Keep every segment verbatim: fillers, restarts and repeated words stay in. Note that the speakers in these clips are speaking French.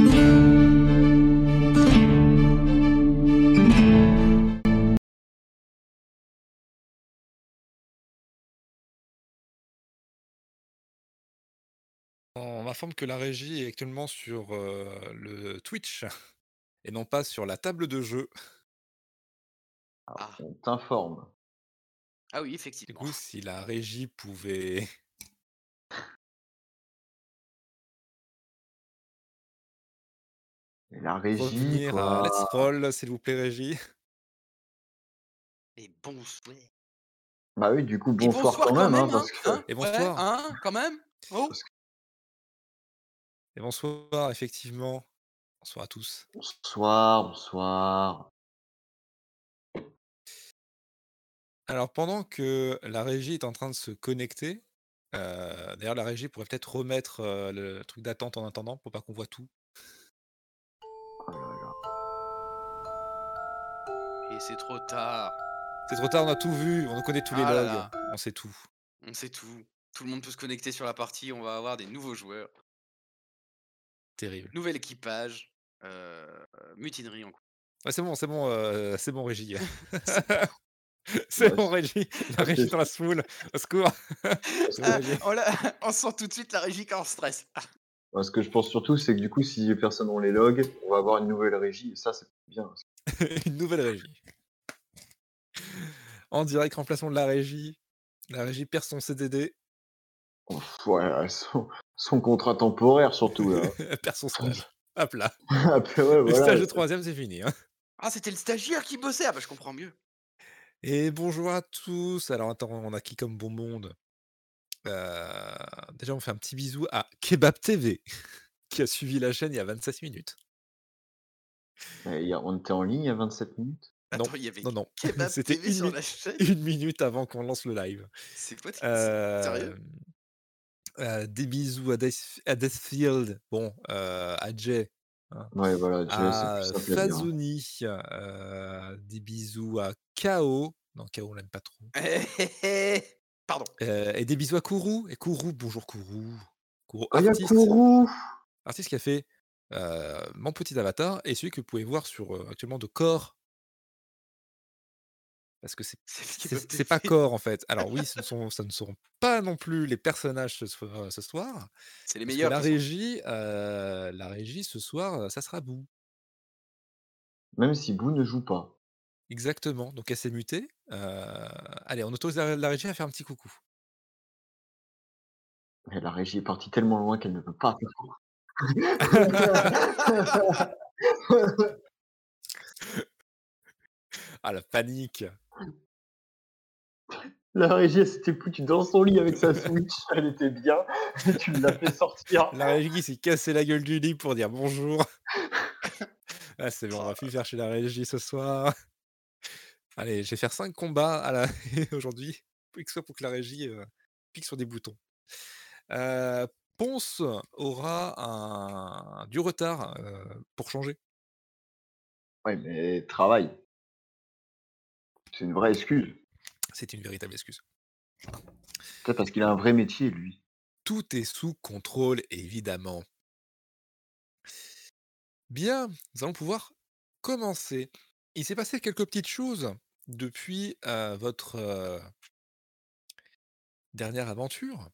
On m'informe que la régie est actuellement sur, heu, le Twitch et non pas sur la table de jeu. Alors, Ah. on t'informe. Ah oui, Du effectivement. coup, si la régie pouvait Et la régie, revenir à quoi. Let's Roll, s'il vous plaît, régie. Et bonsoir. Bah oui, du coup, Et bonsoir bonsoir quand quand même, hein, même, hein, parce que hein, Et ouais, bonsoir. hein, quand même. Oh! parce que Et bonsoir, effectivement. Bonsoir à tous. bonsoir, bonsoir. Alors pendant que la régie est en train de se connecter, heu, d'ailleurs la régie pourrait peut-être remettre, heu, le truc d'attente en attendant pour pas qu'on voit tout. Oh là là. Et c'est trop tard. C'est trop tard, on a tout vu, on connaît tous les Ah là logs, là, on sait tout. on sait tout. Tout le monde peut se connecter sur la partie, on va avoir des nouveaux joueurs, Terrible. nouvel équipage, heu, mutinerie en cours. Ouais, c'est bon, c'est bon, heu, c'est bon régie. C'est bon. C'est Bah, bon c'est régie, la parce que régie dans la semoule, au secours. parce C'est que bon Ah, régie. on l'a on sent tout de suite la régie qui est en stress. Ah, bah, ce que je pense surtout, c'est que du coup, si personne ont les logs, on va avoir une nouvelle régie et ça, c'est bien. Une nouvelle régie. En direct, remplacement de la régie. La régie perd son C D D, Ouf, ouais, son son contrat temporaire surtout là. elle perd son stage. Hop là, Après ouais, le voilà, stage de c'est troisième c'est fini, hein. ah, c'était le stagiaire qui bossait! Ah bah, je comprends mieux. Et bonjour à tous. Alors attends, on a qui comme bon monde? Heu, déjà on fait un petit bisou à Kebab T V qui a suivi la chaîne il y a vingt-sept minutes. mais il y a on était en ligne il y a vingt-sept minutes? Non, Attends, il y avait non, non, Kebab c'était T V une sur mi la chaîne? une minute avant qu'on lance le live. C'est quoi, tu c'est sérieux? Hem, heu, des bisous à Death à Deathfield, bon, heu, à Jay, hein, Ouais, voilà, Jay, c'est plus à simple à dire. Fazoni, heu, des bisous à K O, non K O on l'aime pas trop, Pardon. heu et des bisous à Kourou et Kourou, bonjour Kourou. Kourou Oh, il y a artiste, Kourou! artiste qui a fait, heu, mon petit avatar et celui que vous pouvez voir sur, heu, actuellement de Core. Parce que c'est C'est le c'est Kebab c'est pas T V. Core en fait. Alors oui, ce ne sont ça ne seront pas non plus les personnages ce soir ce soir, C'est les parce que meilleurs la qui sont là. régie, heu, la régie ce soir, heu, ça sera Boo. Même si Boo ne joue pas. Exactement, donc elle s'est mutée. Heu, allez, on autorise la la régie à faire un petit coucou. Mais la régie est partie tellement loin qu'elle ne peut pas faire quoi. Ah la panique! La régie, elle s'était foutue dans son lit avec sa Switch, elle était bien, et tu l'as fait sortir. La régie qui s'est cassé la gueule du lit pour dire bonjour. Ah c'est bon, on Oh va plus faire chez la régie ce soir. Allez, je vais faire cinq combats à la aujourd'hui, exprès pour que la régie, heu, clique sur des boutons. Heu, Ponce aura un du retard, heu, pour changer. Ouais, mais travail, c'est une vraie excuse. C'est une véritable excuse. Peut-être parce qu'il a un vrai métier, lui. Tout est sous contrôle, évidemment. Bien, nous allons pouvoir commencer. Il s'est passé quelques petites choses depuis, heu, votre, heu, dernière aventure.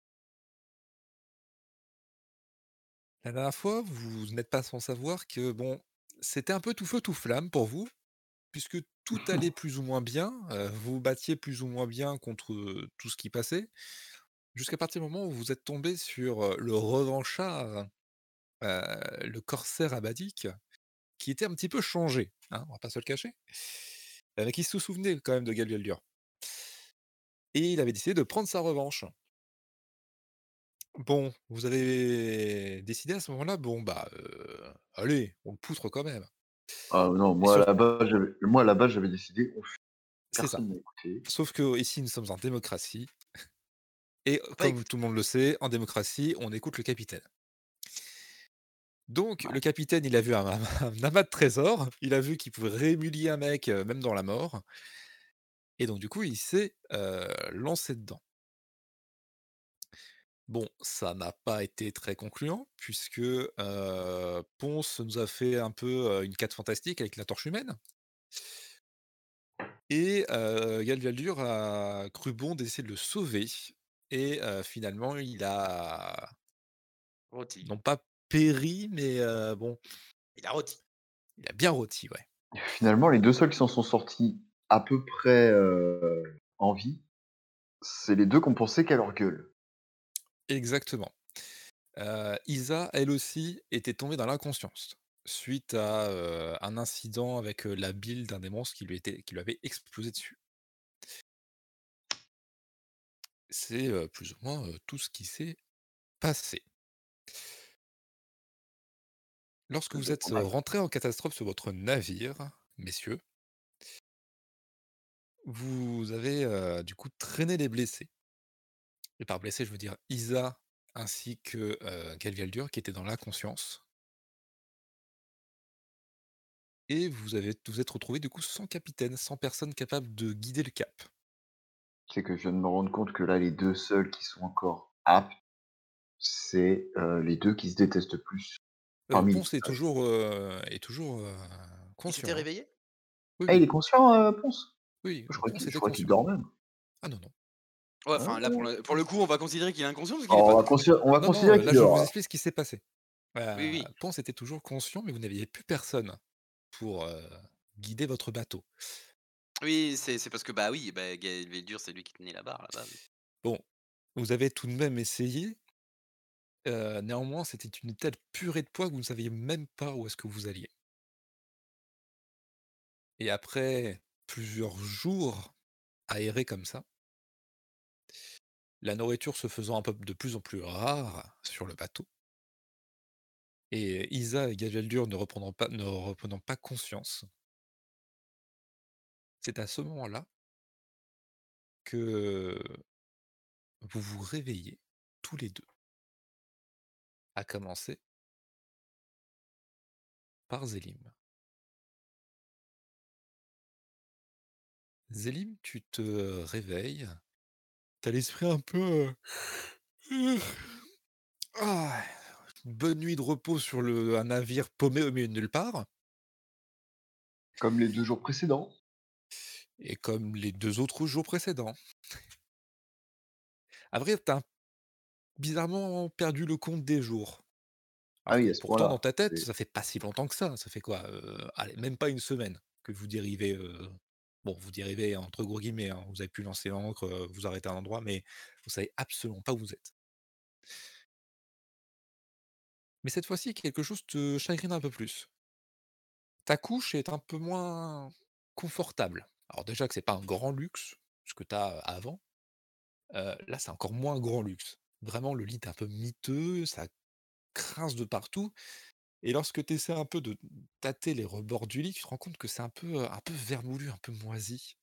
La dernière fois, vous n'êtes pas sans savoir que bon, c'était un peu tout feu tout flamme pour vous, puisque tout allait plus ou moins bien, heu, vous vous battiez plus ou moins bien contre, heu, tout ce qui passait. Jusqu'à partir du moment où vous êtes tombé sur, heu, le revanchard, heu, le corsaire abadique, qui était un petit peu changé, hein, on va pas se le cacher, heu, mais qui se souvenait quand même de Galgaldur et il avait décidé de prendre sa revanche. Bon, vous avez décidé à ce moment-là, bon bah, heu, allez, on le poutre quand même Ah non, et moi à sur la base, j'avais moi à la base, j'avais décidé, on fuit. c'est ça. Personne m'a écouté. Sauf qu'ici, nous sommes en démocratie et Faut pas comme écouter. tout le monde le sait, en démocratie, on écoute le capitaine. Donc Ouais. le capitaine, il a vu un un amas de trésors, il a vu qu'il pouvait réhumilier un mec, heu, même dans la mort et donc du coup, il s'est, heu, lancé dedans. Bon, ça n'a pas été très concluant puisque, heu, Ponce nous a fait un peu, heu, une quatre fantastique avec la torche humaine et heu, Galgaldur a cru bon d'essayer de le sauver et heu, finalement il a Rôti. non pas péri, mais heu, bon, Il a rôti. il a bien rôti, ouais. Finalement, les deux seuls qui s'en sont sortis à peu près, heu, en vie, c'est les deux qui ont pensé qu'à leur gueule. Exactement. Heu, Isa, elle aussi, était tombée dans l'inconscience suite à, heu, un incident avec, heu, la bile d'un des monstres qui lui était qui lui avait explosé dessus. C'est, heu, plus ou moins, heu, tout ce qui s'est passé. Lorsque Ça vous êtes, dépend heu, des rentrés en catastrophe sur votre navire, messieurs, vous avez, heu, du coup traîné les blessés et par blessés, je veux dire Isa ainsi que, heu, Galgaldur qui étaient dans l'inconscience et vous avez vous êtes retrouvés du coup sans capitaine, sans personne capable de guider le cap. c'est que je viens de me rendre compte que là, les deux seuls qui sont encore aptes, c'est, heu, les deux qui se détestent le plus Heu, parmi Ponce est l'équipage. toujours, heu, est toujours, heu, Il s'était conscient, hein. réveillé? Oui, Ah, il oui, est conscient, heu, Ponce? oui, Je heu, croyais Ponce qu'il je était croyais qu'il conscient. dormait. Ah non, non. Ouais, enfin là pour Ah. le pour le coup, on va considérer qu'il est inconscient parce qu'il est Alors pas on va conscient. consi on va Non, non, considérer heu, là qu'il je dort, vous alors. explique ce qui s'est passé. Heu, Oui, oui. Ponce était toujours conscient, mais vous n'aviez plus personne pour, heu, guider votre bateau. Oui, c'est c'est parce que, bah, oui, bah, Galveldur, c'est lui qui tenait la barre là-bas, oui. Bon, vous avez tout de même essayé, heu, néanmoins c'était une telle purée de poids que vous ne saviez même pas où est-ce que vous alliez. Et après plusieurs jours à errer comme ça, la nourriture se faisant un peu de plus en plus rare sur le bateau et Isa et Galveldur ne reprenant pas ne reprenant pas conscience, c'est à ce moment-là que vous vous réveillez tous les deux, à commencer par Zélim. Zélim, tu te réveilles, tu as l'esprit un peu, heu, ah, une bonne nuit de repos sur le un navire paumé au milieu de nulle part Comme les deux jours précédents. et comme les deux autres jours précédents. À vrai dire, tu as bizarrement perdu le compte des jours. Ah Alors oui, que à ce pourtant dans point-là, ta tête, c'est ça fait pas si longtemps que ça. Ça fait quoi? Heu, allez, même pas une semaine que vous dérivez, heu, bon, vous dérivez entre gros guillemets, hein, vous avez pu lancer l'ancre, heu, vous arrêtez à un endroit, mais vous savez absolument pas où vous êtes. Mais cette fois-ci, quelque chose te chagrine un peu plus. Ta couche est un peu moins confortable. Alors déjà que c'est pas un grand luxe, ce que tu as avant, heu, là, c'est encore moins un grand luxe. Vraiment, le lit est un peu miteux, ça grince de partout et lorsque tu essaies un peu de tâter les rebords du lit, tu te rends compte que c'est un peu, heu, un peu vermoulu, un peu moisi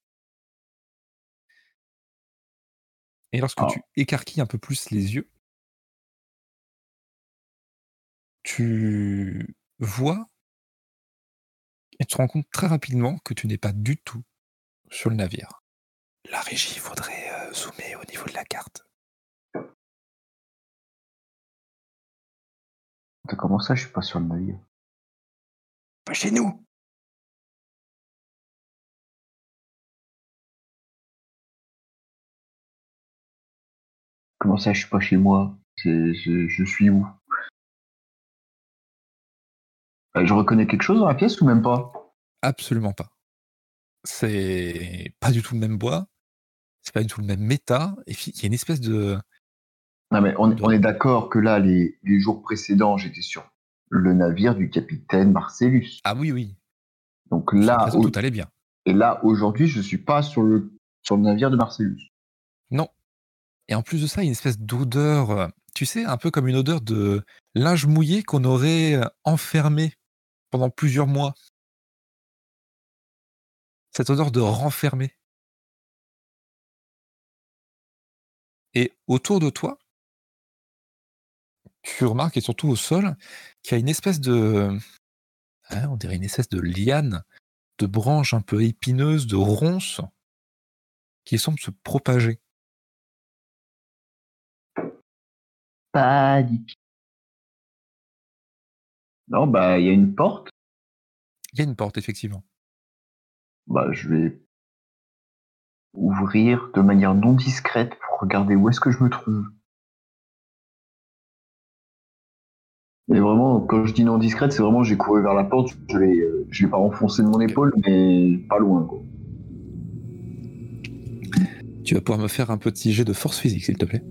et lorsque alors, tu écarquilles un peu plus les yeux, tu vois et tu te rends compte très rapidement que tu n'es pas du tout sur le navire. La régie, il faudrait, heu, zoomer au niveau de la carte. attends, comment ça, je suis pas sur le navire? Pas chez nous! Comment ça, je suis pas chez moi? C'est je je suis où? Heu, je reconnais quelque chose dans la pièce ou même pas? Absolument pas. C'est pas du tout le même bois, c'est pas du tout le même méta et puis il y a une espèce de Non, mais on est de on est d'accord que là, les les jours précédents, j'étais sur le navire du capitaine Marcellus. ah oui, oui, Donc jusqu'à là, présent tout au allait bien. et là, aujourd'hui, je suis pas sur le sur le navire de Marcellus. Non et en plus de ça, il y a une espèce d'odeur, heu, tu sais, un peu comme une odeur de linge mouillé qu'on aurait, heu, enfermé pendant plusieurs mois. Cette odeur de renfermé et autour de toi, tu remarques et surtout au sol, qu'il y a une espèce de ah, on dirait une espèce de liane, de branches un peu épineuses, de ronces qui semblent se propager. panique. Non, bah, il y a une porte. Il y a une porte, effectivement. Bah, je vais ouvrir de manière non discrète pour regarder où est-ce que je me trouve. Et vraiment, quand je dis non discrète, c'est vraiment j'ai couru vers la porte, je l'ai, euh, je l'ai pas enfoncé de mon épaule, mais pas loin, quoi. Tu vas pouvoir me faire un petit jet de force physique, s'il te plaît.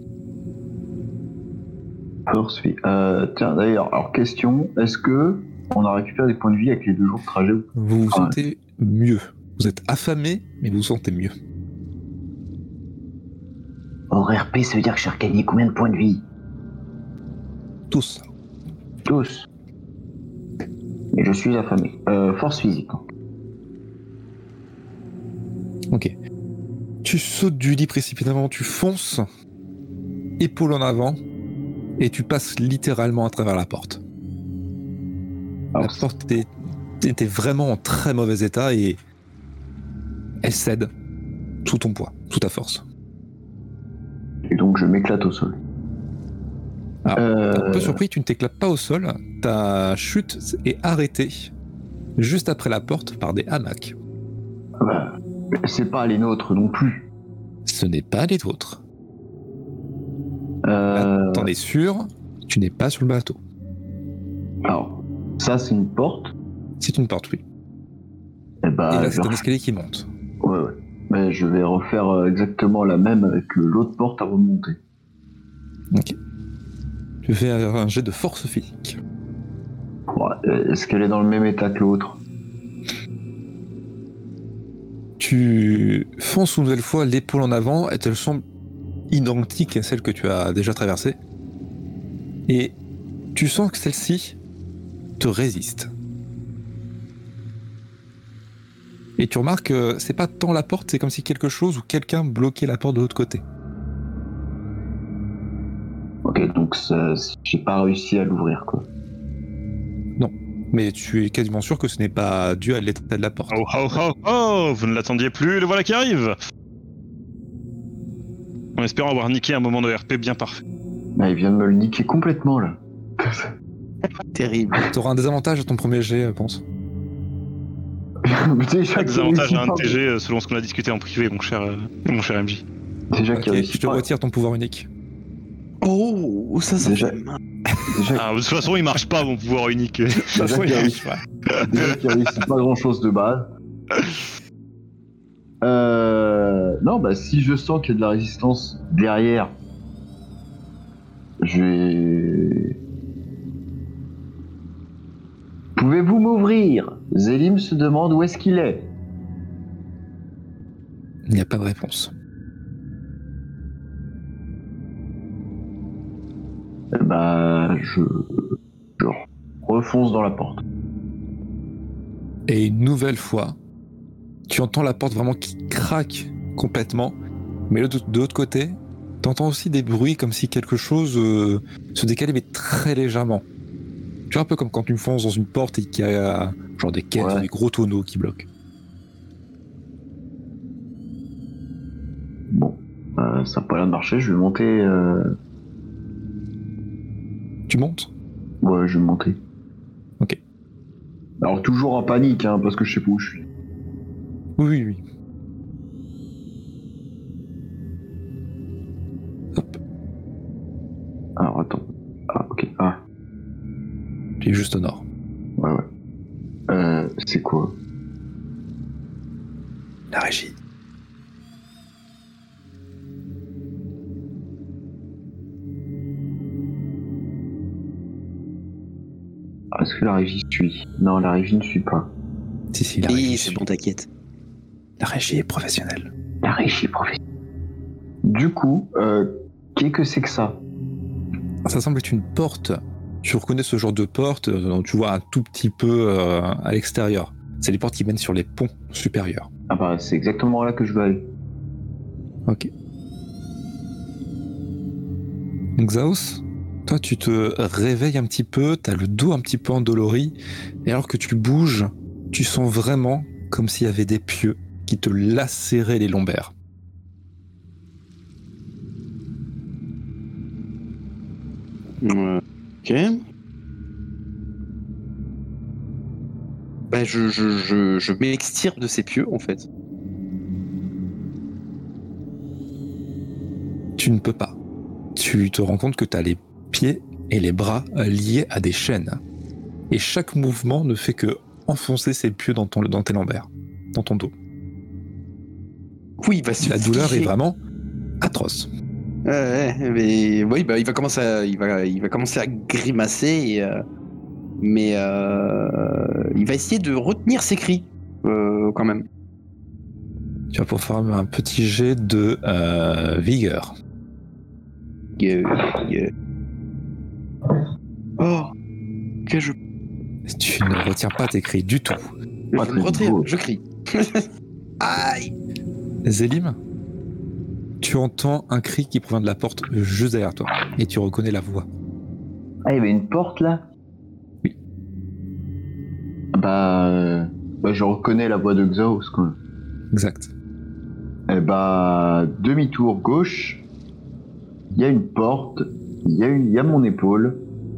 Force physique. Euh, tiens, d'ailleurs, alors question, est-ce que on a récupéré des points de vie avec les deux jours de trajet? Vous vous Ah, sentez mieux. Vous êtes affamé, mais vous vous sentez mieux. Hors R P, ça veut dire que j'ai regagné combien de points de vie? Tous. Tous. Et je suis affamé. Euh, force physique. Ok. Tu sautes du lit précipitamment, tu fonces, épaule en avant, et tu passes littéralement à travers la porte. Alors, la porte était, était vraiment en très mauvais état et elle cède sous ton poids, sous ta force. Et donc je m'éclate au sol. Alors, euh... un peu surpris, tu ne t'éclates pas au sol, ta chute est arrêtée juste après la porte par des hamacs. Bah, c'est pas les nôtres non plus. Ce n'est pas les vôtres. Euh... Là, t'en es sûr, tu n'es pas sur le bateau. Alors, ça c'est une porte. C'est une porte, oui. Et, bah, Et là, c'est je... un escalier qui monte. Ouais, ouais. Mais je vais refaire exactement la même avec l'autre porte à remonter. Ok. Tu fais un jet de force physique. Ouais, est-ce qu'elle est dans le même état que l'autre? Tu fonces une nouvelle fois l'épaule en avant et elle semble identique à celle que tu as déjà traversée. Et tu sens que celle-ci te résiste. Et tu remarques que c'est pas tant la porte, c'est comme si quelque chose ou quelqu'un bloquait la porte de l'autre côté. Ok, donc ça, j'ai pas réussi à l'ouvrir, quoi. Non, mais tu es quasiment sûr que ce n'est pas dû à l'état de la porte. Oh oh oh oh, vous ne l'attendiez plus, le voilà qui arrive. En espérant avoir niqué un moment de R P bien parfait. Ah, il vient de me le niquer complètement, là. Terrible. Tu auras un désavantage à ton premier jet, je pense. Déjà Pas qu'il des avantages réussit à un pas- de T G selon ce qu'on a discuté en privé, mon cher, euh, mon cher M J. Déjà Ok, qu'il réussit je te pas. retire ton pouvoir unique. Oh, ça, ça Déjà- fait mal. Déjà, Ah, de toute façon, il marche pas mon pouvoir unique. déjà qu'il réussit, déjà qu'il réussit pas grand chose de base. Euh... Non, bah si je sens qu'il y a de la résistance derrière, je vais... Pouvez-vous m'ouvrir? Zélim se demande où est-ce qu'il est. Il n'y a pas de réponse. Eh bah, je... je refonce dans la porte. Et une nouvelle fois, tu entends la porte vraiment qui craque complètement, mais de, de l'autre côté, tu entends aussi des bruits comme si quelque chose euh, se décalait, mais très légèrement. Tu vois, un peu comme quand tu fonces dans une porte et qu'il y a euh, genre des caisses, Ouais. des gros tonneaux qui bloquent. Bon, euh, ça n'a pas l'air de marcher, je vais monter... Euh... Tu montes? Ouais, je vais monter. Ok. Alors toujours en panique, hein, parce que je sais pas où je suis. Oui, oui, oui. Hop, Alors attends. Ah, ok. Ah, tu es juste au nord. ouais, ouais. Euh, c'est quoi? La régie. Ah, est-ce que la régie suit? Non, la régie ne suit pas. Si, si, la régie. Oui, c'est suit. bon, t'inquiète. La régie est professionnelle. La régie professionnelle. Du coup, euh, qu'est-ce que c'est que ça? Ça semble être une porte. Tu reconnais ce genre de porte, euh, dont tu vois un tout petit peu euh, à l'extérieur. C'est les portes qui mènent sur les ponts supérieurs. Ah bah, c'est exactement là que je veux aller. Ok. Xaos, toi tu te réveilles un petit peu, t'as le dos un petit peu endolori, et alors que tu bouges, tu sens vraiment comme s'il y avait des pieux qui te lacéraient les lombaires. Euh, ok. Bah, je, je, je, je m'extirpe de ces pieux, en fait. Tu ne peux pas. Tu te rends compte que tu as les pieds et les bras liés à des chaînes. Et chaque mouvement ne fait que enfoncer ces pieux dans, ton, dans tes lombaires, dans ton dos. Oui, il va se La douleur est figer. vraiment atroce. Ouais, ouais, mais oui, bah, il va commencer à, il va, il va commencer à grimacer, et, euh, mais euh, il va essayer de retenir ses cris, euh, quand même. Tu vas pouvoir faire un petit jet de euh, vigueur. Yeah, yeah. Oh, que je, Tu ne retiens pas tes cris du tout. je Pas me très retire, beau. je crie. Aïe. Zélim, tu entends un cri qui provient de la porte juste derrière toi. Et tu reconnais la voix. Ah, il y avait une porte là? Oui. Bah, euh, bah je reconnais la voix de Xaos, quoi. Exact. Eh bah, demi-tour gauche, il y a une porte, il y, a une- il y a mon épaule,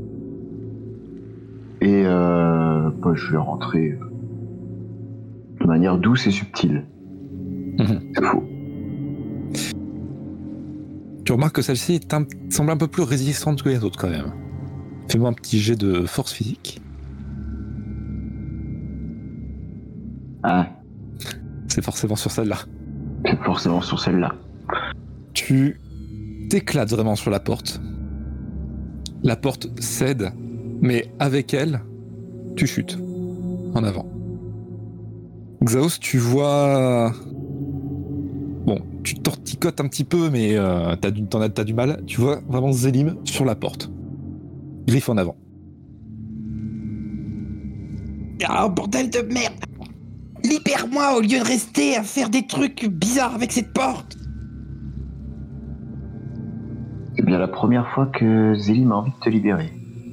et euh, bah, je vais rentrer euh, de manière douce et subtile. Mhm. C'est faux. Tu remarques que celle-ci est un- semble un peu plus résistante que les autres quand même. Fais-moi un petit jet de force physique. Ah, C'est forcément sur celle-là. c'est forcément sur celle-là. Tu t'éclates vraiment sur la porte. La porte cède, mais avec elle, tu chutes en avant. Xaos, tu vois... Bon, tu torticotes un petit peu, mais euh, t'as, du, t'en as, t'as du mal. Tu vois vraiment Zélim sur la porte. Griffe en avant. Ah, bordel de merde. Libère-moi au lieu de rester à faire des trucs bizarres avec cette porte. C'est bien la première fois que Zélim a envie de te libérer.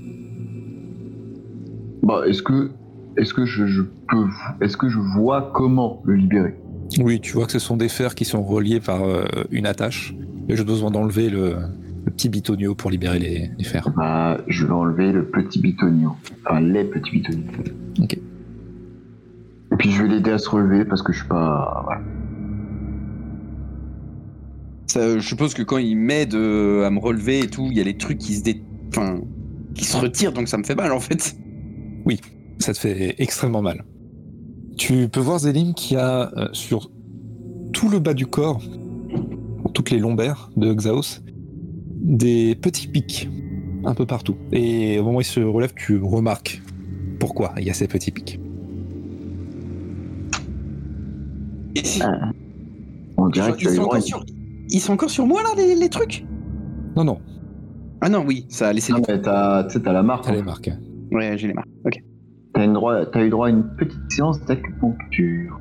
Bah, est-ce que, est-ce que je, je peux, est-ce que je vois comment le libérer? Oui, tu vois que ce sont des fers qui sont reliés par euh, une attache. Et j'ai besoin d'enlever le, le petit bitonio pour libérer les, les fers. Bah, je vais enlever le petit bitonio. Enfin, les petits bitonios. Ok. Et puis je vais l'aider à se relever parce que je suis pas... Voilà. Ça, je suppose que quand il m'aide euh, à me relever et tout, il y a les trucs qui se dé... enfin, qui se retirent, donc ça me fait mal en fait. Ça te fait extrêmement mal. Tu peux voir Zélim qui a euh, sur tout le bas du corps, toutes les lombaires de Xaos, des petits pics un peu partout. Et au moment où il se relève, tu remarques pourquoi il y a ces petits pics. Et- On ils, dirait sont, que ils tu as eu sont droit à encore sur... ils sont encore sur moi là, les, les trucs. Non, non, Ah non, oui, ça a laissé Non, du... mais t'as, tu sais, t'as la marque. t'as les hein. marques. Ouais, j'ai les marques. Ok. T'as, une droit, t'as eu droit à une petite séance d'acupuncture.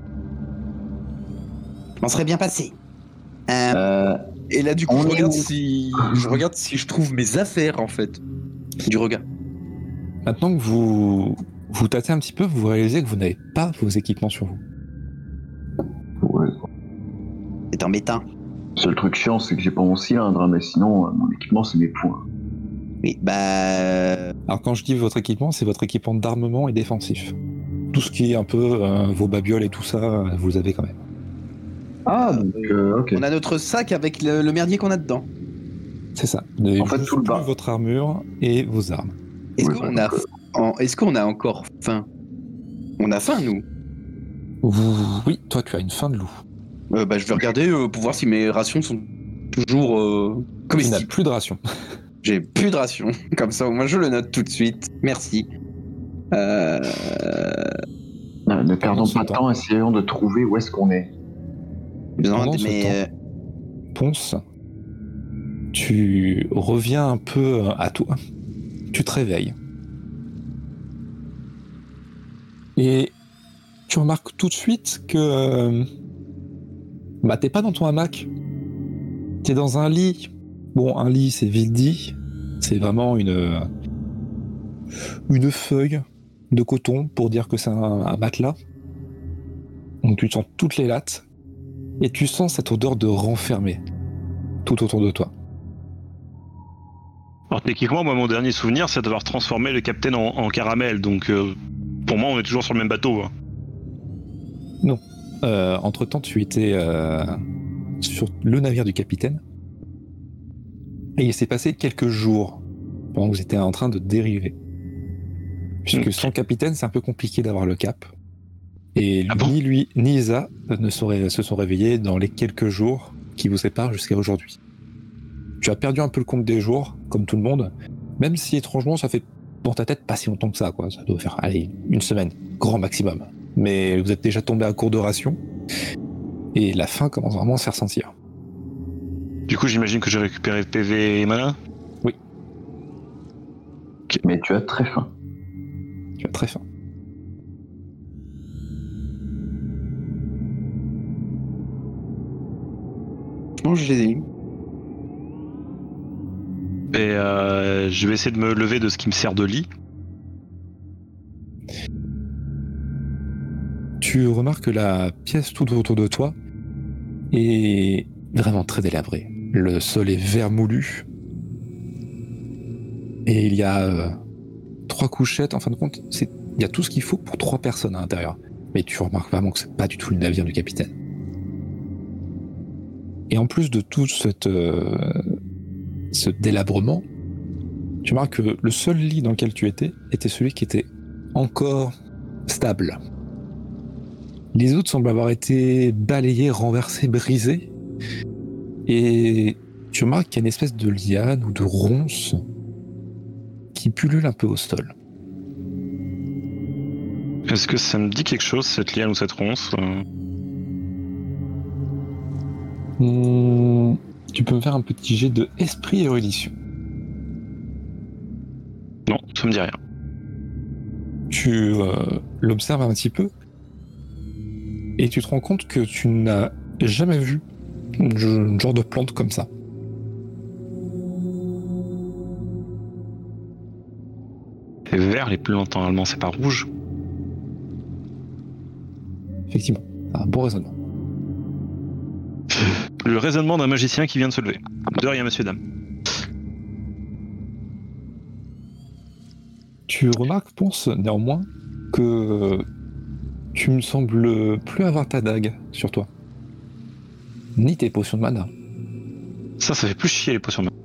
On serait bien passé. Euh, Euh, et là, du coup, on je est regarde où si je regarde si je trouve mes affaires en fait. Du regard. Maintenant que vous vous tâtez un petit peu, vous réalisez que vous n'avez pas vos équipements sur vous. ouais. C'est embêtant. Le seul truc chiant, c'est que j'ai pas mon cylindre, hein, mais sinon, euh, mon équipement, c'est mes poings. Oui, bah. Alors quand je dis votre équipement, c'est votre équipement d'armement et défensif. Tout ce qui est un peu euh, vos babioles et tout ça, euh, vous le avez quand même. Ah, donc, euh, ok. On a notre sac avec le, le merdier qu'on a dedans. C'est ça. Vous n'avez En fait, juste tout le plus bas. votre armure et vos armes. Est-ce Ouais, qu'on bah, a, donc, en- est-ce qu'on a encore faim? On a faim, nous. Vous... Oui, toi tu as une faim de loup. Euh, bah, je vais regarder euh, pour voir si mes rations sont toujours euh, Tu n'as comestibles. plus de ration. J'ai plus de rations. Comme ça, au moins, je le note tout de suite. Merci. Euh... euh, ne perdons ce pas de temps. temps, essayons de trouver où est-ce qu'on est. besoin Pendant de ce mes, temps. euh, Ponce, tu reviens un peu à toi. Tu te réveilles. Et tu remarques tout de suite que euh, bah t'es pas dans ton hamac. T'es dans un lit. Bon, un lit c'est vite dit. C'est vraiment une une feuille de coton pour dire que c'est un, un matelas. Donc tu sens toutes les lattes et tu sens cette odeur de renfermé tout autour de toi. Alors techniquement, moi, mon dernier souvenir, c'est d'avoir transformé le capitaine en, en caramel. Donc, euh, pour moi, on est toujours sur le même bateau. Hein. Euh, entre-temps, tu étais euh, sur le navire du capitaine. Et il s'est passé quelques jours pendant que vous étiez en train de dériver. Puisque Ok. sans capitaine, c'est un peu compliqué d'avoir le cap. Et Ah bon ni lui, ni Isa ne seraient- se sont réveillés dans les quelques jours qui vous séparent jusqu'à aujourd'hui. Tu as perdu un peu le compte des jours, comme tout le monde, même si étrangement, ça fait dans ta tête pas si longtemps que ça, quoi. Ça doit faire, allez, une semaine, grand maximum. Mais vous êtes déjà tombé à court de ration, et la faim commence vraiment à se faire sentir. Du coup, j'imagine que j'ai récupéré P V et mana. Mais tu as très faim. Tu as très faim. Je mange les élimes. Et euh, je vais essayer de me lever de ce qui me sert de lit. Tu remarques que la pièce tout autour de toi est vraiment très délabrée. Le sol est vermoulu. Et il y a euh, trois couchettes. En fin de compte, c'est, il y a tout ce qu'il faut pour trois personnes à l'intérieur. Mais tu remarques vraiment que c'est pas du tout le navire du capitaine. Et en plus de tout cette, euh, ce délabrement, tu remarques que le seul lit dans lequel tu étais était celui qui était encore stable. Les autres semblent avoir été balayés, renversés, brisés. Et tu remarques qu'il y a une espèce de liane ou de ronce qui pullule un peu au sol. Est-ce que ça me dit quelque chose, cette liane ou cette ronce euh Hum, tu peux me faire un petit jet de esprit érudition. Non, ça me dit rien. Tu euh, l'observes un petit peu et tu te rends compte que tu n'as jamais vu un genre de plante comme ça. C'est vert les plantes, normalement, c'est pas rouge. Effectivement, c'est un bon raisonnement. Le raisonnement d'un magicien qui vient de se lever. De rien, monsieur, dame. Tu remarques, Ponce, néanmoins, que tu me sembles plus avoir ta dague sur toi. Ni tes potions de mana. Ça, ça fait plus chier les potions de mana.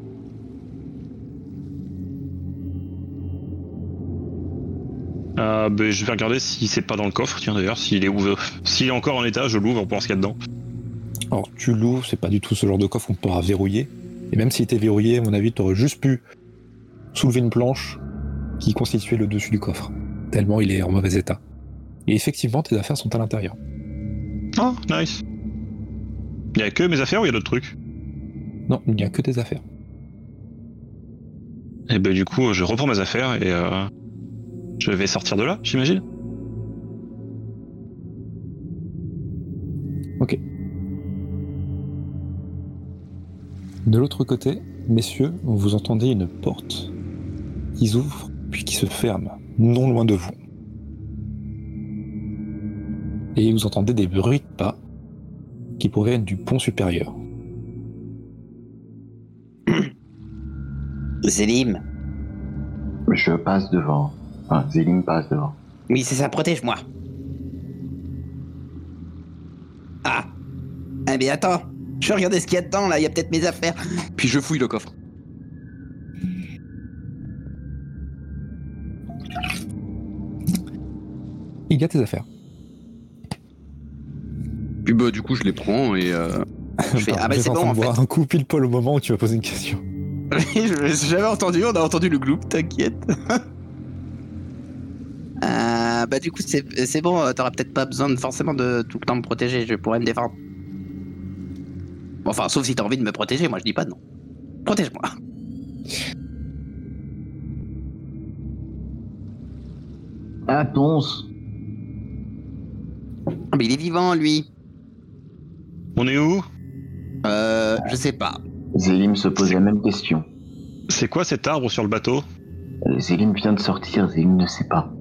Euh, ben, je vais regarder si c'est pas dans le coffre, tiens d'ailleurs, s'il est ouvert. S'il est encore en état, je l'ouvre pour voir ce qu'il y a dedans. Alors, tu l'ouvres, c'est pas du tout ce genre de coffre qu'on pourra verrouiller. Et même s'il était verrouillé, à mon avis, tu aurais juste pu soulever une planche qui constituait le dessus du coffre. Tellement il est en mauvais état. Et effectivement, tes affaires sont à l'intérieur. Oh, nice. Il y a que mes affaires ou il y a d'autres trucs? Non, il n'y a que tes affaires. Et ben du coup, je reprends mes affaires et euh, je vais sortir de là, j'imagine. Ok. De l'autre côté, messieurs, vous entendez une porte qui s'ouvre puis qui se ferme, non loin de vous. Et vous entendez des bruits de pas qui proviennent du pont supérieur. Zélim. Je passe devant. Enfin, Zélim passe devant. Oui, c'est ça, protège-moi. Ah. Eh bien, attends. Je vais regarder ce qu'il y a dedans, là. Il y a peut-être mes affaires. Puis je fouille le coffre. Il y a tes affaires. Puis bah, du coup, je les prends et euh, je fais. Ah, bah, J'étais c'est en bon, train en de fait. boire un coup pile poil au moment où tu vas poser une question. J'avais entendu, on a entendu le gloup, t'inquiète. euh, bah, du coup, c'est c'est bon, t'auras peut-être pas besoin de, forcément de tout le temps me protéger. Je pourrais me défendre. Bon, enfin, sauf si t'as envie de me protéger, moi je dis pas non. Protège-moi. Ah, Ponce. Ah, mais il est vivant, lui. On est où? Euh, je sais pas. Zélim se pose la même question. C'est quoi cet arbre sur le bateau? Euh, Zélim vient de sortir, Zélim ne sait pas.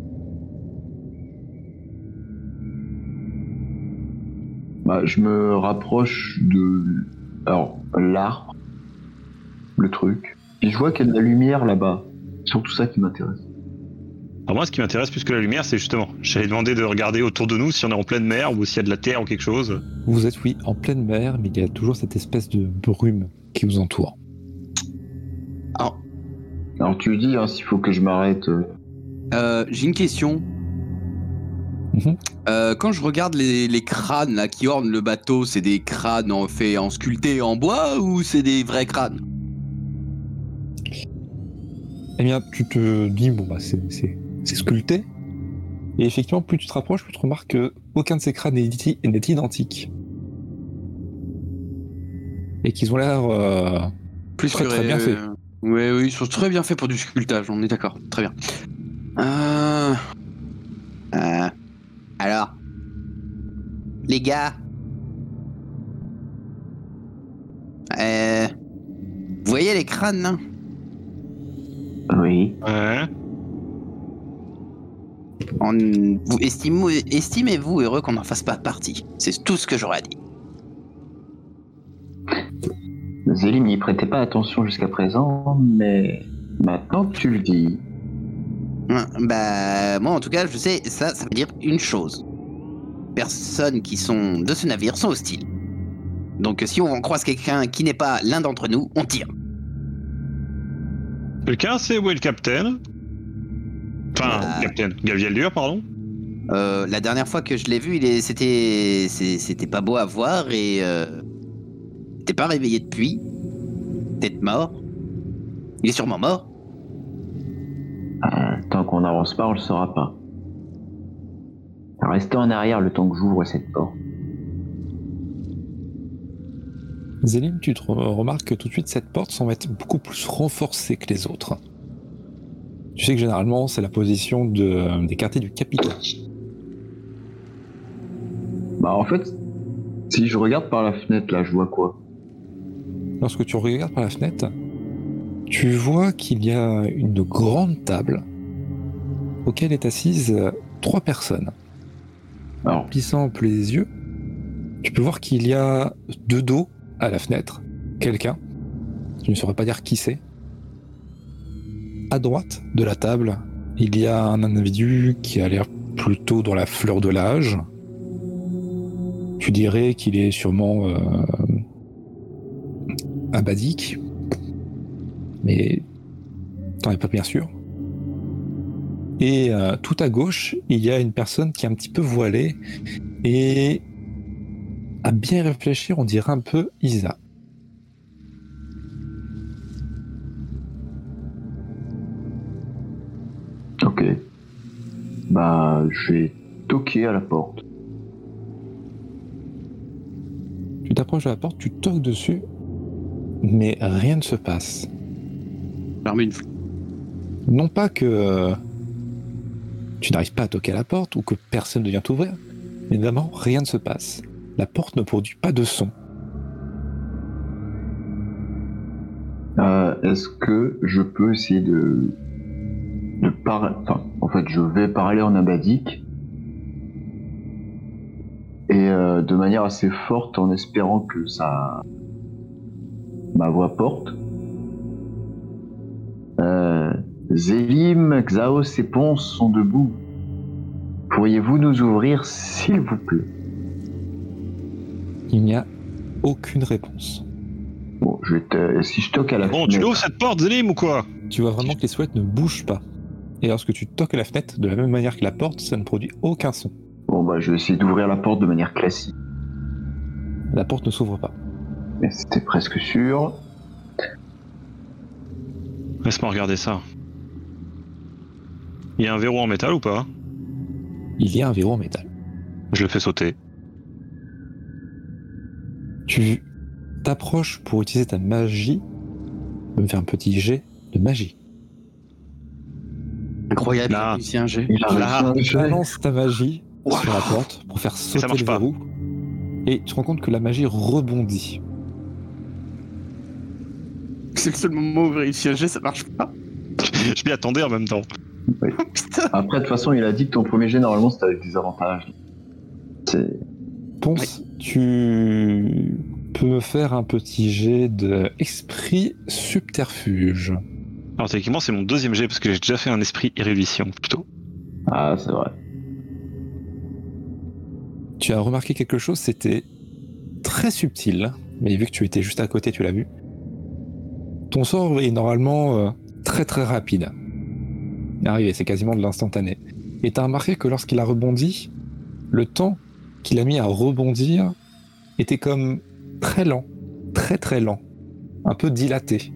Bah, je me rapproche de... Alors, l'arbre, le truc, Puis je vois qu'il y a de la lumière là-bas. C'est surtout ça qui m'intéresse. Alors moi, ce qui m'intéresse plus que la lumière, c'est justement, j'allais demander de regarder autour de nous si on est en pleine mer ou s'il y a de la terre ou quelque chose. Vous êtes, oui, en pleine mer, mais il y a toujours cette espèce de brume qui vous entoure. Alors, Alors tu dis hein, s'il faut que je m'arrête. euh, euh, j'ai une question. Mhm. Euh, quand je regarde les, les crânes là, qui ornent le bateau, c'est des crânes en, fait, en sculpté en bois ou c'est des vrais crânes? Eh bien, tu te dis, bon, bah, c'est, c'est, c'est sculpté. Et effectivement, plus tu te rapproches, plus tu remarques qu'aucun de ces crânes n'est, iti- n'est identique. Et qu'ils ont l'air euh, Plus très, que- très bien faits. Oui, oui, ils sont très bien faits pour du sculptage, on est d'accord. Très bien. Euh... Euh... Alors, les gars, euh... vous voyez les crânes là? Oui. Ouais. On... vous estimez... Estimez-vous heureux qu'on n'en fasse pas partie? C'est tout ce que j'aurais à dire. Zélim n'y prêtait pas attention jusqu'à présent, mais maintenant que tu le dis. Ouais, Bah, moi en tout cas, je sais, ça, ça veut dire une chose. Personnes qui sont de ce navire sont hostiles. Donc si on croise quelqu'un qui n'est pas l'un d'entre nous, on tire. Quelqu'un sait où est le capitaine? Enfin, Euh. capitaine, Gaviel Dur, pardon. Euh, la dernière fois que je l'ai vu, il est, c'était, c'est- c'était pas beau à voir et euh, il était pas réveillé depuis. Peut-être mort. Il est sûrement mort. Euh, tant qu'on n'avance pas, on le saura pas. Restez en arrière le temps que j'ouvre cette porte. Zélim, tu te re- remarques que tout de suite, cette porte semble être beaucoup plus renforcée que les autres. Tu sais que généralement, c'est la position de, des quartiers du capitaine. Bah en fait, si je regarde par la fenêtre là, je vois quoi? Lorsque tu regardes par la fenêtre, tu vois qu'il y a une grande table auquel est assise euh, trois personnes. Alors, En plissant un peu les yeux, tu peux voir qu'il y a de dos à la fenêtre quelqu'un. Je ne saurais pas dire qui c'est. À droite de la table, il y a un individu qui a l'air plutôt dans la fleur de l'âge. Tu dirais qu'il est sûrement euh, abadique, mais t'en es pas bien sûr. Et euh, tout à gauche, il y a une personne qui est un petit peu voilée et à bien réfléchir, on dirait un peu Isa. ok. Bah, je vais toquer à la porte. Tu t'approches de la porte, tu toques dessus, mais rien ne se passe. L'armée une Non pas que euh, tu n'arrives pas à toquer à la porte ou que personne ne vient t'ouvrir, mais d'abord, rien ne se passe. La porte ne produit pas de son. Euh, Est-ce que je peux essayer de, de parler... Enfin, en fait, je vais parler en abadique. Et euh, de manière assez forte en espérant que ça... ma voix porte. Euh, Zélim, Xaos et Ponce sont debout. Pourriez-vous nous ouvrir, s'il vous plaît? Il n'y a aucune réponse. Bon, je vais te... si je toque à la Bon, tu fenêtre... l'ouvres cette porte, Zélim, ou quoi? Tu vois vraiment que les silhouettes ne bougent pas. Et lorsque tu toques à la fenêtre, de la même manière que la porte, ça ne produit aucun son. Bon, bah, je vais essayer d'ouvrir la porte de manière classique. La porte ne s'ouvre pas. Mais c'était presque sûr. Laisse-moi regarder ça. Il y a un verrou en métal ou pas? Il y a un verrou en métal. Je le fais sauter. Tu t'approches pour utiliser ta magie, me faire un petit jet de magie. incroyable. Là. Ici un jet. Il a Là. réussi Tu un jet. balances ta magie Wow. sur la porte pour faire sauter marche le pas. verrou. Et tu te rends compte que la magie rebondit. C'est le seul moment où vérifier un jet, ça marche pas. Je m'y attendais en même temps. Oh, putain. Après, de toute façon, il a dit que ton premier jet, normalement, c'était avec des avantages. C'est... Ponce, tu peux me faire un petit jet de esprit subterfuge. Alors techniquement, c'est mon deuxième jet parce que j'ai déjà fait un esprit érudition plutôt. Ah, c'est vrai. Tu as remarqué quelque chose, c'était très subtil, mais vu que tu étais juste à côté, tu l'as vu. Ton sort est normalement euh, très très rapide. Arrivé, c'est quasiment de l'instantané. Et t'as remarqué que lorsqu'il a rebondi, le temps qu'il a mis à rebondir était comme très lent, très très lent, un peu dilaté.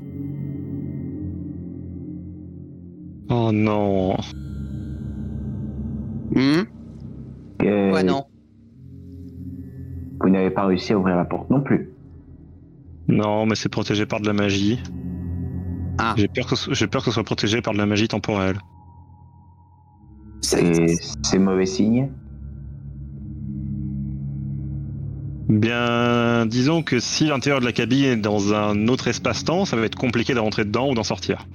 Oh non. Hmm Euh, Ouais, non. Vous n'avez pas réussi à ouvrir la porte non plus. Non, mais c'est protégé par de la magie. Ah, J'ai peur que ce- j'ai peur que ce soit protégé par de la magie temporelle. C'est c'est mauvais signe. Bien, disons que si l'intérieur de la cabine est dans un autre espace-temps, ça va être compliqué de rentrer dedans ou d'en sortir.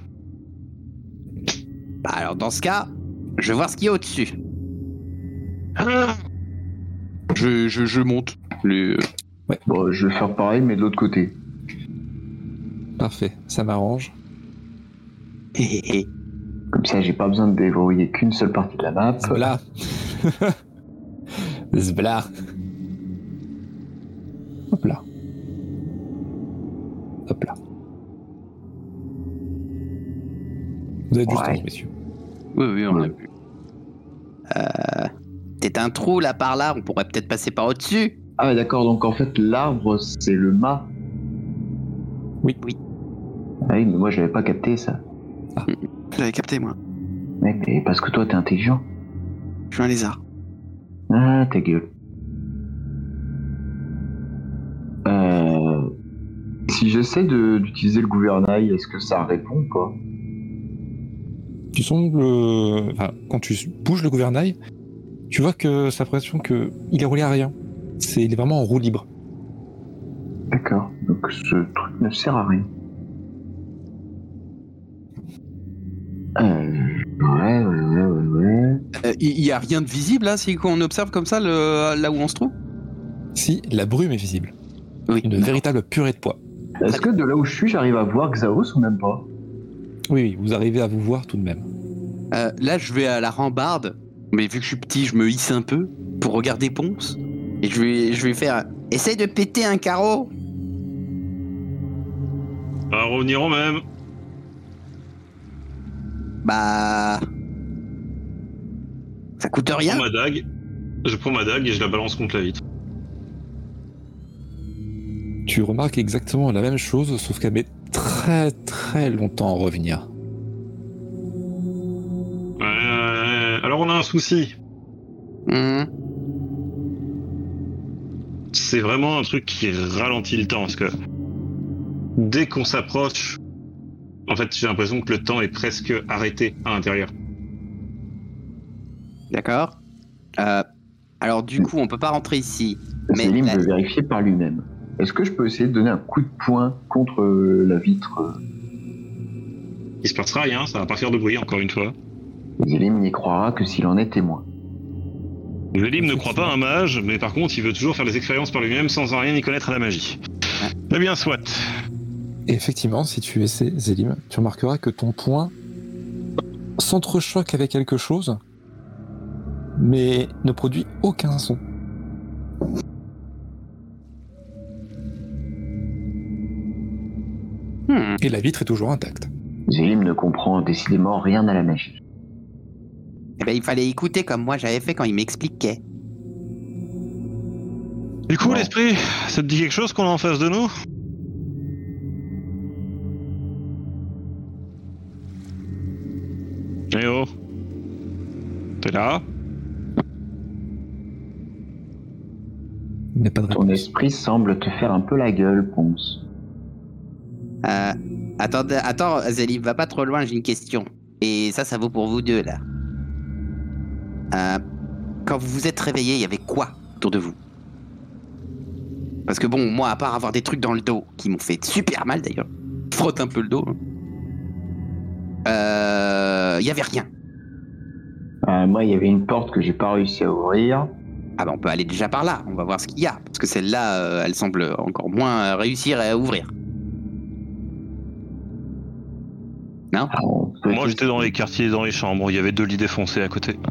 bah alors dans ce cas, je vais voir ce qu'il y a au-dessus. Je, je, je monte. Le... Bon, je vais faire pareil, mais de l'autre côté. Parfait, ça m'arrange. Hé, hé, hé. Comme ça, j'ai pas besoin de déverrouiller qu'une seule partie de la map. Zbla. Zbla. Hop là. Hop là. Vous êtes juste Ouais. temps, messieurs. Oui, oui, on a Ouais. vu. Euh... Peut-être un trou là par là, on pourrait peut-être passer par au-dessus. Ah ouais, d'accord, donc en fait, l'arbre, c'est le mât. Oui. Oui. Ah oui, mais moi, j'avais pas capté ça. J'avais capté moi. Mec, mais parce que toi, t'es intelligent. Je suis un lézard. Ah, ta gueule. Euh... Si j'essaie de- d'utiliser le gouvernail, est-ce que ça répond ou pas? Tu sembles... euh, Enfin, quand tu bouges le gouvernail, tu vois que ça a l'impression qu'il est roulé à rien. C'est, il est vraiment en roue libre. D'accord, donc ce truc ne sert à rien. Euh... Ouais, ouais, ouais, ouais, ouais. Il euh, y, y a rien de visible là, si on observe comme ça le, là où on se trouve. Si, la brume est visible. Oui. Une véritable purée de poids. Est-ce que de là où je suis, j'arrive à voir Xaos ou même pas? Oui, oui, vous arrivez à vous voir tout de même. Euh, là, je vais à la rambarde, mais vu que je suis petit, je me hisse un peu pour regarder Ponce. Et je vais, je vais faire. Essaye de péter un carreau. On va revenir au même. Bah. Ça coûte Je rien. prends ma dague. Je prends ma dague et je la balance contre la vitre. Tu remarques exactement la même chose, sauf qu'elle met très très longtemps à revenir. Euh, alors on a un souci. Mmh. C'est vraiment un truc qui ralentit le temps parce que dès qu'on s'approche, en fait, j'ai l'impression que le temps est presque arrêté à l'intérieur. D'accord. Euh, alors, du coup, on peut pas rentrer ici. Mais Zélim la- veut vérifier par lui-même. Est-ce que je peux essayer de donner un coup de poing contre euh, la vitre? Il se passera rien, ça va pas faire de bruit encore une fois. Zélim n'y croira que s'il en est témoin. Zélim ne croit pas à un mage, mais par contre, il veut toujours faire des expériences par lui-même sans en rien y connaître à la magie. Eh bien, soit. Et effectivement, si tu essaies, Zélim, tu remarqueras que ton poing s'entrechoque avec quelque chose, mais ne produit aucun son. Hmm. Et la vitre est toujours intacte. Zélim ne comprend décidément rien à la magie. Eh ben, il fallait écouter comme moi j'avais fait quand il m'expliquait. Du coup, Bon. l'esprit, ça te dit quelque chose qu'on a en face de nous? Eh oh. T'es là? Il n'y a pas de Ton réponse. esprit semble te faire un peu la gueule, Ponce. Euh, attends, attends, Zélim, va pas trop loin, j'ai une question. Et ça, ça vaut pour vous deux, là. Euh, quand vous vous êtes réveillés, il y avait quoi autour de vous? Parce que bon, moi, à part avoir des trucs dans le dos, qui m'ont fait super mal d'ailleurs, je frotte un peu le dos, hein. Euh, il y avait rien. Euh, moi, il y avait une porte que j'ai pas réussi à ouvrir. Ah bah on peut aller déjà par là, on va voir ce qu'il y a. Parce que celle-là, euh, elle semble encore moins réussir à ouvrir. Non ? Alors, on peut Moi, j'étais dans les quartiers, dans les chambres. Il y avait deux lits défoncés à côté.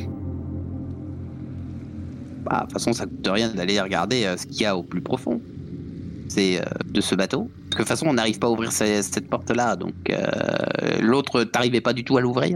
Bah, de toute façon, ça coûte rien d'aller regarder euh, ce qu'il y a au plus profond. C'est euh, de ce bateau. Parce que de toute façon, on n'arrive pas à ouvrir ces- cette porte-là. Donc, euh, l'autre, t'arrivais pas du tout à l'ouvrir.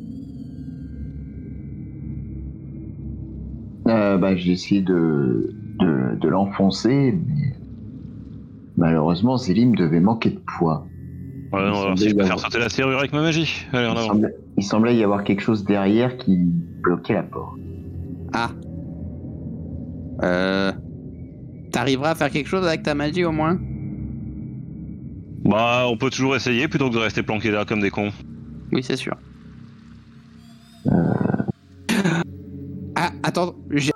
Euh, bah, j'ai essayé de, de, de l'enfoncer, mais malheureusement, Zélim devait manquer de poids. Ouais, on va voir si je peux faire sauter la serrure avec ma magie. Allez, en Il avant. semblait, il semblait y avoir quelque chose derrière qui bloquait la porte. Ah. Euh... T'arriveras à faire quelque chose avec ta magie au moins ? Bah, on peut toujours essayer plutôt que de rester planqué là comme des cons. Oui, c'est sûr. Ah, attends, j'ai...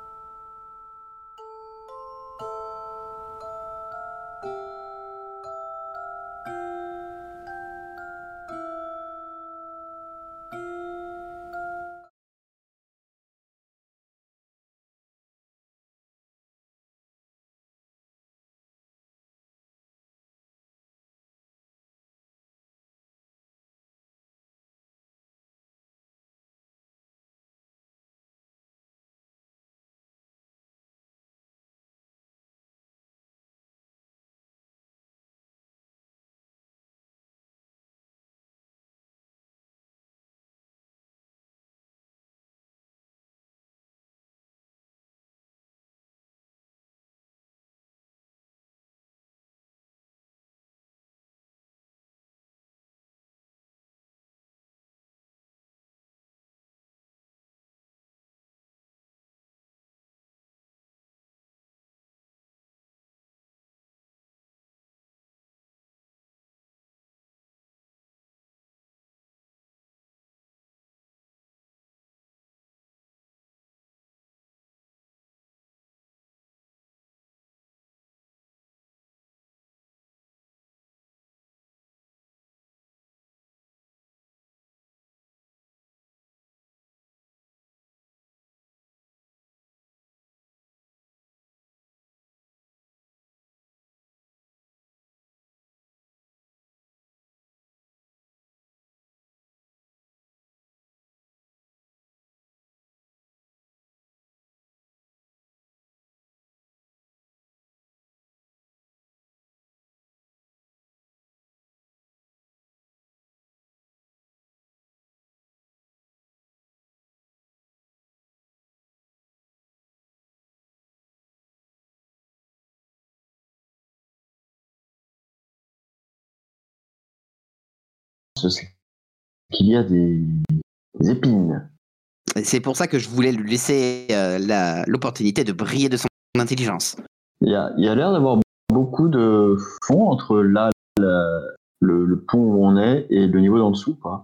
C'est qu'il y a des, des épines. C'est pour ça que je voulais lui laisser euh, la- l'opportunité de briller de son intelligence. Il y a, il y a l'air d'avoir beaucoup de fond entre là, la- le, le pont où on est et le niveau d'en dessous, quoi.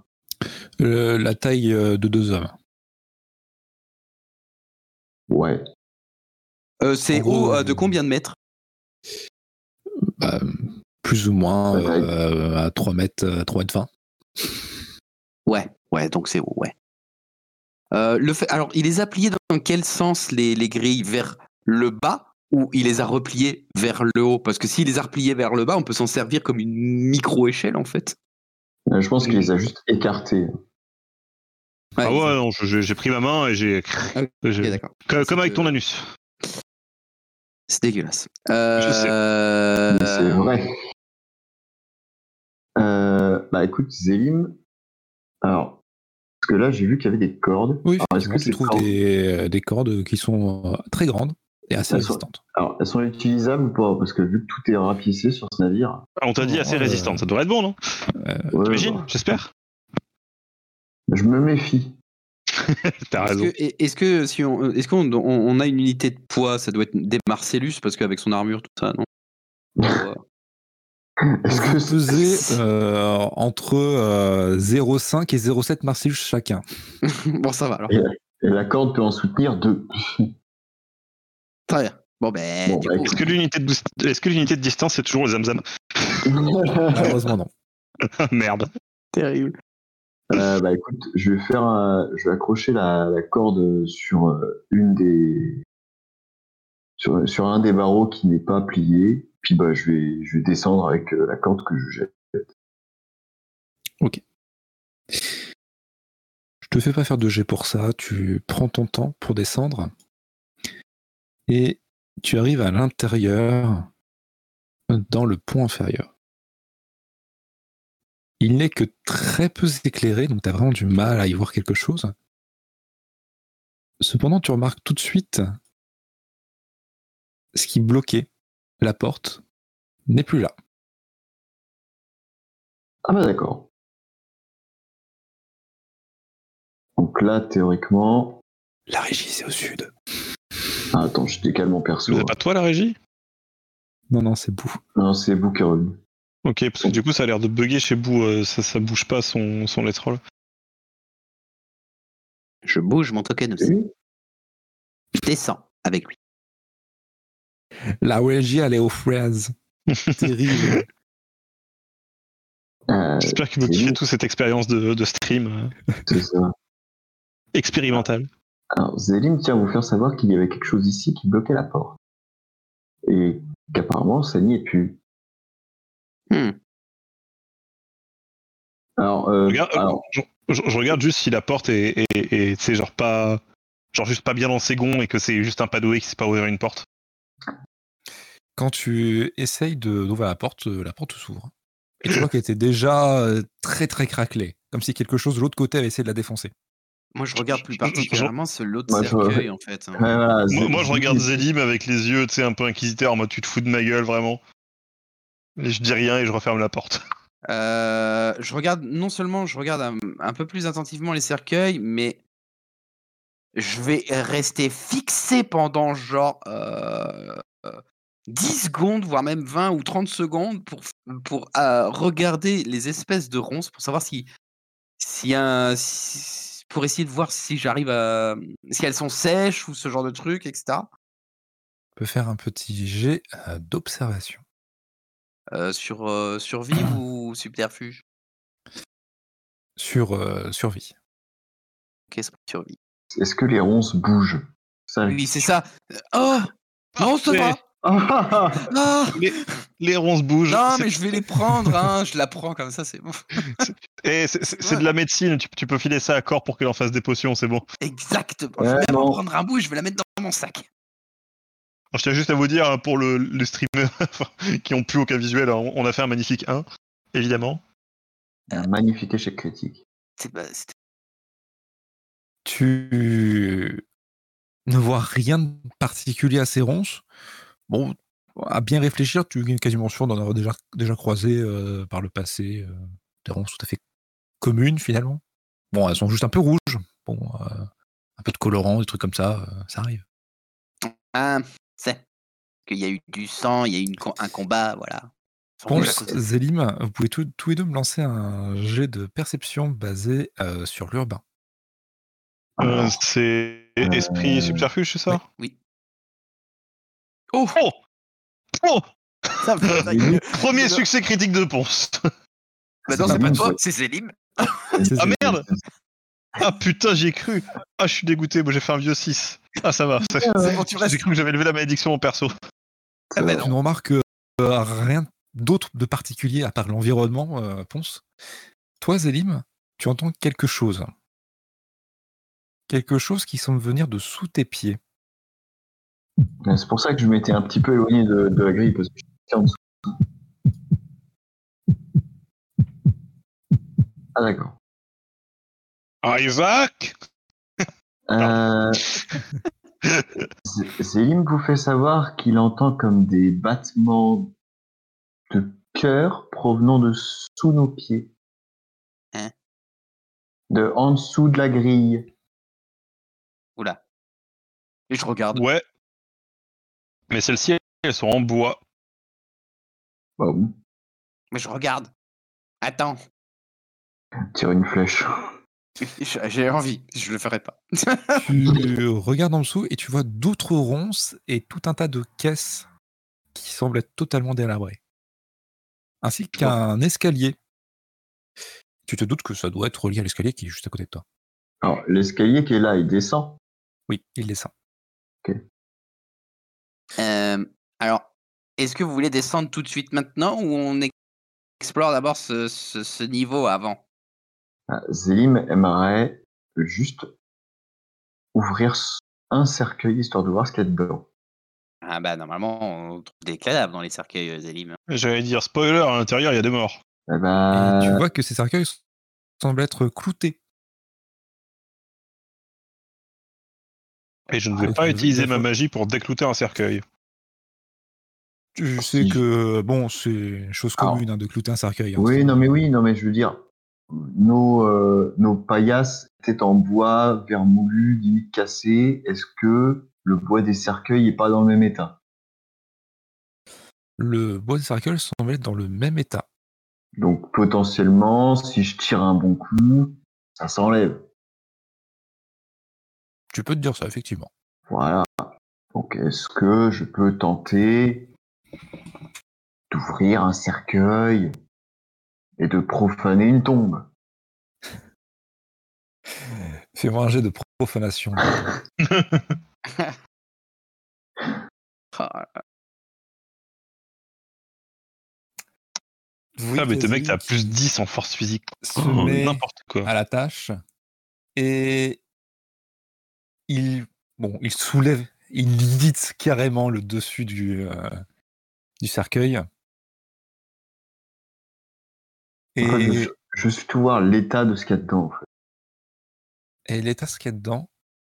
Euh, la taille euh, de deux hommes. Ouais. Euh, c'est En gros, haut euh, de combien de mètres ? Bah, plus ou moins Ouais. euh, à trois mètres, euh, trois mètres vingt. Ouais, ouais, donc c'est haut, ouais. Euh, le fait, alors, il les a pliés dans quel sens les, les grilles ? Vers le bas ou il les a repliés vers le haut ? Parce que s'il les a repliés vers le bas, on peut s'en servir comme une micro-échelle en fait. Euh, Je pense qu'il les a juste écartés. Ouais, Ah ouais, non, je- j'ai pris ma main et j'ai. Ok, j'ai- d'accord. Comme, C'est comme avec que- ton anus. C'est dégueulasse. Euh... Je sais. Mais c'est vrai. Euh, bah écoute, Zélim. Alors, parce que là, j'ai vu qu'il y avait des cordes. Oui, Alors, est-ce effectivement, que tu ces trouves cordes, des, des cordes qui sont euh, très grandes et assez Elles sont- résistantes. alors, elles sont utilisables ou pas? Parce que vu que tout est rapissé sur ce navire. Ah, on t'a dit Non, assez euh, résistante, ça devrait être bon, non Ouais, T'imagines bah, J'espère. je me méfie. T'as Est-ce raison. que, est-ce que si on, est-ce qu'on on, on a une unité de poids, ça doit être des Marcellus parce qu'avec son armure tout ça, non Ouais. Est-ce que Vous pesez euh, entre euh, zéro virgule cinq et zéro virgule sept Marcellus chacun. Bon, ça va alors. Et la corde peut en soutenir deux. Très bien. Bon ben, Bon, du bah, coup, Est-ce que l'unité de, boost- est-ce que l'unité de distance, c'est toujours le zamzam Malheureusement, non. Merde. terrible. Euh, bah écoute, je vais faire, un- je vais accrocher la, la corde sur euh, une des, sur, sur un des barreaux qui n'est pas plié. Puis bah je vais, je vais descendre avec euh, la corde que je jette. Ok. Je te fais pas faire de jet pour ça. Tu prends ton temps pour descendre et tu arrives à l'intérieur, dans le pont inférieur. Il n'est que très peu éclairé, donc tu as vraiment du mal à y voir quelque chose. Cependant, tu remarques tout de suite ce qui bloquait la porte n'est plus là. Ah bah d'accord. Donc là, théoriquement... La régie, c'est au sud. Ah, attends, je décale mon perso. C'est pas toi la régie? Non, non, c'est Bou. Non, c'est Bou qui est revenu. Ok, parce que du coup ça a l'air de bugger chez Bou, euh, ça, ça bouge pas son, son let's roll. Je bouge mon token C'est aussi. lui? Je descends avec lui. La régie, elle est aux fraises. Terrible. Euh, J'espère que vous c'est kiffez lui, tous cette expérience de, de stream euh, c'est ça. expérimentale. Alors, Zéline tient à vous faire savoir qu'il y avait quelque chose ici qui bloquait la porte. Et qu'apparemment, ça n'y est plus. Hmm. Alors, euh, Regarde, euh, alors je, je- je regarde juste si la porte est, est, est, tu sais, genre pas, genre juste pas bien dans ses gonds et que c'est juste un padoué qui sait pas ouvrir une porte. Quand tu essayes de- d'ouvrir la porte, euh, la porte s'ouvre. Et tu vois qu'elle était déjà euh, très très craquelée. Comme si quelque chose de l'autre côté avait essayé de la défoncer. Moi, je regarde plus Je- je- je- particulièrement ce lot de Moi, je- cercueil, en fait. hein. ouais, voilà, Moi, Zé- moi, je Zéline regarde est- Zélim avec les yeux, tu sais, un peu inquisiteur, en mode tu te fous de ma gueule vraiment. Et je dis rien et je referme la porte. Euh, je regarde, non seulement je regarde un, un peu plus attentivement les cercueils, mais je vais rester fixé pendant genre euh, euh, dix secondes, voire même vingt ou trente secondes pour, pour euh, regarder les espèces de ronces, pour savoir si, si un, si- pour essayer de voir si j'arrive à, si elles sont sèches ou ce genre de trucs, et cetera. On peut faire un petit jet euh, d'observation. Euh, sur euh, survie ou subterfuge? Sur euh, survie. Qu'est-ce que survie? Est-ce que les ronces bougent? Ça, Oui, c'est ça. Oh non, c'est Parfait. pas. Ah, Ah Les, les ronces bougent. non, c'est- mais je vais les prendre, hein. Je la prends comme ça, c'est bon. Eh, c'est c'est- c'est de la médecine, tu, tu peux filer ça à corps pour qu'elle en fasse des potions, c'est bon. Exactement. Ouais, je vais même en non. prendre un bout et je vais la mettre dans mon sac. Alors, je tiens juste à vous dire, hein, pour le, les streamers qui ont plus aucun visuel, on, on a fait un magnifique un, évidemment. un magnifique échec critique. C'est bah, c'est- Tu ne vois rien de particulier à ces ronces. Bon, à bien réfléchir, tu es quasiment sûr d'en avoir déjà, déjà croisé euh, par le passé. euh, des ronces tout à fait communes finalement. Bon, elles sont juste un peu rouges. Bon, euh, un peu de colorant, des trucs comme ça, euh, ça arrive. Ah, c'est qu'il y a eu du sang, il y a eu une com- un combat, voilà. Ils sont rouges à Ponce, cause de- Zélim, vous pouvez tous tous les deux me lancer un jet de perception basé euh, sur l'urbain. Euh, Alors, c'est euh, esprit subterfuge, c'est ça? Oui. Oh, Oh Oh ça me fait Oui. Premier succès critique de Ponce. Bah non, C'est c'est pas pas bon, toi, ça. c'est Zélim. C'est Ah Zélim. merde Ah putain, j'y ai cru. Ah, je suis dégoûté, moi j'ai fait un vieux six. Ah, ça va. ça- C'est bon, tu restes. J'ai cru que j'avais levé la malédiction en perso. Ah bah Tu non. ne remarques euh, rien d'autre de particulier à part l'environnement, euh, Ponce. Toi, Zélim, tu entends quelque chose. Quelque chose qui semble venir de sous tes pieds. C'est pour ça que je m'étais un petit peu éloigné de, de la grille parce que j'étais en dessous. Ah d'accord. Isaac Euh, Z- Zélim vous fait savoir qu'il entend comme des battements de cœur provenant de sous nos pieds. Hein? De en dessous de la grille. Oula. Et je regarde. Ouais. Mais celles-ci, elles sont en bois. Bon, Mais je regarde. Attends. tire une flèche. Je- J'ai envie, je le ferai pas. Tu regardes en dessous et tu vois d'autres ronces et tout un tas de caisses qui semblent être totalement délabrées. Ainsi qu'un escalier Tu te doutes que ça doit être relié à l'escalier qui est juste à côté de toi. Alors, l'escalier qui est là, il descend. Oui, il descend. Euh, alors, est-ce que vous voulez descendre tout de suite maintenant ou on explore d'abord ce, ce, ce niveau avant? Ah, Zélim aimerait juste ouvrir un cercueil histoire de voir ce qu'il y a dedans. Ah bah normalement on trouve des cadavres dans les cercueils, euh, Zélim. J'allais dire spoiler, à l'intérieur, il y a des morts. Eh Et ben, tu vois que ces cercueils semblent être cloutés. Et je ne vais Ah, pas tu- utiliser il ma faut- magie pour déclouter un cercueil. Tu Si sais je- que, bon, c'est une chose Alors, commune hein, de clouter un cercueil. hein, oui, c'est- non, mais oui, non, mais je veux dire, nos, euh, nos paillasses étaient en bois vermoulu, limite cassé. Est-ce que le bois des cercueils est pas dans le même état? Le bois des cercueils semble être dans le même état. Donc, potentiellement, si je tire un bon coup, ça s'enlève. Tu peux te dire ça, effectivement. Voilà. Donc, est-ce que je peux tenter d'ouvrir un cercueil et de profaner une tombe? Fais-moi un jet de profanation. Ah, Oui, Ah, mais tes mecs, Kazim t'as plus qui dix en force physique. se Oh, met n'importe quoi. à la tâche et il, bon, il soulève, il lit carrément le dessus du, euh, du cercueil. En fait, je, Et, veux- je veux surtout voir l'état de ce qu'il y a dedans. En fait. et l'état ce qu'il y a dedans,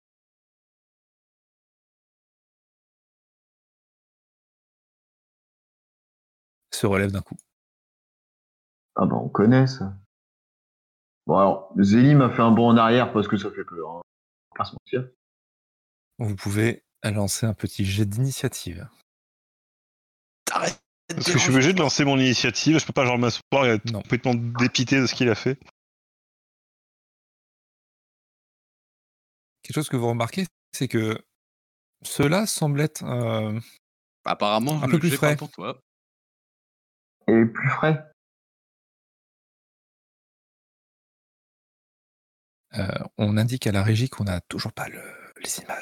se relève d'un coup. Ah bah, on connaît ça. Bon, alors, Zélim a fait un bond en arrière parce que ça fait peur. Hein. On va pas se mentir. Vous pouvez lancer un petit jet d'initiative. T'arrêtes de Parce que je suis déranger. obligé de lancer mon initiative, je peux pas genre m'asseoir et être Non. complètement dépité de ce qu'il a fait. Quelque chose que vous remarquez, c'est que cela semble être euh, Apparemment, un peu le plus jet parle frais. pour toi. Et plus frais. Euh, on indique à la régie qu'on n'a toujours pas le, les images.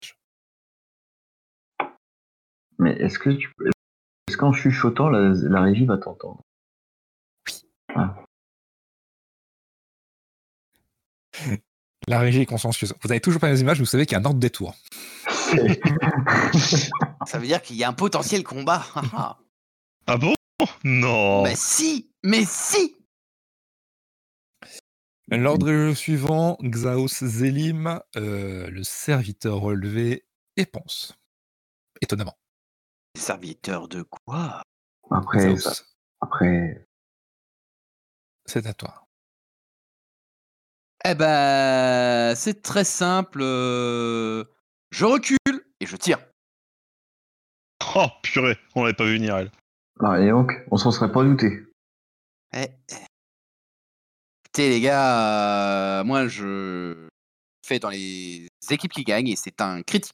Mais est-ce que tu peux... Est-ce qu'en chuchotant, la, la régie va t'entendre? La régie est consciencieuse. Vous n'avez toujours pas les images, vous savez qu'il y a un ordre détour. Ça veut dire qu'il y a un potentiel combat. haha. Ah bon? Non. Mais si, mais si. L'ordre est le suivant, Xaos Zélim, euh, le serviteur relevé et Ponce. Étonnamment. Serviteur de quoi? Après, Xaos, ça, après, c'est à toi. Eh ben, c'est très simple. euh, Je recule et je tire. Oh purée, on l'avait pas vu venir elle. ah, et donc, on s'en serait pas douté. Eh, eh. Écoutez les gars, euh, moi je fais dans les équipes qui gagnent et c'est un critique.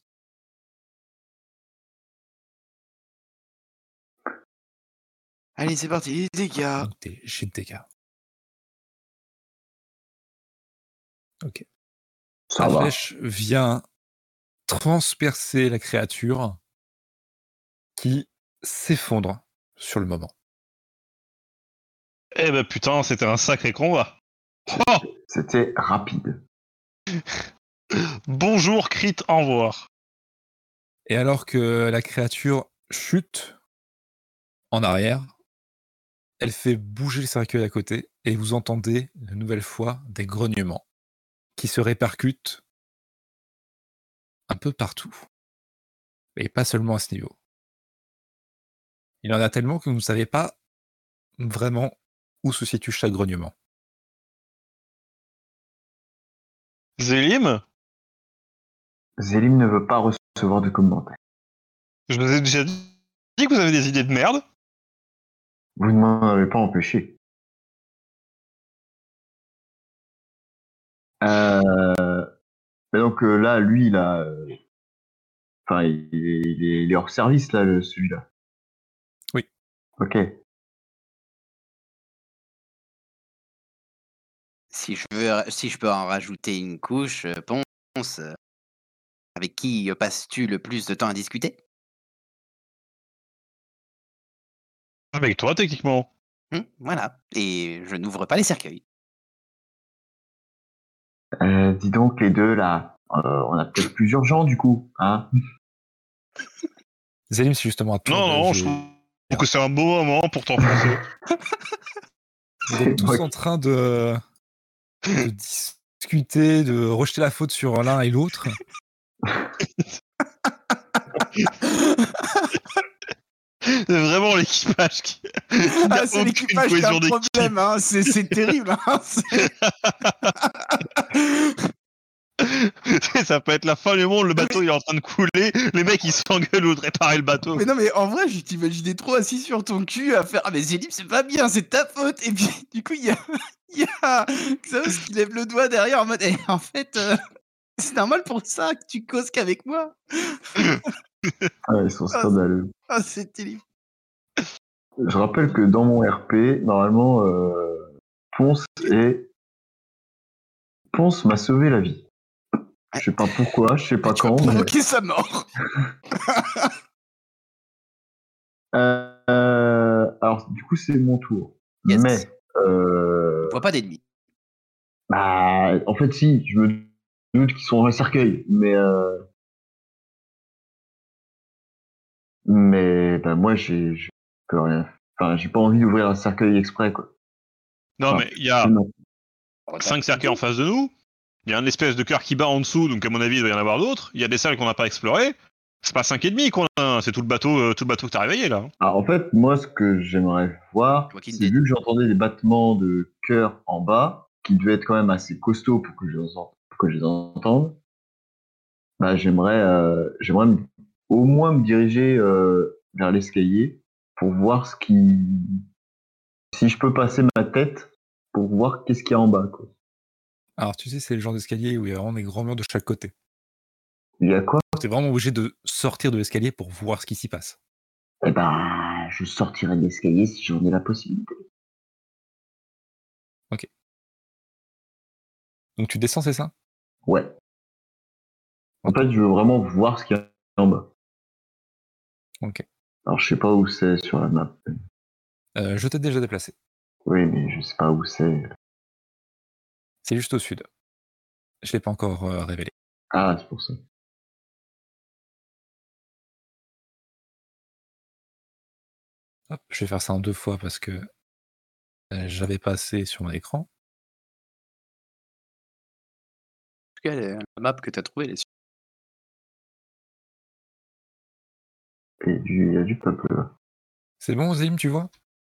Allez, c'est parti, les gars. Donc des jets de dégâts. Ok. Ça La va. flèche vient transpercer la créature qui s'effondre sur le moment. Eh ben putain, c'était un sacré combat. Oh, C'était rapide. bonjour, crit, au revoir. Et alors que la créature chute en arrière, elle fait bouger le cercueil à côté et vous entendez une nouvelle fois des grognements qui se répercutent un peu partout. Et pas seulement à ce niveau. Il y en a tellement que vous ne savez pas vraiment où se situe chaque grognement. Zélim, Zélim ne veut pas recevoir de commentaires. je vous ai déjà dit que vous avez des idées de merde. Vous ne m'en avez pas empêché. Euh... Mais donc euh, là, lui, il a... euh, Enfin, il est, il est- il est hors service, là, le- celui-là. Oui. Ok. Si je veux, si je peux en rajouter une couche, euh, Ponce, euh, avec qui euh, passes-tu le plus de temps à discuter? Avec toi, techniquement. Hum, Voilà. Et je n'ouvre pas les cercueils. Euh, dis donc, les deux, là, euh, on a peut-être plus urgent, du coup, hein. Zélim, c'est justement à toi Non, de non, je jouer. trouve que c'est un beau moment pour t'enfoncer. Vous C'est êtes tous moi en qui- train de, de discuter, de rejeter la faute sur l'un et l'autre. Ah, C'est vraiment l'équipage qui, qui n'a c'est aucune l'équipage qui a cohésion un d'équipe. problème, hein. C'est c'est terrible. Hein. C'est- Ça peut être la fin du monde, le bateau il est en train de couler, les mecs ils s'engueulent de réparer le bateau. Mais non, mais en vrai, je t'imaginais trop assis sur ton cul à faire Ah, mais Zélim, c'est pas bien, c'est ta faute. Et puis, du coup, il y a, il y a Xaos qui lève le doigt derrière en mode Eh, en fait, euh, c'est normal pour ça que tu causes qu'avec moi. Ah, ils sont Ah, scandaleux. Ah, c'est terrible. Je rappelle que dans mon R P, normalement, euh, Ponce est... Ponce m'a sauvé la vie. Je sais pas pourquoi, je sais pas Tu as quand, mais... provoqué sa mort. Euh, euh, alors, du coup, c'est mon tour. Yes. Mais, euh, Je vois pas d'ennemis. bah, en fait, si, je me doute qu'ils sont dans le cercueil, mais, euh, mais, bah, moi, j'ai, je peux rien. Enfin, j'ai pas envie d'ouvrir un cercueil exprès, quoi. Non Enfin, mais il y a non. cinq cercueils en face de nous, il y a un espèce de cœur qui bat en dessous, donc à mon avis il doit y en avoir d'autres, il y a des salles qu'on n'a pas explorées, c'est pas cinq et demi qu'on a, hein, c'est tout le bateau, euh, tout le bateau que t'as réveillé là. Alors, en fait, moi, ce que j'aimerais voir, Walking c'est Dead. vu que j'entendais des battements de cœur en bas, qui devaient être quand même assez costauds pour que je les, en- pour que je les entende, bah, j'aimerais, euh, j'aimerais me- au moins me diriger euh, vers l'escalier pour voir ce qui, si je peux passer ma tête pour voir qu'est-ce qu'il y a en bas, quoi. Alors, tu sais, c'est le genre d'escalier où il y a vraiment des grands murs de chaque côté. Il y a quoi? T'es vraiment obligé de sortir de l'escalier pour voir ce qui s'y passe. Eh ben, je sortirai de l'escalier si j'en ai la possibilité. Donc, tu descends, c'est ça? Ouais. En Ok. fait, je veux vraiment voir ce qu'il y a en bas. Ok. Alors, je sais pas où c'est sur la map. Euh, je t'ai déjà déplacé. Oui, mais je sais pas où c'est. C'est juste au sud. Je l'ai pas encore euh, révélé. Ah, c'est pour ça. Hop, je vais faire ça en deux fois parce que euh, j'avais pas assez sur mon écran. En tout cas, la map que t'as trouvée, elle est Et du- il y a du peuple là. C'est bon, Zélim, tu vois?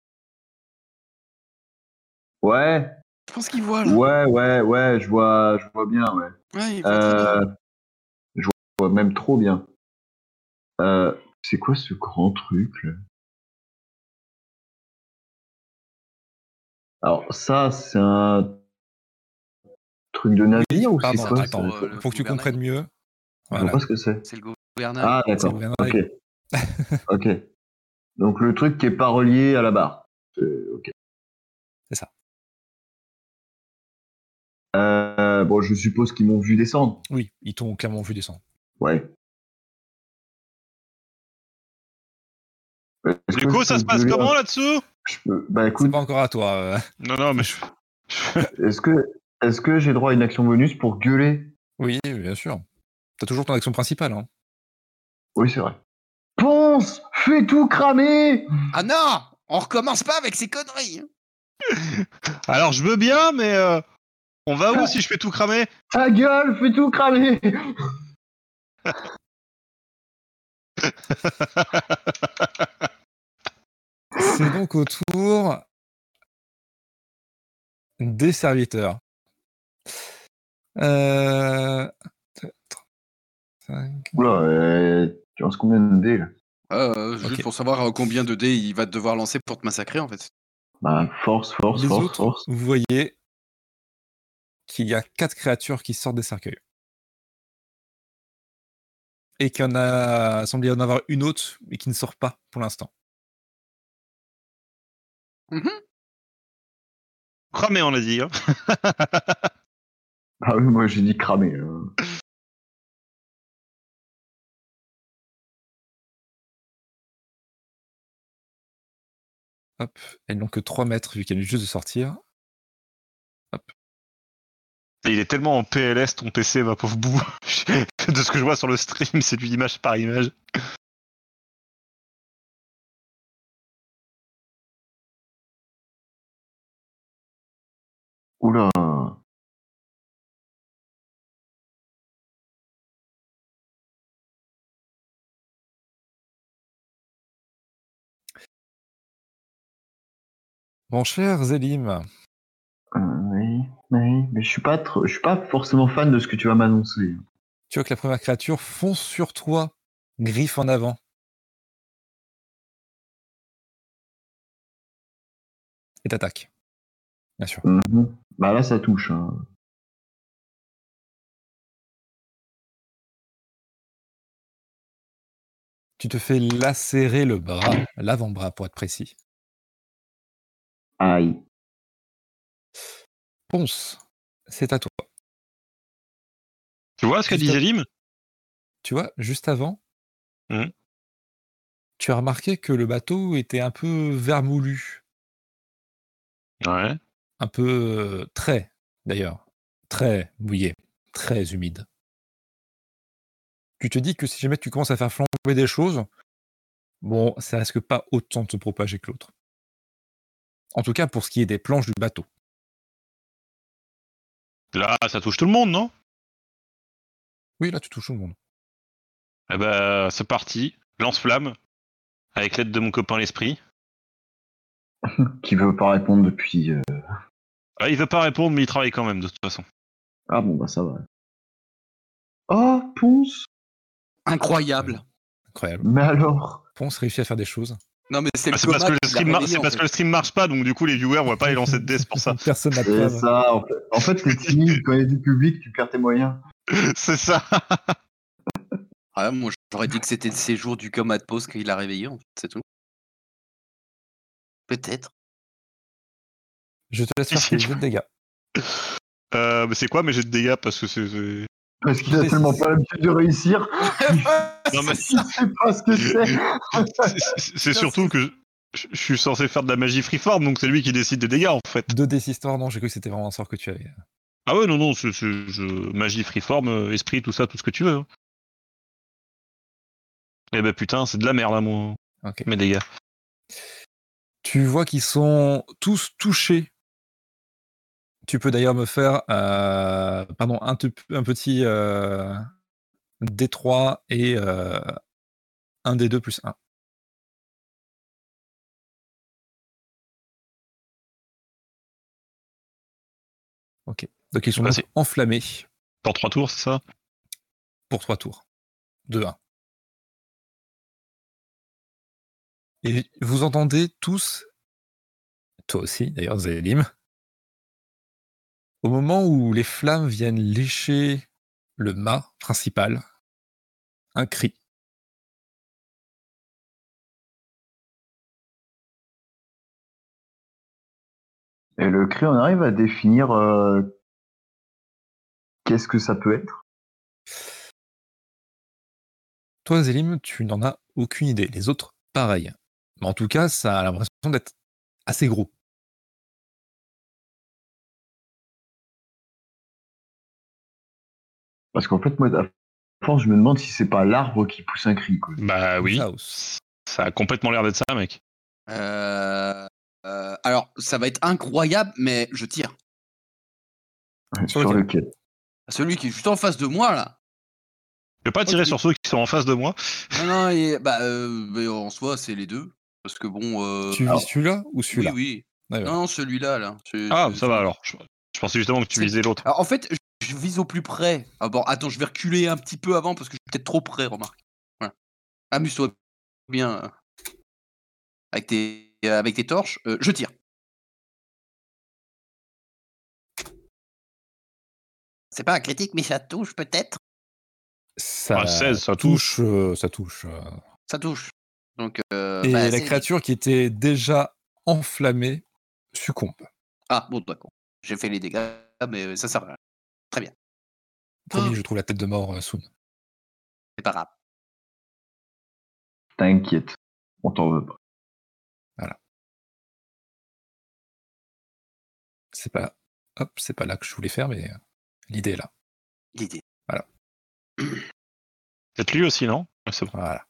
Ouais, Je pense qu'il voit là. ouais, ouais, ouais, je vois, je vois bien, ouais. Ouais, il voit très bien. Euh, je vois même trop bien. Euh, c'est quoi ce grand truc là? Alors ça, c'est un truc de navire ou c'est Pardon, quoi attends, ça? euh, le faut que tu gouvernail. comprennes mieux. Je vois Voilà. pas ce que c'est. C'est le gouvernail. Ah C'est le d'accord. Ok, gouvernail. ok. Donc le truc qui est pas relié à la barre. Euh, ok. C'est ça. Euh, bon, je suppose qu'ils m'ont vu descendre. Oui, ils t'ont clairement vu descendre. Ouais. Est-ce Du que coup je ça peux se passe gueuler comment un- là-dessous? je peux... Bah C'est écoute, pas encore à toi. euh. Non non mais je... est-ce que est-ce que j'ai droit à une action bonus pour gueuler? Oui, bien sûr. T'as toujours ton action principale. Hein. Oui, c'est vrai. Ponce, fais tout cramer! Ah non, on recommence pas avec ces conneries. hein. Alors je veux bien mais euh, on va où si je fais tout cramer? Ta gueule, fais tout cramer! C'est donc au tour des serviteurs. Euh... quatre, cinq... Oula, euh, tu lances combien de dés là? Euh, Ok. Juste pour savoir euh, combien de dés il va devoir lancer pour te massacrer en fait. Bah, force, force, Les force, autres, force. vous voyez qu'il y a quatre créatures qui sortent des cercueils. Et qu'il y en a, semble y en avoir une autre, mais qui ne sort pas pour l'instant. Mhm. Cramé, on a dit. Hein. Ah oui, moi j'ai dit cramé. hein. Hop. Elles n'ont que trois mètres vu qu'elles viennent juste de sortir. Hop. Et il est tellement en P L S ton P C, ma pauvre boue. De ce que je vois sur le stream, c'est du image par image. Oula. Mon cher Zélim, Euh, oui, oui, mais je suis pas trop, je suis pas forcément fan de ce que tu vas m'annoncer. tu vois que la première créature fonce sur toi, griffe en avant. Et t'attaque. Bien sûr. Mhm. Bah là, ça touche. hein. Tu te fais lacérer le bras, l'avant-bras pour être précis. Aïe. Ponce, c'est à toi. Tu vois ce qu'a dit Juste- Zélim? Tu vois, juste avant, Mhm. tu as remarqué que le bateau était un peu vermoulu. Ouais. Un peu euh, très, d'ailleurs, très mouillé, très humide. Tu te dis que si jamais tu commences à faire flamber des choses, bon, ça risque pas autant de se propager que l'autre. En tout cas, pour ce qui est des planches du bateau. Là, ça touche tout le monde, non? Oui, là, tu touches tout le monde. Eh ben, c'est parti. Lance-flamme. Avec l'aide de mon copain l'esprit. Qui veut pas répondre depuis. euh, Ah, il veut pas répondre, mais il travaille quand même, de toute façon. Ah bon, bah ça va. Oh, Ponce. Incroyable. Incroyable. Mais alors. Ponce réussit à faire des choses. Non, mais c'est Ah, le c'est parce, coma que le, qui l'a stream mar- réveillé, c'est en parce fait. que le stream marche pas, donc du coup les viewers voient pas les lancers de dés, c'est pour ça. Personne n'a de C'est preuve. ça. En fait, en fait t'es timide quand il y a du public, tu perds tes moyens. C'est ça. Ah, moi, j'aurais dit que c'était le séjour du coma de pause qui l'a réveillé, en fait, c'est tout. Peut-être. Je te laisse faire tes jets de dégâts. Euh, mais c'est quoi mes jets de dégâts? Parce que c'est... c'est- Parce qu'il a Mais tellement si- pas l'habitude de réussir. Non, mais Il sait pas ce que c'est. c'est- c'est- c'est surtout que je, je suis censé faire de la magie freeform, donc c'est lui qui décide des dégâts en fait. deux D six non, j'ai cru que c'était vraiment un sort que tu avais. Ah ouais, non, non, c'est, c'est- je- magie freeform, euh, esprit, tout ça, tout ce que tu veux. hein. Eh ben putain, c'est de la merde, hein, mon... Ok. mes dégâts. Tu vois qu'ils sont tous touchés. Tu peux d'ailleurs me faire euh, pardon, un, te- un petit euh, D trois et euh, un D deux plus un. Ok. Donc ils sont Vas-y. donc enflammés Dans trois tours, c'est ça? pour trois tours. De un. Et vous entendez tous, toi aussi d'ailleurs Zélim, au moment où les flammes viennent lécher le mât principal, un cri. Et le cri, on arrive à définir euh, qu'est-ce que ça peut être. Toi Zélim, tu n'en as aucune idée. Les autres, pareil. Mais en tout cas, ça a l'impression d'être assez gros. Parce qu'en fait, moi, à force, je me demande si c'est pas l'arbre qui pousse un cri. Quoi. Bah oui. House. Ça a complètement l'air d'être ça, mec. Euh, euh, alors, ça va être incroyable, mais je tire. Sur Sur lequel lequel Celui qui est juste en face de moi, là. Je vais pas tirer Ok. sur ceux qui sont en face de moi. Non, non, et, bah, euh, mais en soi, c'est les deux. Parce que bon. Euh, Tu alors, vis celui-là ou oui, celui-là oui. D'accord. Non, non, celui-là, là. C'est- Ah, c'est- ça va alors. Je, je pensais justement que tu C'est- visais l'autre. Alors, en fait, je, je vise au plus près. Ah bon, attends, je vais reculer un petit peu avant parce que je suis peut-être trop près, remarque. Voilà. Amuse-toi bien euh, avec tes, euh, avec tes torches. Euh, je tire. C'est pas un critique, mais ça touche peut-être. Ça Ah, seize, ça touche. touche. euh, ça touche. euh. Ça touche. Donc, euh, Et bah, la c'est- créature qui était déjà enflammée succombe. Ah, bon, d'accord. J'ai fait les dégâts, mais ça sert à rien. Très bien. Promis, Oh. je trouve la tête de mort euh, soon. C'est pas grave. T'inquiète, on t'en veut pas. C'est pas, hop, c'est pas là que je voulais faire, mais euh, l'idée est là. L'idée. Peut-être lui aussi, non? Ouais, c'est bon. Voilà.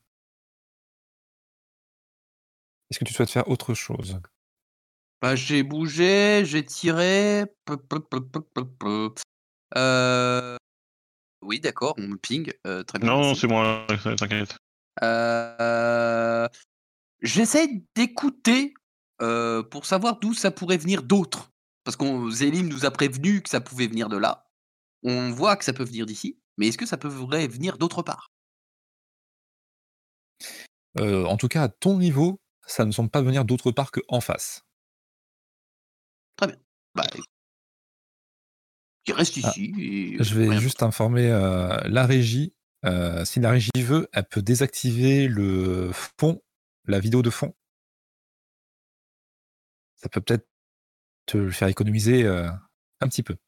Est-ce que tu souhaites faire autre chose? Bah, j'ai bougé, j'ai tiré. Peu, peu, peu, peu, peu, peu. Euh... Oui, d'accord, on me ping. Euh, très bien. Non, non, merci. c'est moi, t'inquiète. Euh... J'essaie d'écouter euh, pour savoir d'où ça pourrait venir d'autre. Parce qu'on Zélim nous a prévenu que ça pouvait venir de là. On voit que ça peut venir d'ici. Mais est-ce que ça pourrait venir d'autre part? Euh, en tout cas, à ton niveau, ça ne semble pas venir d'autre part qu'en face. Très bien. Bah, il reste Ah, ici. Et Je vais rien juste d'autre. informer euh, la régie. Euh, si la régie veut, elle peut désactiver le fond, la vidéo de fond. Ça peut peut-être te le faire économiser euh, un petit peu.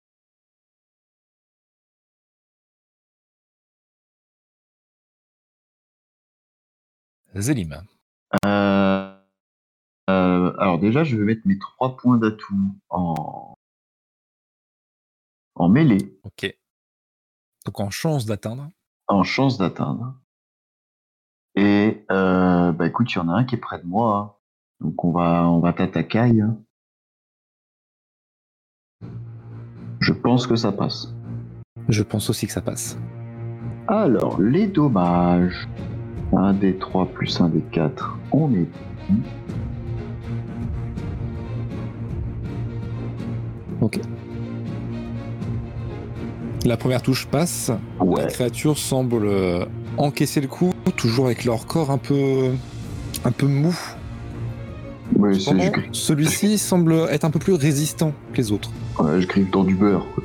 Zélim. Euh, euh, alors déjà, je vais mettre mes trois points d'atout en, en mêlée, Ok. Donc en chance d'atteindre. en chance d'atteindre. Et euh, bah écoute, il y en a un qui est près de moi, hein. Donc on va on va t'attaquer, hein. Je pense que ça passe. Je pense aussi que ça passe. Alors, les dommages. un des trois plus un des quatre. On est bon. Ok. La première touche passe. Ouais. La créature semble euh, encaisser le coup, toujours avec leur corps un peu, un peu mou. Ouais, c'est- Cependant, je, griffe, celui-ci semble être un peu plus résistant que les autres. ouais, je griffe dans du beurre, quoi.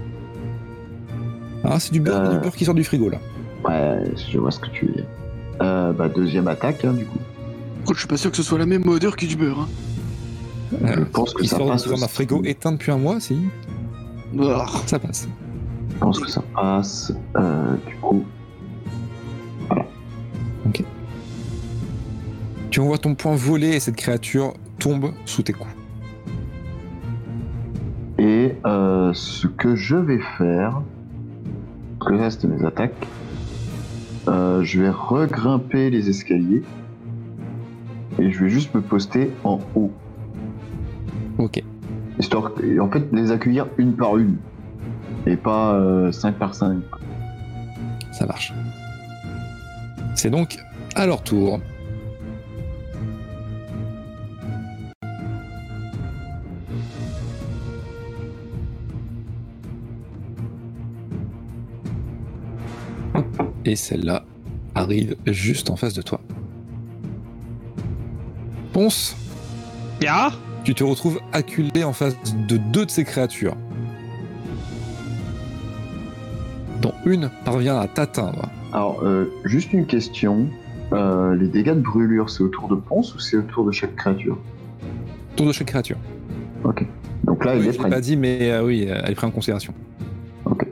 Ah, c'est du beurre, Euh. du beurre qui sort du frigo là. Ouais, je vois ce que tu veux dire. Euh, bah, deuxième attaque, hein, du coup. Je suis pas sûr que ce soit la même odeur que du beurre. Hein. Je pense que Qui ça sort, passe qui sort d'un aussi. frigo éteint depuis un mois, si. Ah. Ça passe. Je pense que ça passe. Euh, du coup, Tu envoies ton point voler et cette créature tombe sous tes coups. et euh, ce que je vais faire, parce que ça c'était mes attaques, euh, je vais regrimper les escaliers et je vais juste me poster en haut, Ok. histoire que- en fait de les accueillir une par une et pas euh, cinq par cinq. Ça marche. C'est donc à leur tour. Et celle-là arrive juste en face de toi. Ponce, Ya tu te retrouves acculé en face de deux de ces créatures, dont une parvient à t'atteindre. Alors, euh, juste une question. Euh, les dégâts de brûlure, c'est autour de Ponce ou c'est autour de chaque créature? Tour de chaque créature. Ok. Donc là, il Oui, est je l'ai prêt. pas dit, mais euh, oui, euh, elle est prise en considération. Ok.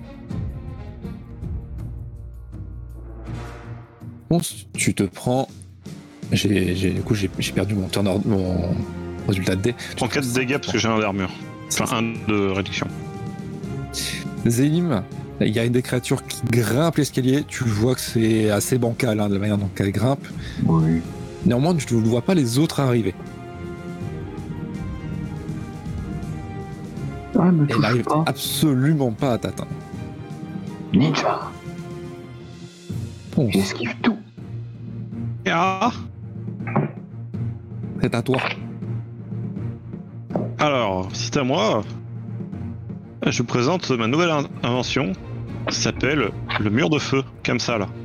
Ponce, tu te prends. J'ai, j'ai, du coup, j'ai, j'ai perdu mon, turn or- mon résultat de dé. Prends quatre dégâts parce que j'ai un d'armure. Enfin, un de réduction. Zélim, il y a une des créatures qui grimpe l'escalier. Tu vois que c'est assez bancal hein, de la manière dont elle grimpe. Oui. Néanmoins, tu ne vois pas les autres arriver. Ah, me Elle touche n'arrive pas. absolument pas à t'atteindre. Ninja. Ponce, J'esquive tout. Ya c'est à toi. Alors, si c'est à moi, je présente ma nouvelle in- invention. Ça s'appelle le mur de feu, comme ça là.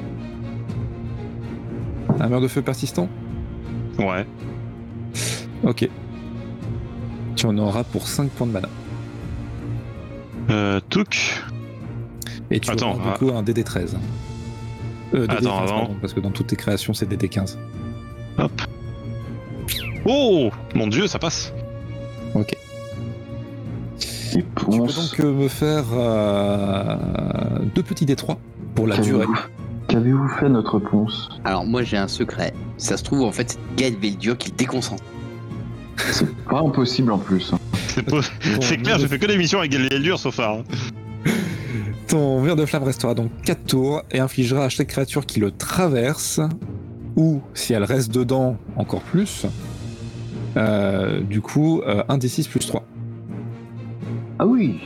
Un mur de feu persistant. Ouais. Ok. Tu en auras pour cinq points de mana. Euh, Touk. Et tu Attends, auras du ah. coup un D D treize. Euh, D D Attends, quinze, avant. pardon, parce que dans toutes tes créations, c'est D D quinze. Hop. Oh mon dieu, ça passe. Et Tu peux Ponce, donc euh, me faire euh, deux petits détroits pour la durée. qu'avez-vous qu'avez-vous fait notre Ponce? Alors moi j'ai un secret. Ça se trouve en fait c'est Gaël Veldur qui le déconcentre. C'est pas impossible en plus. hein. C'est pas- c'est clair, j'ai fait que des missions avec Galilée Dur sauf phare. Ton mur de flamme restera donc quatre tours et infligera à chaque créature qui le traverse, ou si elle reste dedans encore plus, euh, du coup euh, un d six plus trois. Ah oui.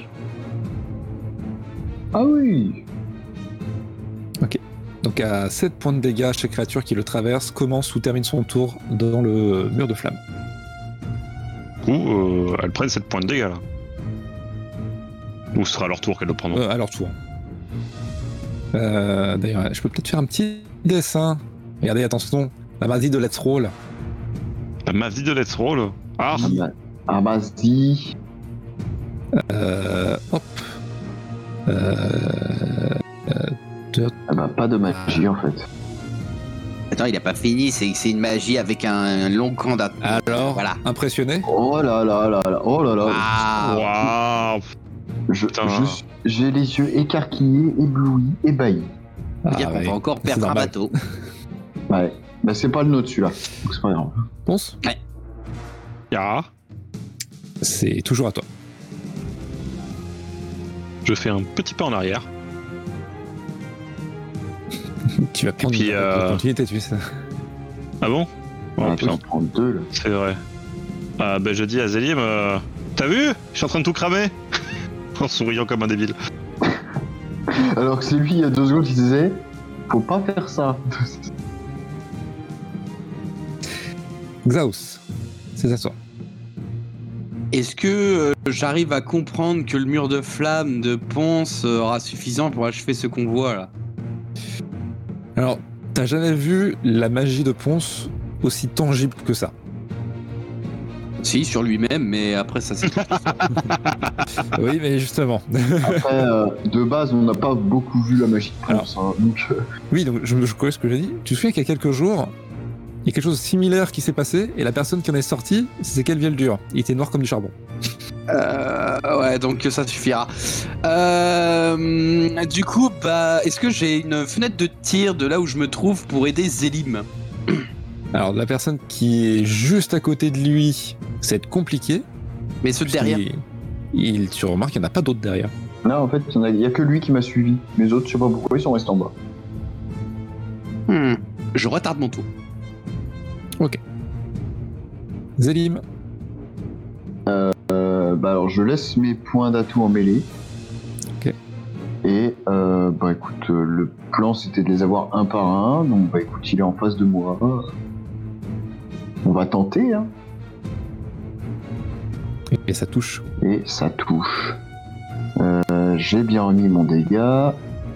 Ah oui. Donc à sept points de dégâts, chaque créature qui le traverse commence ou termine son tour dans le mur de flamme. Du coup, euh, elles prennent sept points de dégâts là. Ou ce sera à leur tour qu'elles le prendront. Euh, à leur tour. Euh, D'ailleurs, je peux peut-être faire un petit dessin. Regardez, attention, la magie de Let's Roll. La magie de Let's Roll. Ah, Ah bah, ah bah si. Euh, hop. Euh, Ah bah pas de magie en fait. Attends, il a pas fini, c'est c'est une magie avec un, un long camp d'attaque. alors, Voilà. impressionné? Oh là là là là. Oh là là. Ah, waouh. Je- Putain. je suis- J'ai les yeux écarquillés, éblouis, ébahis. faut dire Ah, qu'on ouais, va encore c'est perdre un normal. bateau. Ouais. Bah c'est pas le nôtre celui-là. Donc c'est pas grave. Ponce, Ya. c'est toujours à toi. Je fais un petit pas en arrière. Tu vas prendre puis, une euh, continuité, tu sais. Ah bon? Oh, Ah, tu putain, en prends deux là. c'est vrai. Ah bah je dis à Zélim, euh, t'as vu? Je suis en train de tout cramer. En souriant comme un débile. Alors que c'est lui il y a deux secondes qui disait faut pas faire ça. Xaos, c'est à toi. Est-ce que euh, j'arrive à comprendre que le mur de flamme de Ponce aura suffisant pour achever ce convoi là? Alors, t'as jamais vu la magie de Ponce aussi tangible que ça? Si, sur lui-même, mais après ça c'est... Oui, mais justement. Après euh, de base on n'a pas beaucoup vu la magie de Ponce. hein, donc euh, Oui, donc je, je connais ce que j'ai dit. Tu te souviens qu'il y a quelques jours, il y a quelque chose de similaire qui s'est passé, et la personne qui en est sortie, c'est Kelviel dur. Il était noir comme du charbon. Euh, ouais, donc ça suffira. Euh, du coup, bah, est-ce que j'ai une fenêtre de tir de là où je me trouve pour aider Zélim? Alors, la personne qui est juste à côté de lui, c'est être compliqué. Mais ceux de derrière? Il, il- tu remarques qu'il n'y en a pas d'autres derrière. là en fait il y en a- il y a que lui qui m'a suivi. Les autres je sais pas pourquoi ils sont restés en bas. Hmm, Je retarde mon tour. Zélim, Euh, bah alors je laisse mes points d'atout en mêlée. Ok. Et euh, bah écoute, euh, le plan c'était de les avoir un par un. Donc bah écoute, il est en face de moi. On va tenter, hein. et ça touche. Et ça touche. Euh, J'ai bien mis mon dégât.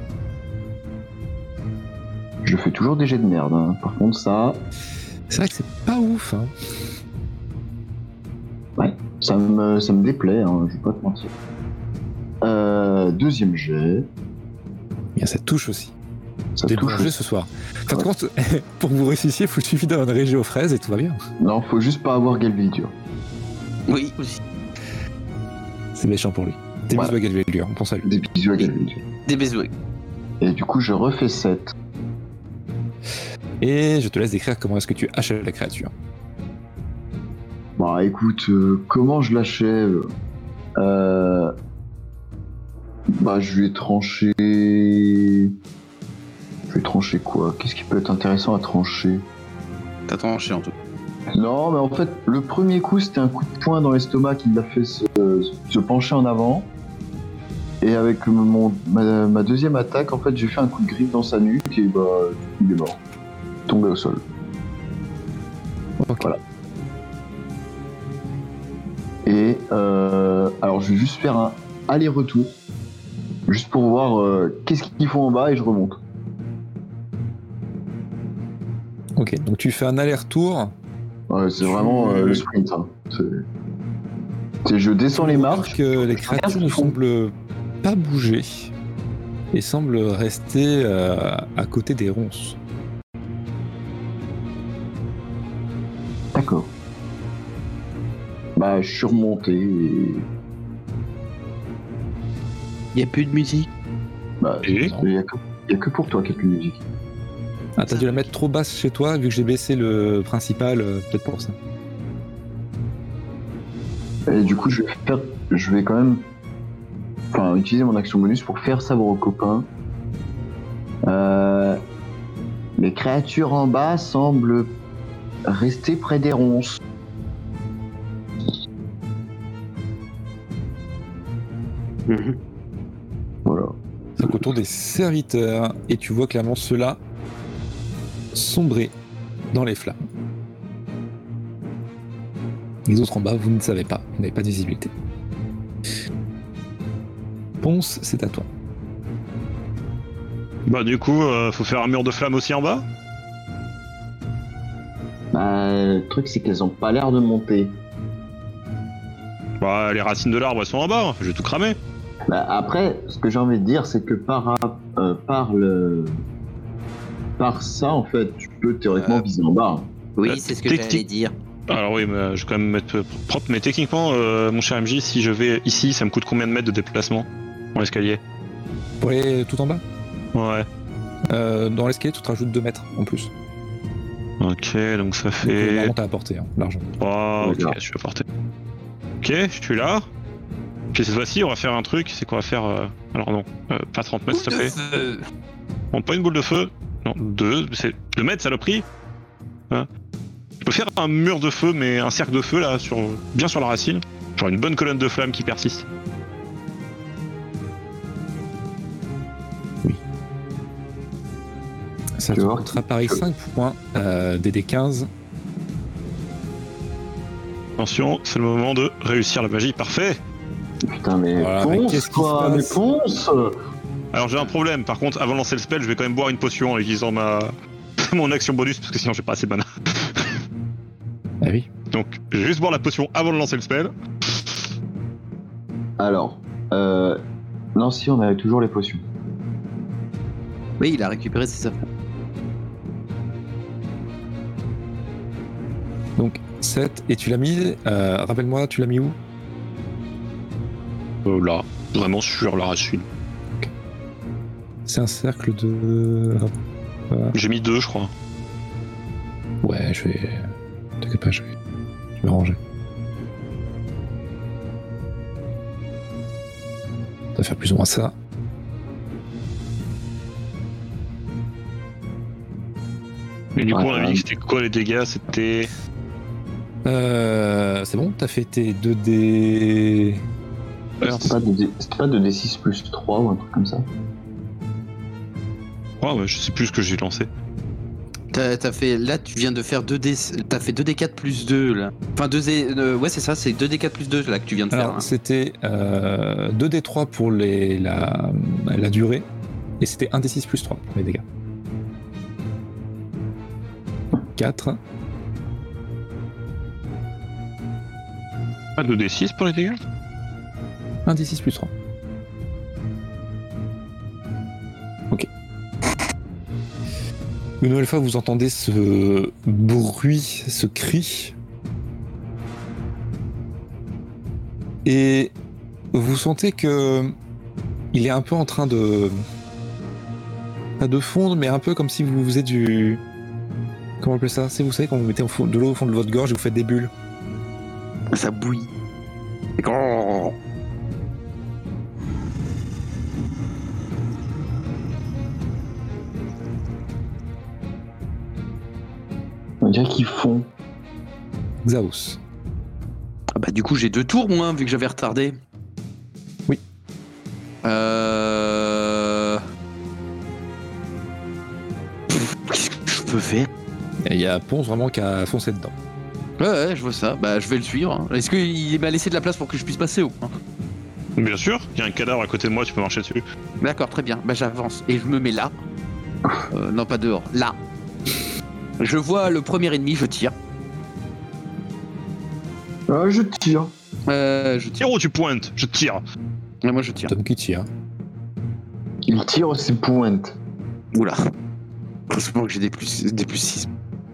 Je fais toujours des jets de merde. hein. Par contre ça, C'est vrai que c'est pas ouf. Hein. ça me, ça me déplaît. Hein, je vais pas te mentir. Euh, deuxième jet. Bien, ça touche aussi. Ça J'ai touche. mangé ce soir. Par contre, pour que vous réussissiez, il suffit d'avoir une régie aux fraises et tout va bien. Non, faut juste pas avoir Galvildur. Oui, aussi. C'est méchant pour lui. Des Voilà. bisous à Galveldur, on pense à lui. Des bisous à Galvildur. Des bisous. Et du coup, je refais sept. Et je te laisse décrire comment est-ce que tu achèves la créature. Bah écoute, euh, comment je l'achève euh... Bah je vais trancher... Je vais trancher quoi? Qu'est-ce qui peut être intéressant à trancher? T'as tranché en tout. Non, mais en fait, le premier coup, c'était un coup de poing dans l'estomac qui l'a fait se, se pencher en avant. Et avec mon, ma, ma deuxième attaque, en fait, j'ai fait un coup de griffe dans sa nuque et bah, il est mort. Tombé au sol. Ok. Voilà. Et euh, alors, je vais juste faire un aller-retour. Juste pour voir euh, qu'est-ce qu'ils font en bas et je remonte. Ok, donc tu fais un aller-retour. Ouais, c'est vraiment euh, le sprint. Hein. C'est... c'est je descends les Tu marches. remarques que les créatures ne semblent pas bouger et semblent rester euh, à côté des ronces. D'accord. Bah, je suis remonté et... Il y a plus de musique. Bah, Et il y a que, il y a que pour toi qu'il n'y a plus de musique. Ah, t'as dû la mettre trop basse chez toi, vu que j'ai baissé le principal, euh, peut-être pour ça. Et du coup, je vais faire, je vais quand même, enfin, utiliser mon action bonus pour faire savoir aux copains. Euh, les créatures en bas semblent rester près des ronces. Mhm. Voilà. Donc autour des serviteurs, et tu vois clairement ceux-là sombrer dans les flammes. Les autres en bas, vous ne savez pas, vous n'avez pas de visibilité. Ponce, c'est à toi. Bah du coup, euh, faut faire un mur de flamme aussi en bas. Bah, le truc, c'est qu'elles ont pas l'air de monter. Bah les racines de l'arbre elles sont en bas, je vais tout cramer. Bah, après, ce que j'ai envie de dire, c'est que par, euh, par le, par ça, en fait, tu peux théoriquement Euh, viser en bas. Oui, Euh, c'est ce que tic, j'allais tic. dire. Alors oui, mais je vais quand même mettre propre, mais techniquement, euh, mon cher M J, si je vais ici, ça me coûte combien de mètres de déplacement dans l'escalier? Pour aller tout en bas, Ouais. euh, dans l'escalier, tu te rajoutes deux mètres en plus. Ok, donc ça Donc, euh, fait... normalement, t'as à porter, hein, l'argent. Oh, ok, D'accord. je suis à portée. Ok, je suis là. Ok, cette fois-ci, on va faire un truc, c'est qu'on va faire... euh, Alors non, euh, pas trente mètres, s'il te plaît. feu. Bon, pas une boule de feu. Non, deux, c'est... Le mètre, saloperie. Hein. Je peux faire un mur de feu, mais un cercle de feu, là, sur... bien sur la racine. Genre une bonne colonne de flamme qui persiste. Ça Tu te vois. coûtera pareil cinq points, euh, D D quinze. Attention, c'est le moment de réussir la magie, parfait. Putain, mais Voilà, mais ponce, qu'est-ce qui quoi, se mais passe ponce. Alors j'ai un problème, par contre, avant de lancer le spell, je vais quand même boire une potion en utilisant ma... mon action bonus, parce que sinon j'ai pas assez de mana. Ah oui. Donc, je vais juste boire la potion avant de lancer le spell. Alors, euh, non, si, on avait toujours les potions. Oui, il a récupéré ses affaires. Donc sept, et tu l'as mis, euh, rappelle-moi, tu l'as mis où? Euh, là, vraiment sur la racine. C'est un cercle de... J'ai mis deux, je crois. Ouais, je vais... T'inquiète pas, je vais... Je vais ranger. Ça va faire plus ou moins ça. Et du coup, Ouais, on avait ouais. dit que c'était quoi les dégâts? C'était... Euh, c'est bon, t'as fait tes deux D... C'était pas, de D- c'était pas de D six plus trois ou un truc comme ça? Ouais, ouais, je sais plus ce que j'ai lancé. T'as t'as fait, là, tu viens de faire deux D, t'as fait deux D quatre plus deux, là. Enfin, deux D, euh, ouais, c'est ça, c'est deux D quatre plus deux, là, que tu viens de faire. Alors, hein. c'était euh, deux D trois pour les, la, la durée, et c'était un D six plus trois pour les dégâts. quatre. Pas de D six pour les dégâts? un D six plus trois. Ok. Une nouvelle fois, vous entendez ce bruit, ce cri. Et vous sentez que il est un peu en train de... Pas de fondre, mais un peu comme si vous faisiez du... Comment on appelle ça? C'est, vous savez, quand vous mettez au fond- de l'eau au fond de votre gorge et vous faites des bulles. Ça bouillit. Et quand- On dirait qu'ils font. Xaos. Ah bah, du coup, j'ai deux tours, moi, vu que j'avais retardé. Oui. Euh... Qu'est-ce que je peux faire? Et il y a Ponce vraiment qui a foncé dedans. Ouais, ouais, je vois ça. Bah, je vais le suivre. hein. Est-ce qu'il m'a laissé de la place pour que je puisse passer ou pas? Bien sûr, il y a un cadavre à côté de moi, tu peux marcher dessus. D'accord, très bien. Bah, j'avance et je me mets là. Euh, non, pas dehors. Là. Je vois le premier ennemi, je tire. Ah, je tire. Euh, je tire. Héros, tu pointes, je tire. Ouais, moi, je tire. Tom qui tire. Il tire ses pointes. Oula. Heureusement que j'ai des plus, des plus six.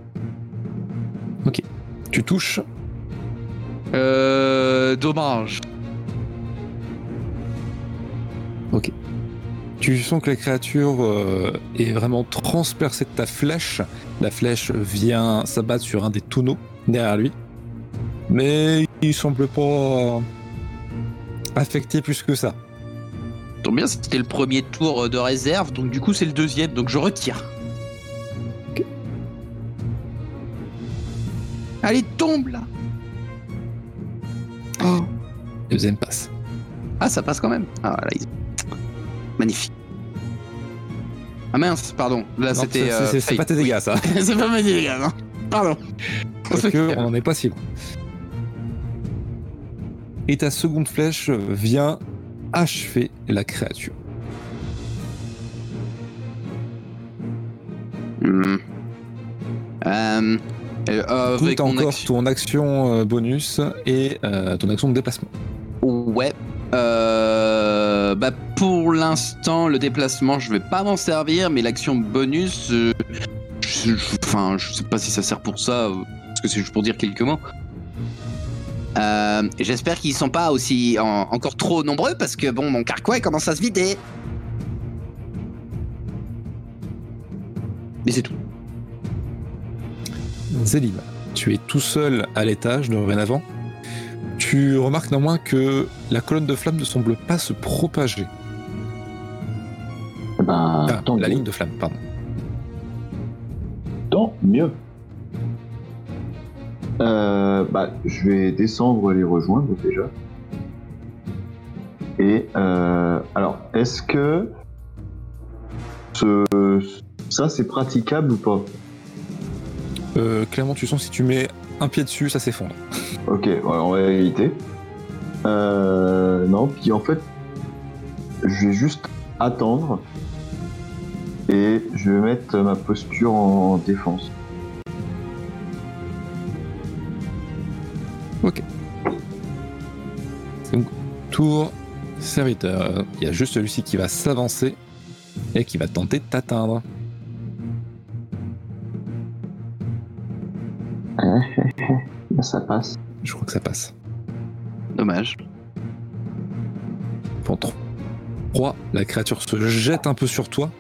Tu touches. Euh. Dommage. Ok. Tu sens que la créature euh, est vraiment transpercée de ta flèche. La flèche vient s'abattre sur un des tonneaux derrière lui. Mais il semble pas affecté plus que ça. Tant bien, c'était le premier tour de réserve, donc du coup c'est le deuxième, donc je retire. Ok. Allez, tombe là. Oh. Le deuxième passe. Ah, ça passe quand même. Ah, là, ils... Magnifique. Ah mince, pardon. Là, Non, c'était. c'est- euh, c'est c'est fail. pas tes dégâts, Oui. ça. C'est pas mes dégâts, non. Pardon. Quoique, on n'en est pas si loin. Et ta seconde flèche vient achever la créature. Hmm. Euh, euh, Du coup, avec t'as mon encore action- ton action euh, bonus et euh, ton action de déplacement. Ouais. Euh, bah pour l'instant, le déplacement, je vais pas m'en servir, mais l'action bonus, euh, je, je- enfin, je sais pas si ça sert pour ça, euh, parce que c'est juste pour dire quelques mots. Euh, J'espère qu'ils sont pas aussi en- encore trop nombreux, parce que bon, mon carquois il commence à se vider. Mais c'est tout. Zélim, tu es tout seul à l'étage dorénavant. Tu remarques néanmoins que la colonne de flamme ne semble pas se propager. Eh Ben, Ah, tant la mieux. ligne de flamme, pardon. Tant mieux. Euh, bah, je vais descendre les rejoindre déjà. Et euh, alors, est-ce que ce, ça c'est praticable ou pas? Euh, clairement, tu sens que si tu mets un pied dessus, ça s'effondre. Ok, voilà, on va éviter. Euh, non, puis en fait, je vais juste attendre et je vais mettre ma posture en défense. C'est donc tour serviteur. Il y a juste celui-ci qui va s'avancer et qui va tenter de t'atteindre. Ça passe. Je crois que ça passe. Dommage. Pour trois, la créature se jette un peu sur toi.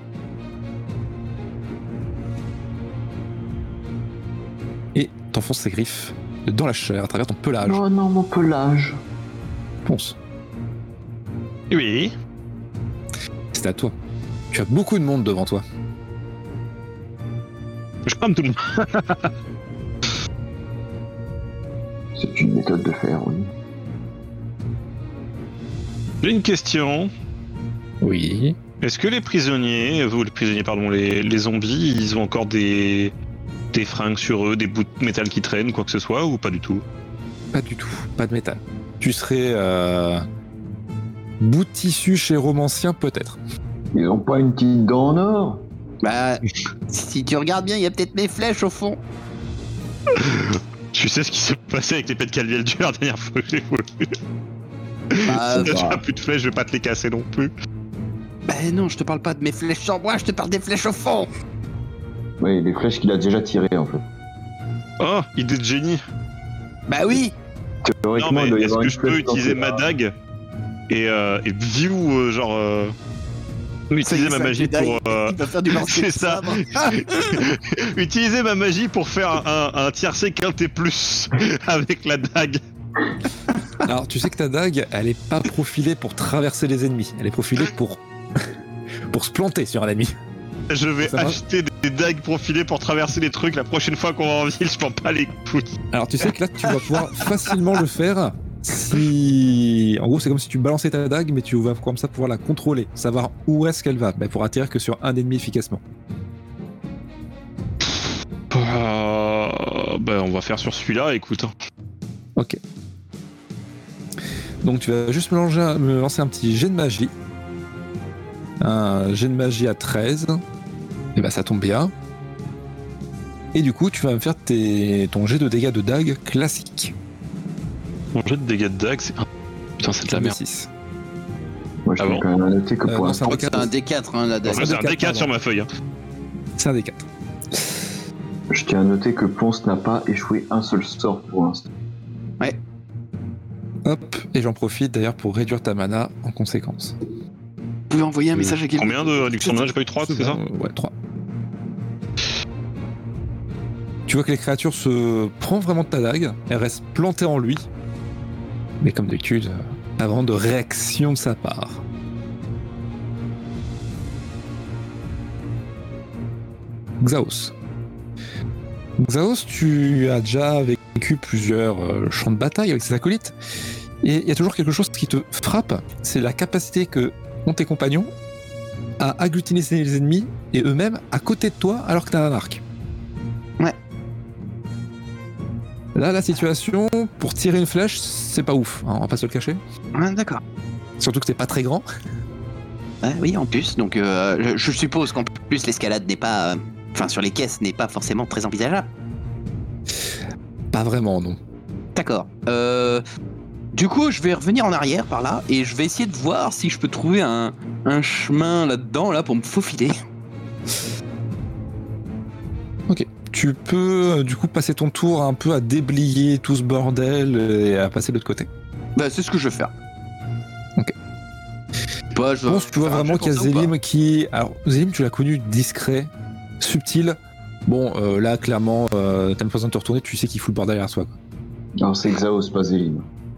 Et t'enfonce ses griffes dans la chair à travers ton pelage. Oh non, mon pelage. Ponce, Oui. c'est à toi. Tu as beaucoup de monde devant toi. Je crame tout le monde. C'est une méthode de faire, oui. J'ai une question. Oui. Est-ce que les prisonniers, vous les prisonniers, pardon, les, les zombies, ils ont encore des, des fringues sur eux, des bouts de métal qui traînent, quoi que ce soit, ou pas du tout? Pas du tout. Pas de métal. Tu serais euh, bout de tissu chez Romancien, peut-être. Ils ont pas une petite dent en or? Bah, si tu regardes bien, il y a peut-être mes flèches au fond. Tu sais ce qui s'est passé avec les pets de Calvieldur la dernière fois que j'ai voulu. Bah, Si bah. tu as plus de flèches, je vais pas te les casser non plus. bah non, je te parle pas de mes flèches sur moi, je te parle des flèches au fond. Oui, les flèches qu'il a déjà tirées en fait. Oh, idée de génie. Bah oui. Non Théoriquement, mais il doit y est-ce avoir que une je peux flèche dans utiliser ce- ma dague et, euh, et view, euh, genre... Euh, utiliser ma magie pour... euh, Il va faire du lancer de c'est ça. sabre. utiliser ma magie pour faire un, un, un tiercé quinté plus avec la dague. Alors, tu sais que ta dague, elle est pas profilée pour traverser les ennemis. Elle est profilée pour pour se planter sur un ennemi. Je vais Ça va acheter des dagues profilées pour traverser les trucs. La prochaine fois qu'on va en ville, je m'en bats les couilles. Alors, tu sais que là, tu vas pouvoir facilement le faire si... En gros, c'est comme si tu balançais ta dague, mais tu vas comme ça pouvoir la contrôler, savoir où est-ce qu'elle va, mais pour atterrir que sur un ennemi efficacement. Euh, bah, on va faire sur celui-là, écoute. Ok. Donc, tu vas juste me lancer, me lancer un petit jet de magie. Un jet de magie à treize. Et bah, ça tombe bien. Et du coup, tu vas me faire tes... ton jet de dégâts de dague classique. Mon jet de dégâts de dague, c'est... Putain, c'est de la merde. six. Moi, je Ah peux bon quand même noter que Euh, pour non, l'instant, c'est un C'est un D quatre, hein, la dague. Ouais, c'est un D quatre, D quatre sur pardon. ma feuille. Hein. C'est un D quatre. je tiens à noter que Ponce n'a pas échoué un seul sort pour l'instant. Hop, et j'en profite d'ailleurs pour réduire ta mana en conséquence. pouvez envoyer un message à quelqu'un. Combien de réduction de mana? J'ai pas eu trois, c'est ça? Ouais, trois. Tu vois que les créatures se prend vraiment de ta dague, elle reste plantée en lui, mais comme d'habitude, pas vraiment de réaction de sa part. Xaos. Xaos, tu as déjà vécu plusieurs euh, champs de bataille avec ses acolytes, et il y a toujours quelque chose qui te frappe, c'est la capacité que ont tes compagnons à agglutiner les ennemis et eux-mêmes à côté de toi alors que t'as un arc. Ouais. Là, la situation, pour tirer une flèche, c'est pas ouf, hein, on va pas se le cacher. Ah, d'accord. Surtout que t'es pas très grand. Ouais, oui, en plus. Donc, euh, je, je suppose qu'en plus, l'escalade n'est pas... Enfin, euh, sur les caisses, n'est pas forcément très envisageable. Pas vraiment, non. D'accord. Euh, du coup, je vais revenir en arrière par là et je vais essayer de voir si je peux trouver un, un chemin là-dedans, là, pour me faufiler. Ok. Tu peux, euh, du coup, passer ton tour un peu à déblayer tout ce bordel et à passer de l'autre côté. Bah, c'est ce que je vais faire. Ok. Bah, je Je pense que tu vois vraiment qu'il y a Zélim qui... Alors, Zélim, tu l'as connu discret, subtil. Bon, euh, là, clairement, euh, t'as l'impression de te retourner, tu sais qu'il fout le bordel derrière soi. Quoi. Non, c'est Xaos, pas Zélim.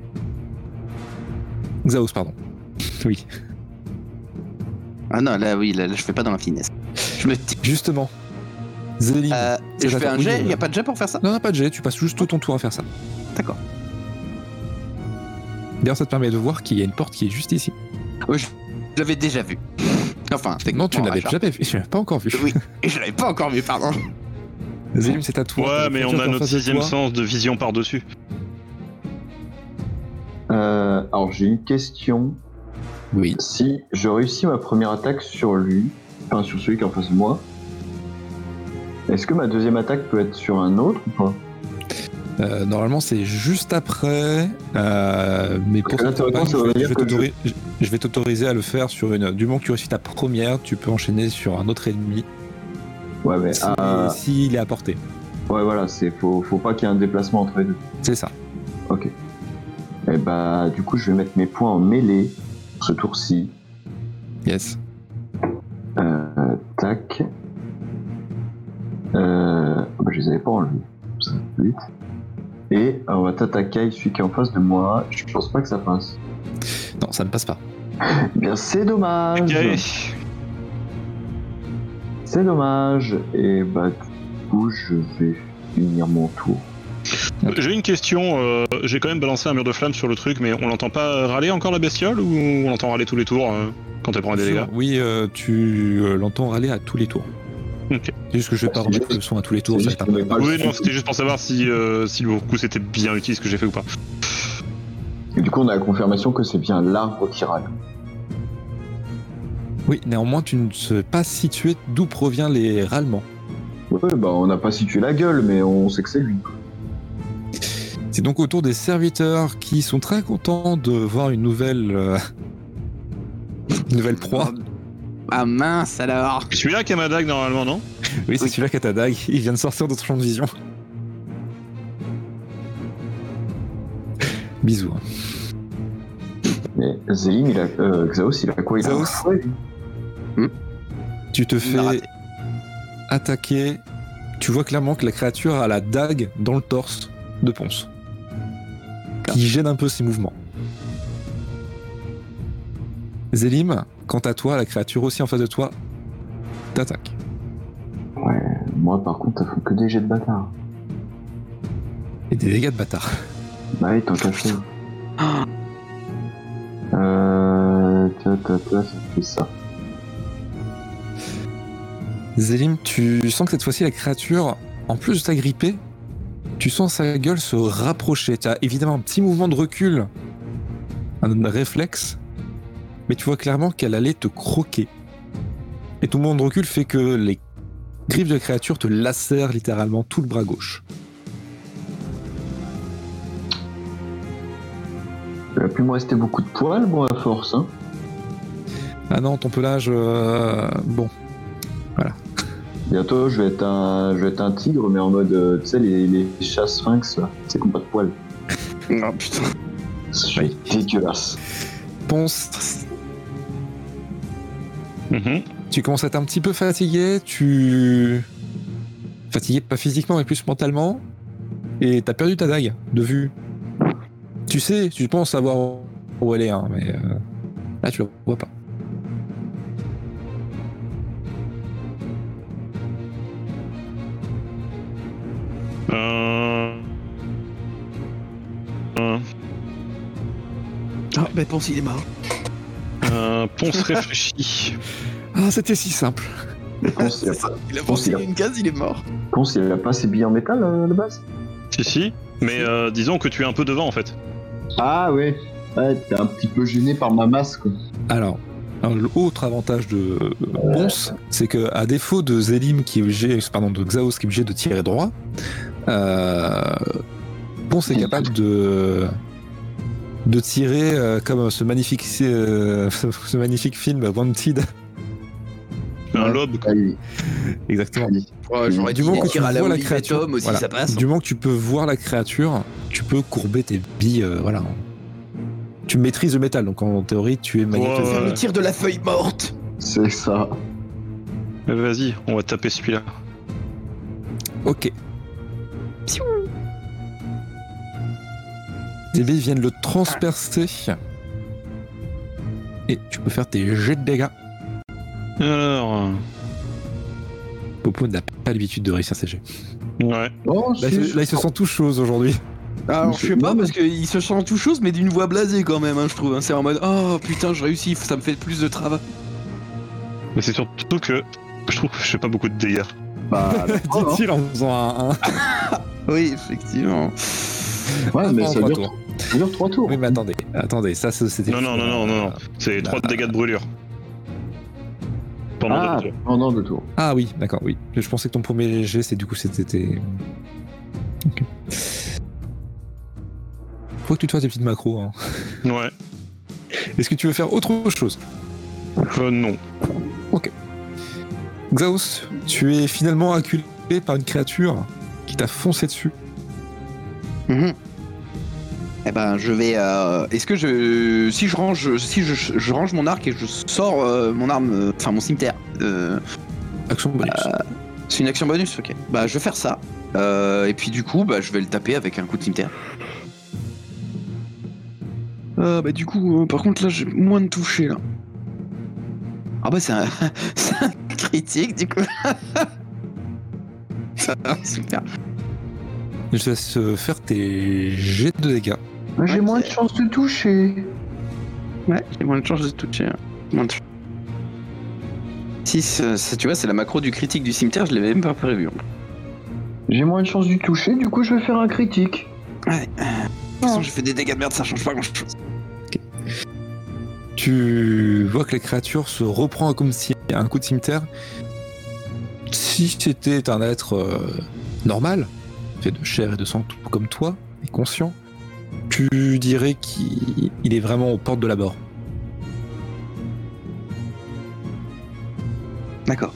Xaos, pardon. Oui. Ah non, là, oui, là, là, je fais pas dans la finesse. Je me dis... Justement. Zélim. Euh, c'est je à fais toi. un Oui, jet, il euh, n'y a pas de jet pour faire ça? Non, non, pas de jet, tu passes juste tout ton tour à faire ça. D'accord. D'ailleurs, ça te permet de voir qu'il y a une porte qui est juste ici. Oui, je je l'avais déjà vu. Enfin, Non, tu ne l'avais rachat. jamais vu, tu l'avais pas encore vu. Oui, et je l'avais pas encore vu, pardon. Zélim, c'est à toi. Ouais, T'as mais la on créature a en notre face de sixième toi. sens de vision par-dessus. Euh, alors j'ai une question. Oui. Si je réussis ma première attaque sur lui, enfin sur celui qui est en face de moi, est-ce que ma deuxième attaque peut être sur un autre ou pas? Euh, normalement, c'est juste après. Euh, mais pour Là, cette théoriquement, campagne, ça je veut vais, dire je vais que je- t'autori- je- je vais t'autoriser à le faire sur une. Du moment que tu réussis ta première, tu peux enchaîner sur un autre ennemi. Ouais, mais Si, ah, s'il est à portée. ouais, voilà, c'est faut, faut pas qu'il y ait un déplacement entre les deux. C'est ça. Ok. Et bah, du coup, je vais mettre mes points en mêlée ce tour-ci. Yes. Euh, tac. Euh, bah, je les avais pas enlevés. Ça va plus vite. Et on va t'attaquer celui qui est en face de moi. Je pense pas que ça passe. Non, ça ne passe pas. Eh bien, c'est dommage. Ok. C'est dommage. Et bah, du coup, je vais finir mon tour. J'ai une question, euh, j'ai quand même balancé un mur de flamme sur le truc, mais on l'entend pas râler encore la bestiole ou on l'entend râler tous les tours euh, quand elle prend des dégâts? Oui, euh, tu euh, l'entends râler à tous les tours. Ok. C'est juste que je vais pas C'est remettre juste- le son à tous les tours. c'est Ça juste va être un qu'on peu- met pas le Oui, son. non, c'était juste pour savoir si, euh, si le coup c'était bien utile ce que j'ai fait ou pas. Et du coup, on a la confirmation que c'est bien l'arbre qui râle. Oui, néanmoins, tu ne sais pas situer d'où proviennent les râlements. Ouais, bah, on n'a pas situé la gueule, mais on sait que c'est lui. C'est donc au tour des serviteurs qui sont très contents de voir une nouvelle, euh, une nouvelle proie. Ah mince alors. Celui-là qui a ma dague normalement, non? Oui, c'est Oui. celui-là qui a ta dague. Il vient de sortir de ton champ de vision. Bisous. hein. Mais Zélim, il a. Euh, Xaos, il a quoi? Il a un Xaos. fouet, lui. Tu te Il l'a fais raté. attaquer. Tu vois clairement que la créature a la dague dans le torse de Ponce, qui gêne un peu ses mouvements. Zélim, quant à toi, la créature aussi en face de toi t'attaque. Ouais, moi par contre, ça fait que des jets de bâtard. Et des dégâts de bâtard. Bah oui, tant qu'à faire. Euh. Ta, ta, ta, ça fait ça. Zélim, tu sens que cette fois-ci la créature, en plus de t'agripper, tu sens sa gueule se rapprocher. Tu as évidemment un petit mouvement de recul, un réflexe, mais tu vois clairement qu'elle allait te croquer. Et ton mouvement de recul fait que les griffes de la créature te lacèrent littéralement tout le bras gauche. Il va plus me rester beaucoup de poils, bon, à force, hein. Ah non, ton pelage, euh, bon. Bientôt, je vais être un, je vais être un tigre, mais en mode, euh, tu sais, les, les chats sphinx, là. C'est qu'on pas de poils. Oh putain. C'est dégueulasse. Ponce, Mhm. Tu commences à être un petit peu fatigué, tu... Fatigué pas physiquement mais plus mentalement, et t'as perdu ta dague de vue. Tu sais, tu penses savoir où elle est, hein, mais euh, là tu la vois pas. Euh... Euh... Ah, bah Ponce, il est mort. Euh, Ponce réfléchit. Ah, c'était si simple. Ponce, il a C'est ça. pas- Il a Ponce, pensé il a- une case, il est mort. Ponce, il a pas ses billes en métal euh, à la base? Si, si. Mais euh, disons que tu es un peu devant en fait. Ah ouais. Ouais, t'es un petit peu gêné par ma masse, quoi. Alors, alors, l'autre avantage de Ponce, c'est que à défaut de Zélim qui est obligé, pardon, de Xaos qui est obligé de tirer droit, euh, Ponce est capable de de tirer euh, comme ce magnifique euh, ce magnifique film Wanted. Un Ouais. lobe. quoi. Allez, Exactement. allez. Ouais, j'aurais Du dit moment que des tu tirs à la vois la Olivier créature, Tom aussi, voilà. ça passe. Du moment que tu peux voir la créature, tu peux courber tes billes, euh, voilà. Tu maîtrises le métal, donc en théorie, tu es magnétisé. Ouais, Faire ouais. le tir de la feuille morte. C'est ça. Mais Vas-y, on va taper celui-là. Ok. Tes billes viennent le transpercer. Et tu peux faire tes jets de dégâts. Alors... Popo n'a pas l'habitude de réussir ses jets. Ouais. Oh, Là, si, il se- là, il se sent tout chose aujourd'hui. Alors, je sais pas, Non, parce qu'il se sent tout chose, mais d'une voix blasée quand même, hein, je trouve. hein. C'est en mode, oh putain, je réussis, ça me fait plus de travail. Mais c'est surtout que je trouve que je fais pas beaucoup de dégâts. Bah, d'accord, hein. Dit-il en faisant un. un... Oui, effectivement. Ouais, mais en ça trois dure, tours. ça dure trois tours. Oui, mais attendez, attendez, ça ça, c'était. Non, non, non, non, non, non. C'est Là, trois dégâts de brûlure. Pendant Ah, deux tours. pendant deux tours. Ah oui, d'accord, oui. Je pensais que ton premier jet, c'est du coup, c'était. Ok. Faut que tu te fasses des petites macros. Hein. Ouais. Est-ce que tu veux faire autre chose? Euh, non. Xaos, tu es finalement acculé par une créature qui t'a foncé dessus. Mhm. Eh ben, je vais. euh, Est-ce que je, si je range, si je, je range mon arc et je sors euh, mon arme, euh, enfin mon cimetière, euh, Action bonus. c'est une action bonus, ok. Bah, je vais faire ça. Euh, et puis du coup, bah, je vais le taper avec un coup de cimetière. Euh, bah du coup, euh, par contre là, j'ai moins de toucher là. Ah bah c'est un, c'est un critique du coup. Ça va, super. Je te laisse euh, faire tes jets de dégâts. Ah, J'ai Ouais, moins de c'est- chance de toucher. Ouais, j'ai moins de chance de toucher. hein. Moins de... six, euh, ça, tu vois, c'est la macro du critique du cimetière, je l'avais même pas prévu. J'ai moins de chance du toucher, du coup je vais faire un critique. Ouais. De toute façon, j'ai fait des dégâts de merde, ça change pas grand chose. Tu vois que la créature se reprend un coup de, ci- un coup de cimetière. Si c'était un être euh, normal, fait de chair et de sang tout comme toi, et conscient, tu dirais qu'il il est vraiment aux portes de la mort. D'accord.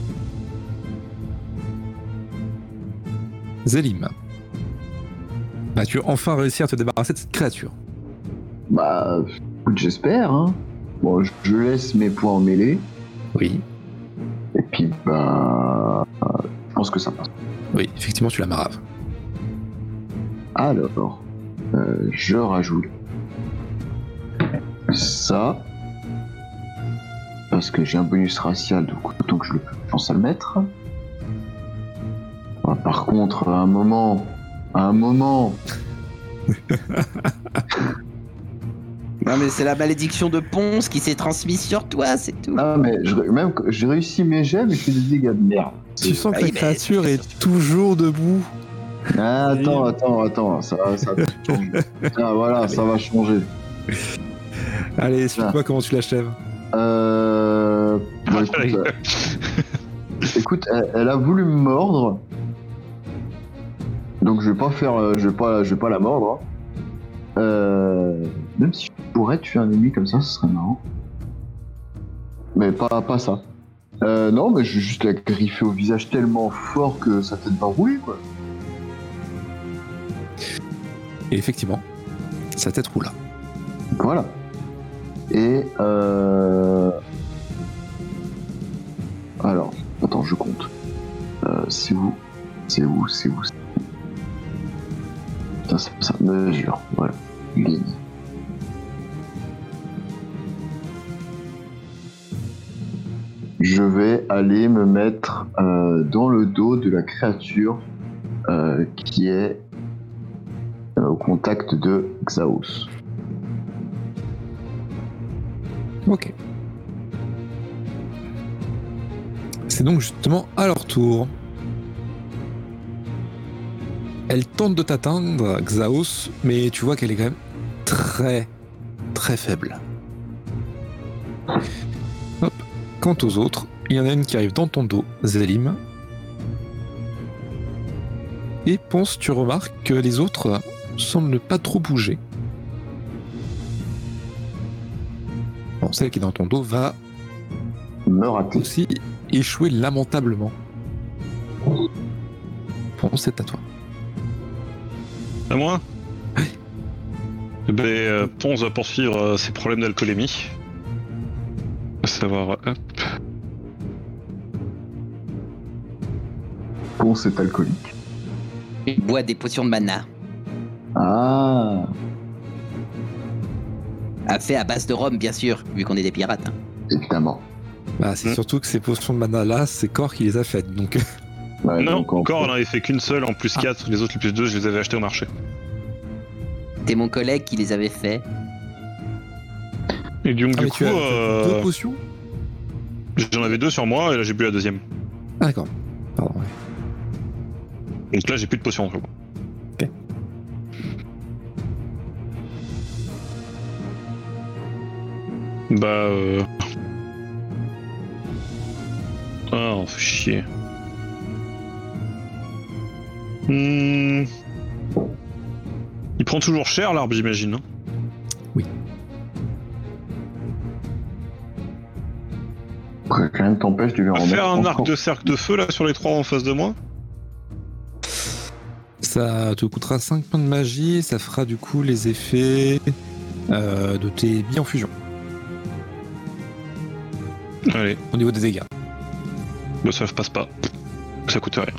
Zélim, vas-tu enfin réussir à te débarrasser de cette créature? Bah, écoute, j'espère, hein. Bon, je- je laisse mes points en mêlée, Oui. et puis bah... Je pense que ça passe. Oui, effectivement, tu la maraves. Alors, euh, je rajoute ça, parce que j'ai un bonus racial, donc autant que je le je pense à le mettre. Ah, par contre, à un moment, à un moment, Non mais c'est la malédiction de Ponce qui s'est transmise sur toi, c'est tout. ah mais je, même que j'ai réussi mes jets, mais je fais des dégâts de merde. Tu sens que Ah la oui, mais- créature est toujours debout. Ah, attends, attends, attends, ça, va- ça va changer. Ah, voilà, ça va changer. Allez, explique-moi comment tu l'achèves. Euh... bah, écoute, euh, écoute, elle, elle a voulu me mordre. Donc je vais pas faire, euh, je vais pas, je vais pas la mordre. hein. Euh... Même si je pourrais tuer un ennemi comme ça, ce serait marrant. Mais pas, pas ça. Euh, non, mais je vais juste la griffer au visage tellement fort que sa tête va rouler, quoi. Et effectivement, sa tête roule. Voilà. Et euh... C'est où, c'est où, c'est où. Putain, c'est ça, mesure, voilà. Ligne. Je vais aller me mettre euh, dans le dos de la créature euh, qui est euh, au contact de Xaos. Ok. C'est donc justement à leur tour. Elle tente de t'atteindre, Xaos, mais tu vois qu'elle est quand même très, très faible. Hop. Quant aux autres, il y en a une qui arrive dans ton dos, Zélim. Et Ponce, tu remarques que les autres semblent ne pas trop bouger. Bon, celle qui est dans ton dos va Me rater. aussi échouer lamentablement. Ponce, c'est à toi. À moi. Eh ben, euh, Ponce va poursuivre euh, ses problèmes d'alcoolémie. À savoir, hop. Ponce est alcoolique. Il boit des potions de mana. Ah, À fait à base de rhum, bien sûr, vu qu'on est des pirates. hein. évidemment. Bah, c'est Hmm. surtout que ces potions de mana là, c'est Cor qui les a faites. Donc, Ouais, non, donc, en encore, fait, on en avait fait qu'une seule en plus Ah. quatre. Les autres, les plus deux, je les avais achetés au marché. C'était mon collègue qui les avait fait. Et donc, ah, du mais coup, tu as euh, deux potions. j'en avais deux sur moi et là, j'ai bu la deuxième. Ah, d'accord. Pardon. Ouais. Donc là, j'ai plus de potions. sur moi. Ok. Bah, euh... Ah, on fait chier. Hmm. Il prend toujours cher, l'arbre, j'imagine. hein. rien ne t'empêche de lui On en va remettre faire un arc encore. de cercle de feu, là, sur les trois en face de moi. Ça te coûtera cinq points de magie, ça fera du coup les effets euh, de tes billes en fusion Allez, au niveau des dégâts. bah, ça passe pas. Ça coûte rien.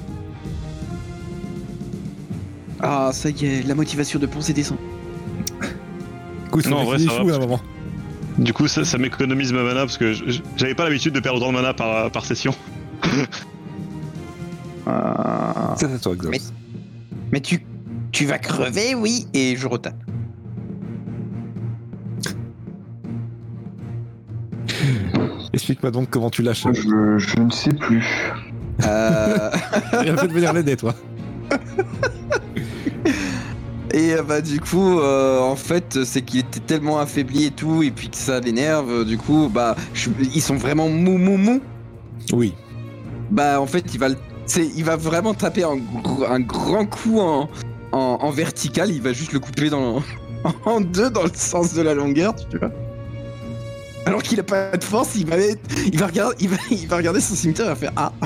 Ah, ça y est, la motivation de Ponce descend. Écoute, Non, en vrai, ça va, à un parce moment. Du coup, ça, ça m'économise ma mana parce que je- je- j'avais pas l'habitude de perdre autant de mana par, par session. Ah. C'est à toi, Xaos. Mais- Mais tu, tu vas crever, oui, et je retape. Explique-moi donc comment tu lâches. Je, je ne sais plus. Euh... Il a fait de venir l'aider, toi. Et euh, bah du coup, euh, en fait, c'est qu'il était tellement affaibli et tout, et puis que ça l'énerve. Du coup, bah, je- ils sont vraiment mou mou mou. Oui. Bah en fait, il va, le- c'est, il va vraiment taper un, gr- un grand coup en, en, en vertical. Il va juste le couper dans, en deux dans le sens de la longueur, tu vois. Alors qu'il a pas de force, il va, être- il va regarder, il va, il va regarder son cimetière et va faire ah.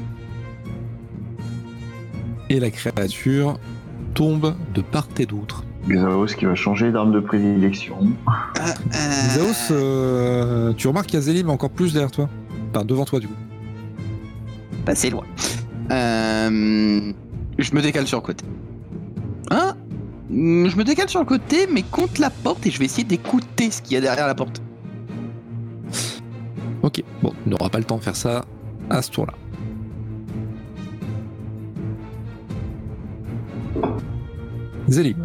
Et la créature tombe de part et d'autre. Xaos qui va changer d'arme de prédilection. ah, euh, Xaos, euh, tu remarques qu'il y a Zélim encore plus derrière toi. Enfin, devant toi, du coup. Bah, c'est loin. Euh, je me décale sur le côté. Hein Hmm, Je me décale sur le côté, mais contre la porte, et je vais essayer d'écouter ce qu'il y a derrière la porte. Ok, bon, on n'aura pas le temps de faire ça à ce tour-là. Zélim.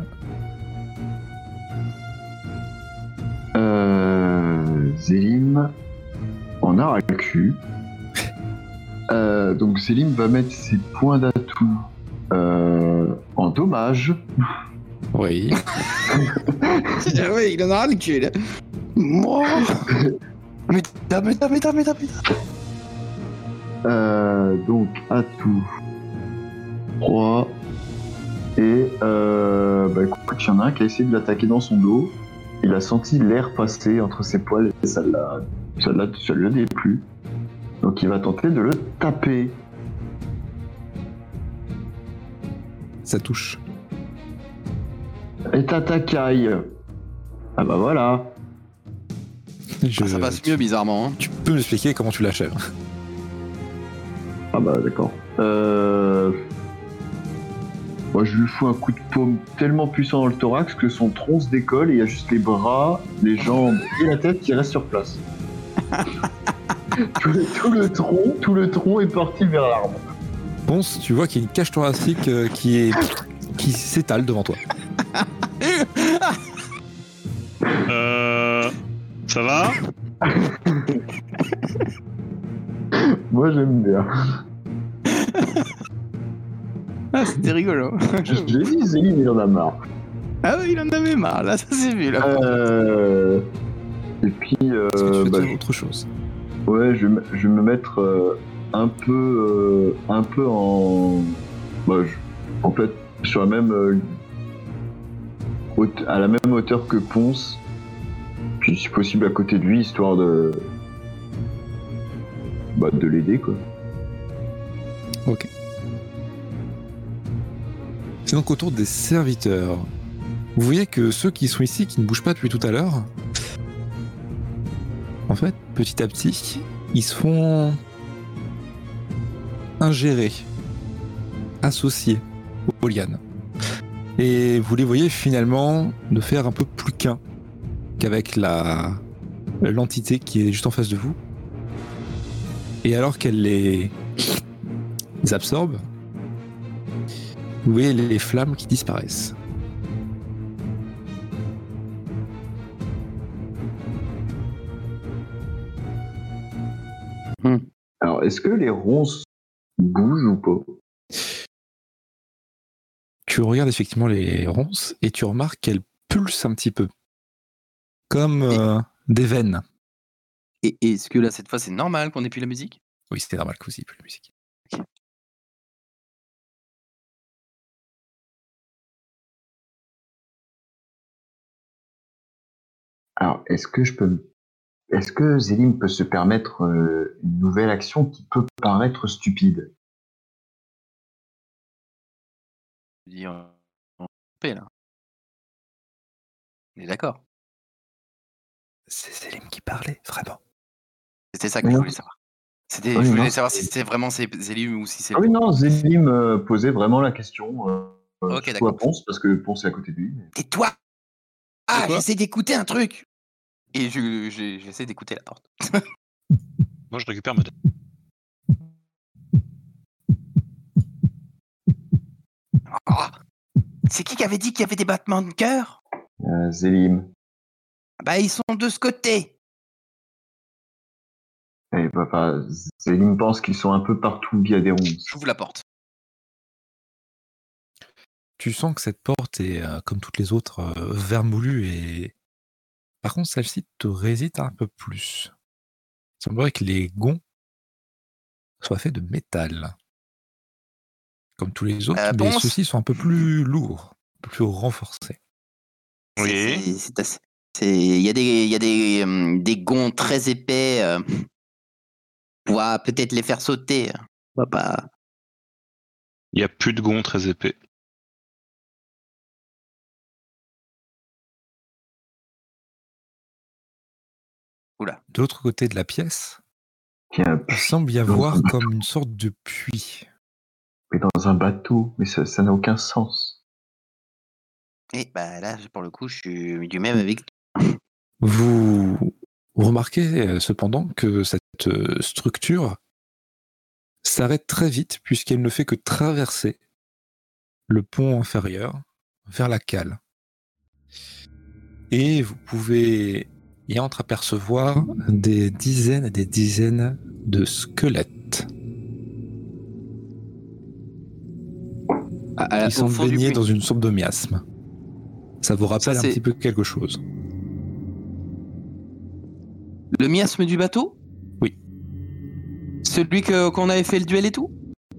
Euh, Zélim en a ras le cul. Euh, donc Zélim va mettre ses points d'atout euh, en dommage. Oui. oui, il en a ras le cul, là. Oh. Mais putain, mais putain, mais putain, mais putain, mais putain. Euh, donc atout trois. Et euh, bah écoute, il y en a un qui a essayé de l'attaquer dans son dos. Il a senti l'air passer entre ses poils et ça l'a, ça l'a, ça l'a déplu. Donc il va tenter de le taper. Ça touche. Et t'attaquaille. Ah bah voilà. Je- Ah, ça passe mieux, bizarrement. hein. Tu peux m'expliquer comment tu l'achèves. Ah bah d'accord. Euh... Moi je lui fous un coup de paume tellement puissant dans le thorax que son tronc se décolle et il y a juste les bras, les jambes et la tête qui restent sur place. tout, le, tout le tronc, tout le tronc est parti vers l'arbre. Ponce, tu vois qu'il y a une cage thoracique euh, qui est qui s'étale devant toi. Euh... Ça va? Moi j'aime bien. Ah, c'était rigolo. Je l'ai dit, Zéline il en a marre. Ah oui, il en avait marre, là, ça s'est vu, là. Euh... Et puis... Euh, Est-ce que tu veux bah, faire autre chose? Ouais, je, vais me- je vais me mettre euh, un peu, euh, un peu en, bah, je- en fait, sur la même, euh, haute- à la même hauteur que Ponce, puis si possible à côté de lui, histoire de, bah, de l'aider quoi. Ok. C'est donc au tour des serviteurs. Vous voyez que ceux qui sont ici, qui ne bougent pas depuis tout à l'heure, en fait, petit à petit, ils se font ingérer, associés aux lianes. Et vous les voyez finalement de faire un peu plus qu'un qu'avec la l'entité qui est juste en face de vous. Et alors qu'elle les absorbe, vous voyez les flammes qui disparaissent. Alors, est-ce que les ronces bougent ou pas? Tu regardes effectivement les ronces et tu remarques qu'elles pulsent un petit peu. Comme euh, des veines. Et et est-ce que là, cette fois, c'est normal qu'on ait plus la musique? Oui, c'était normal que vous ayez plus la musique. Alors, est-ce que je peux, me- est-ce que Zélim peut se permettre euh, une nouvelle action qui peut paraître stupide? Je veux dire, on paix, là. On est d'accord. C'est Céline qui parlait, vraiment. C'était ça que Mais je non. voulais savoir. C'était, Oui, je voulais non. savoir si c'était vraiment ces Zélim ou si c'est Ah oui, le- non, Zélim euh, posait vraiment la question, euh, Ok, surtout à d'accord. Ponce, parce que Ponce est à côté de lui. mais- Tais-toi! Ah, quoi j'essaie d'écouter un truc! Et je, je- j'essaie d'écouter la porte. Moi, je récupère ma tête. Ah, c'est qui qui avait dit qu'il y avait des battements de cœur? Euh, Zélim. Bah, ils sont de ce côté. Eh, papa, Zélim pense qu'ils sont un peu partout via des ronces. J'ouvre la porte. Tu sens que cette porte est, euh, comme toutes les autres, euh, vermoulue et... Par contre, celle-ci te résiste un peu plus. Il semblerait que les gonds soient faits de métal. Comme tous les autres, Euh, mais Ponce ceux-ci sont un peu plus lourds, un peu plus renforcés. C'est- Oui. c'est- c'est assez- c'est- Il y a des, il y a des, hum, des gonds très épais. Euh, on va peut-être les faire sauter. On va pas. Il n'y a plus de gonds très épais. Oula. De l'autre côté de la pièce, Tiens, il semble y avoir comme une sorte de puits. mais dans un bateau, mais ça ça n'a aucun sens. Et bah là, pour le coup, je suis du même avec. Vous remarquez euh, cependant que cette euh, structure s'arrête très vite puisqu'elle ne fait que traverser le pont inférieur vers la cale. Et vous pouvez y entreapercevoir des dizaines et des dizaines de squelettes À- à- qui au sont fond du baignés puits. dans une sorte de miasme. Ça vous rappelle Ça, un c'est- petit peu quelque chose. Le miasme du bateau? Oui. Celui que, qu'on avait fait le duel et tout?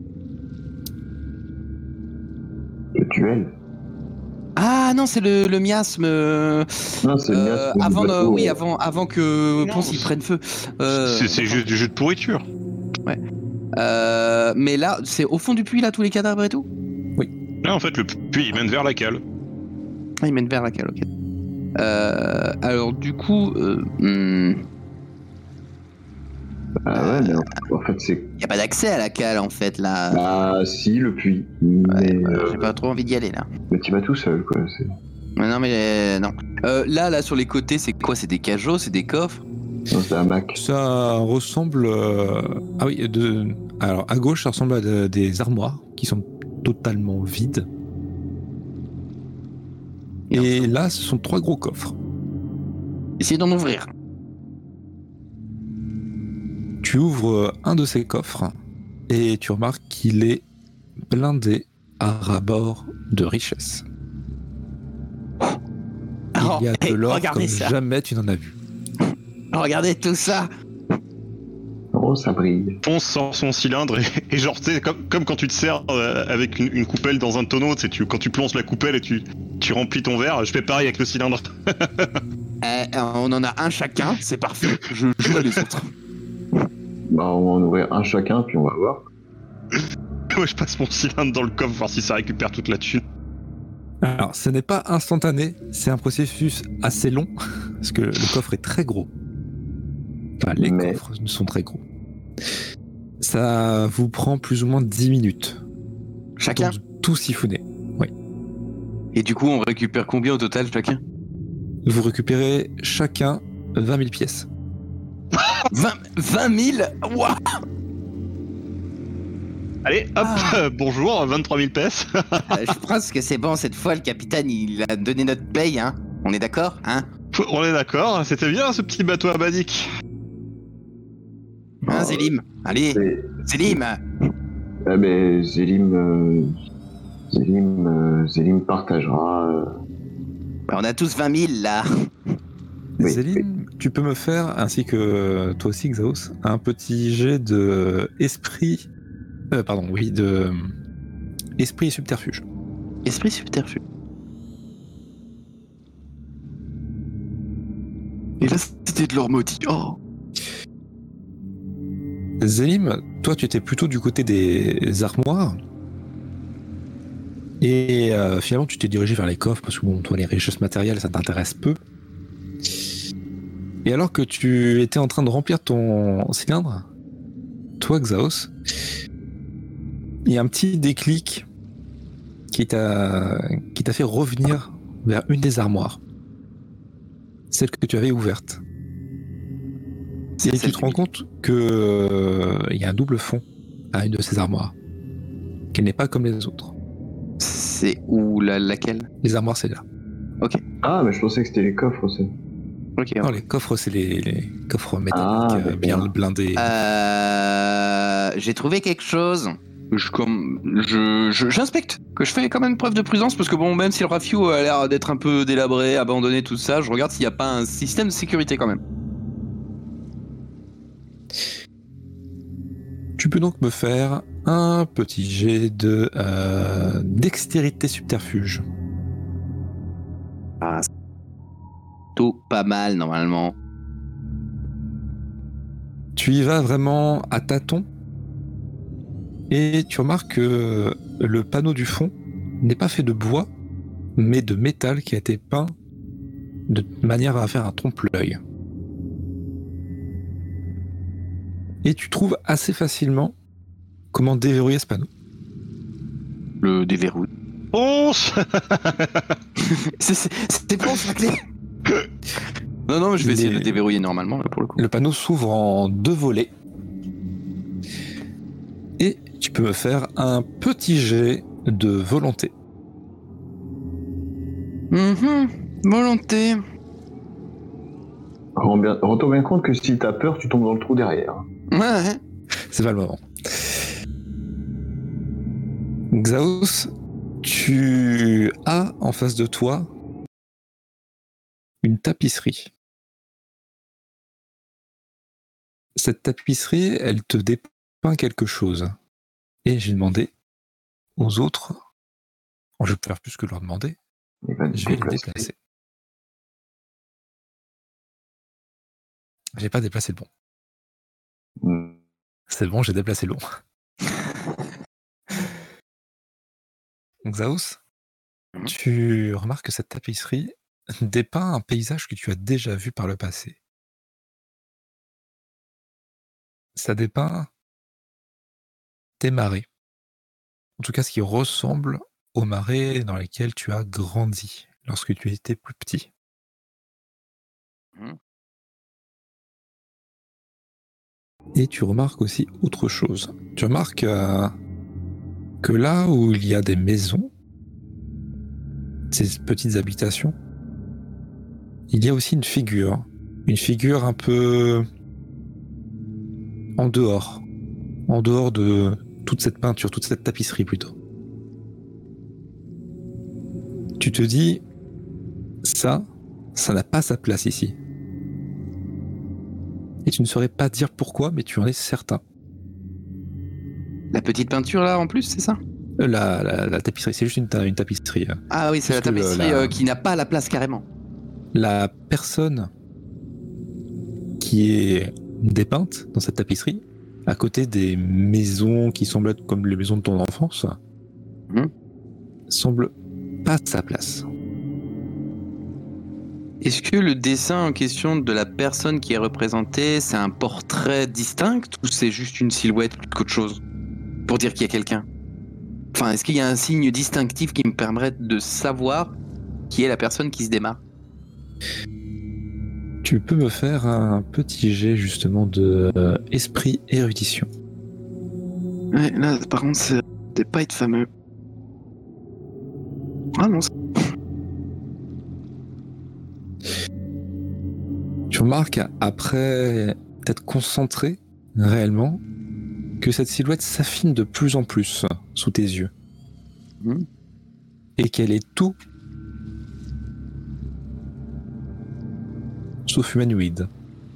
Le duel. Ah non, c'est le, le miasme. euh, Non, c'est le euh, miasme du avant, de- bateau, oui, euh. avant, avant que Non, Ponce y c'est- prenne feu. Euh, C'est c'est juste du jus de pourriture. euh, mais là, c'est au fond du puits, là, tous les cadavres et tout? Là, en fait, le puits, il mène vers la cale. Ah, il mène vers la cale, ok. Euh, alors, du coup, euh, hmm, Ah ouais, mais en, en fait, c'est. Y a pas d'accès à la cale en fait là. Ah, si, le puits. Mais, Ouais, euh, j'ai pas trop envie d'y aller là. mais tu vas tout seul, quoi. C'est... Mais non mais euh, non. Euh, là là sur les côtés c'est quoi? C'est des cajots, c'est des coffres? Non, c'est un Mac. Ça ressemble. euh, Ah oui, de... alors à gauche, ça ressemble à de- des armoires qui sont totalement vides. Et là, ce sont trois gros coffres. Essayez d'en ouvrir. Tu ouvres un de ces coffres et tu remarques qu'il est blindé à ras-bord de richesses. Oh, Il y a de hey, l'or regardez comme ça. jamais tu n'en as vu. Regardez tout ça. Oh, ça brille. Ponce sort son cylindre et, et genre, tu sais, comme, comme quand tu te sers euh, avec une, une coupelle dans un tonneau, tu sais, tu, quand tu plonges la coupelle et tu, tu remplis ton verre, je fais pareil avec le cylindre. Euh, on en a un chacun, c'est parfait. Je joue à les autres. Bah, on va en ouvrir un chacun, puis on va voir. Moi, je passe mon cylindre dans le coffre, voir si ça récupère toute la thune. Alors, ce n'est pas instantané, c'est un processus assez long, parce que le coffre est très gros. Enfin, les Mais- coffres sont très gros. Ça vous prend plus ou moins dix minutes. Chacun. Donc, tout siphonner. Et du coup on récupère combien au total chacun? Vous récupérez chacun vingt mille pièces. vingt mille. Waouh. Allez, hop, Ah. bonjour, vingt-trois mille pièces. Euh, Je pense que c'est bon cette fois le capitaine il a donné notre paye hein. On est d'accord hein? On est d'accord, c'était bien ce petit bateau abadique. Hein Zélim? Allez, C'est... Zélim. Ah, mais Zélim. euh, Zélim, euh, Zélim partagera. euh, On a tous vingt mille là. Oui, Zéline, tu peux me faire, ainsi que toi aussi Xaos, un petit jet de esprit... Euh, pardon, oui, de... Esprit et subterfuge. Esprit subterfuge. Et là c'était de l'or maudit. Oh. Zélim, toi tu étais plutôt du côté des armoires. Et euh, finalement tu t'es dirigé vers les coffres parce que bon, toi les richesses matérielles ça t'intéresse peu. Et alors que tu étais en train de remplir ton cylindre, toi Xaos, il y a un petit déclic qui t'a qui t'a fait revenir vers une des armoires. Celle que tu avais ouverte. Et tu te rends compte qu'il y a un double fond à une de ces armoires. Qu'elle n'est pas comme les autres. C'est où la, laquelle? Les armoires, c'est là. Ah, mais je pensais que c'était les coffres aussi. Ok. Non, les coffres, c'est les, les coffres métalliques Ah, euh, d'accord. bien blindés. Euh, j'ai trouvé quelque chose. Je comme je je- j'inspecte. Que je fais quand même preuve de prudence parce que bon même si le rafio a l'air d'être un peu délabré, abandonné, tout ça, je regarde s'il n'y a pas un système de sécurité quand même. Tu peux donc me faire un petit jet de euh, dextérité subterfuge. Ah, tout pas mal normalement. Tu y vas vraiment à tâtons et tu remarques que le panneau du fond n'est pas fait de bois, mais de métal qui a été peint de manière à faire un trompe-l'œil. Et tu trouves assez facilement comment déverrouiller ce panneau. Le déverrouille. Ponce. C'est c'est- C'était bon la clé. Non non, je vais Les- essayer de le déverrouiller normalement là pour le coup. Le panneau s'ouvre en deux volets. Et tu peux me faire un petit jet de volonté. Mhm, volonté. Rends bien- Rends-toi bien compte que si t'as peur, tu tombes dans le trou derrière. Ouais, ouais. C'est pas le moment. Xaos, tu as en face de toi une tapisserie. Cette tapisserie, elle te dépeint quelque chose. Et j'ai demandé aux autres, oh, je peux faire plus que leur demander, Il va te je vais les déplacer. déplacer. J'ai pas déplacé le bon. Hmm. C'est bon, j'ai déplacé le bon. Xaos, Mhm. tu remarques que cette tapisserie dépeint un paysage que tu as déjà vu par le passé. ça dépeint tes marais. En tout cas, ce qui ressemble aux marais dans lesquels tu as grandi lorsque tu étais plus petit. Mmh. Et tu remarques aussi autre chose. Tu remarques euh, que là où il y a des maisons, ces petites habitations, il y a aussi une figure. Une figure un peu en dehors. En dehors de toute cette peinture, toute cette tapisserie plutôt. Tu te dis, ça, ça n'a pas sa place ici. Et tu ne saurais pas dire pourquoi, mais tu en es certain. La petite peinture là en plus, c'est ça? Euh, La, la, la tapisserie, c'est juste une, ta- une tapisserie. hein. Ah oui, c'est la Parce que, tapisserie euh, la- euh, qui n'a pas la place carrément. La personne qui est dépeinte dans cette tapisserie, à côté des maisons qui semblent être comme les maisons de ton enfance, Mhm. semble pas à sa place. Est-ce que le dessin en question de la personne qui est représentée, c'est un portrait distinct ou c'est juste une silhouette plus qu'autre chose pour dire qu'il y a quelqu'un? Enfin, est-ce qu'il y a un signe distinctif qui me permettrait de savoir qui est la personne qui se démarre? Tu peux me faire un petit jet justement de euh, esprit érudition. Ouais, là par contre, c'est c'est pas être fameux. Ah non, c'est- Tu remarques, après t'être concentré réellement, que cette silhouette s'affine de plus en plus sous tes yeux. Mhm. Et qu'elle est tout sauf humanoïde.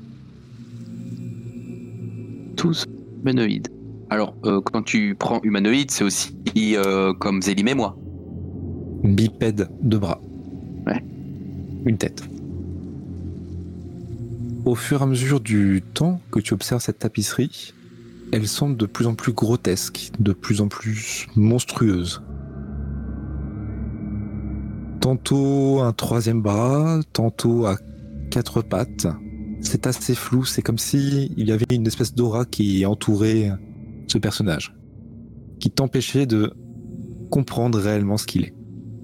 tous humanoïdes. Alors, euh, quand tu prends humanoïde, c'est aussi euh, comme Zélim et moi. Bipède de bras. Ouais. Une tête. Au fur et à mesure du temps que tu observes cette tapisserie, elle semble de plus en plus grotesque, de plus en plus monstrueuse. Tantôt un troisième bras, tantôt à quatre pattes. C'est assez flou, c'est comme si il y avait une espèce d'aura qui entourait ce personnage, qui t'empêchait de comprendre réellement ce qu'il est.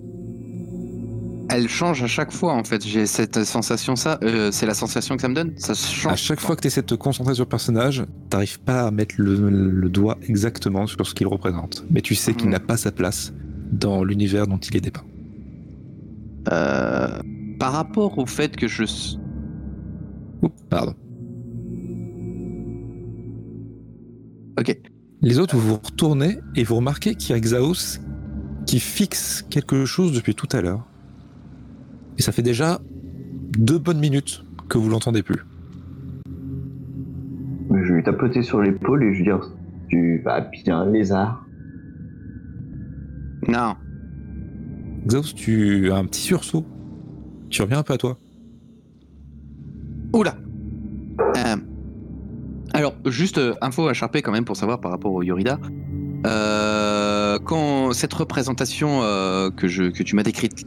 Elle change à chaque fois en fait. J'ai cette sensation, ça, euh, c'est la sensation que ça me donne. Ça change. À chaque fois que tu essaies de te concentrer sur le personnage, t'arrives pas à mettre le, le doigt exactement sur ce qu'il représente. Mais tu sais qu'il Mhm. n'a pas sa place dans l'univers dont il est dépeint. Euh, par rapport au fait que je. s- Oups, pardon. Ok. Les autres, vous vous retournez et vous remarquez qu'il y a Xaos qui fixe quelque chose depuis tout à l'heure. Et ça fait déjà deux bonnes minutes que vous l'entendez plus. Je vais lui tapoter sur l'épaule et je lui dire tu vas bien, lézard. Non. Xaos, tu as un petit sursaut. Tu reviens un peu à toi. Oula. Euh, alors, juste euh, info à charper quand même pour savoir par rapport au Yorida. Euh, quand cette représentation euh, que, je, que tu m'as décrite,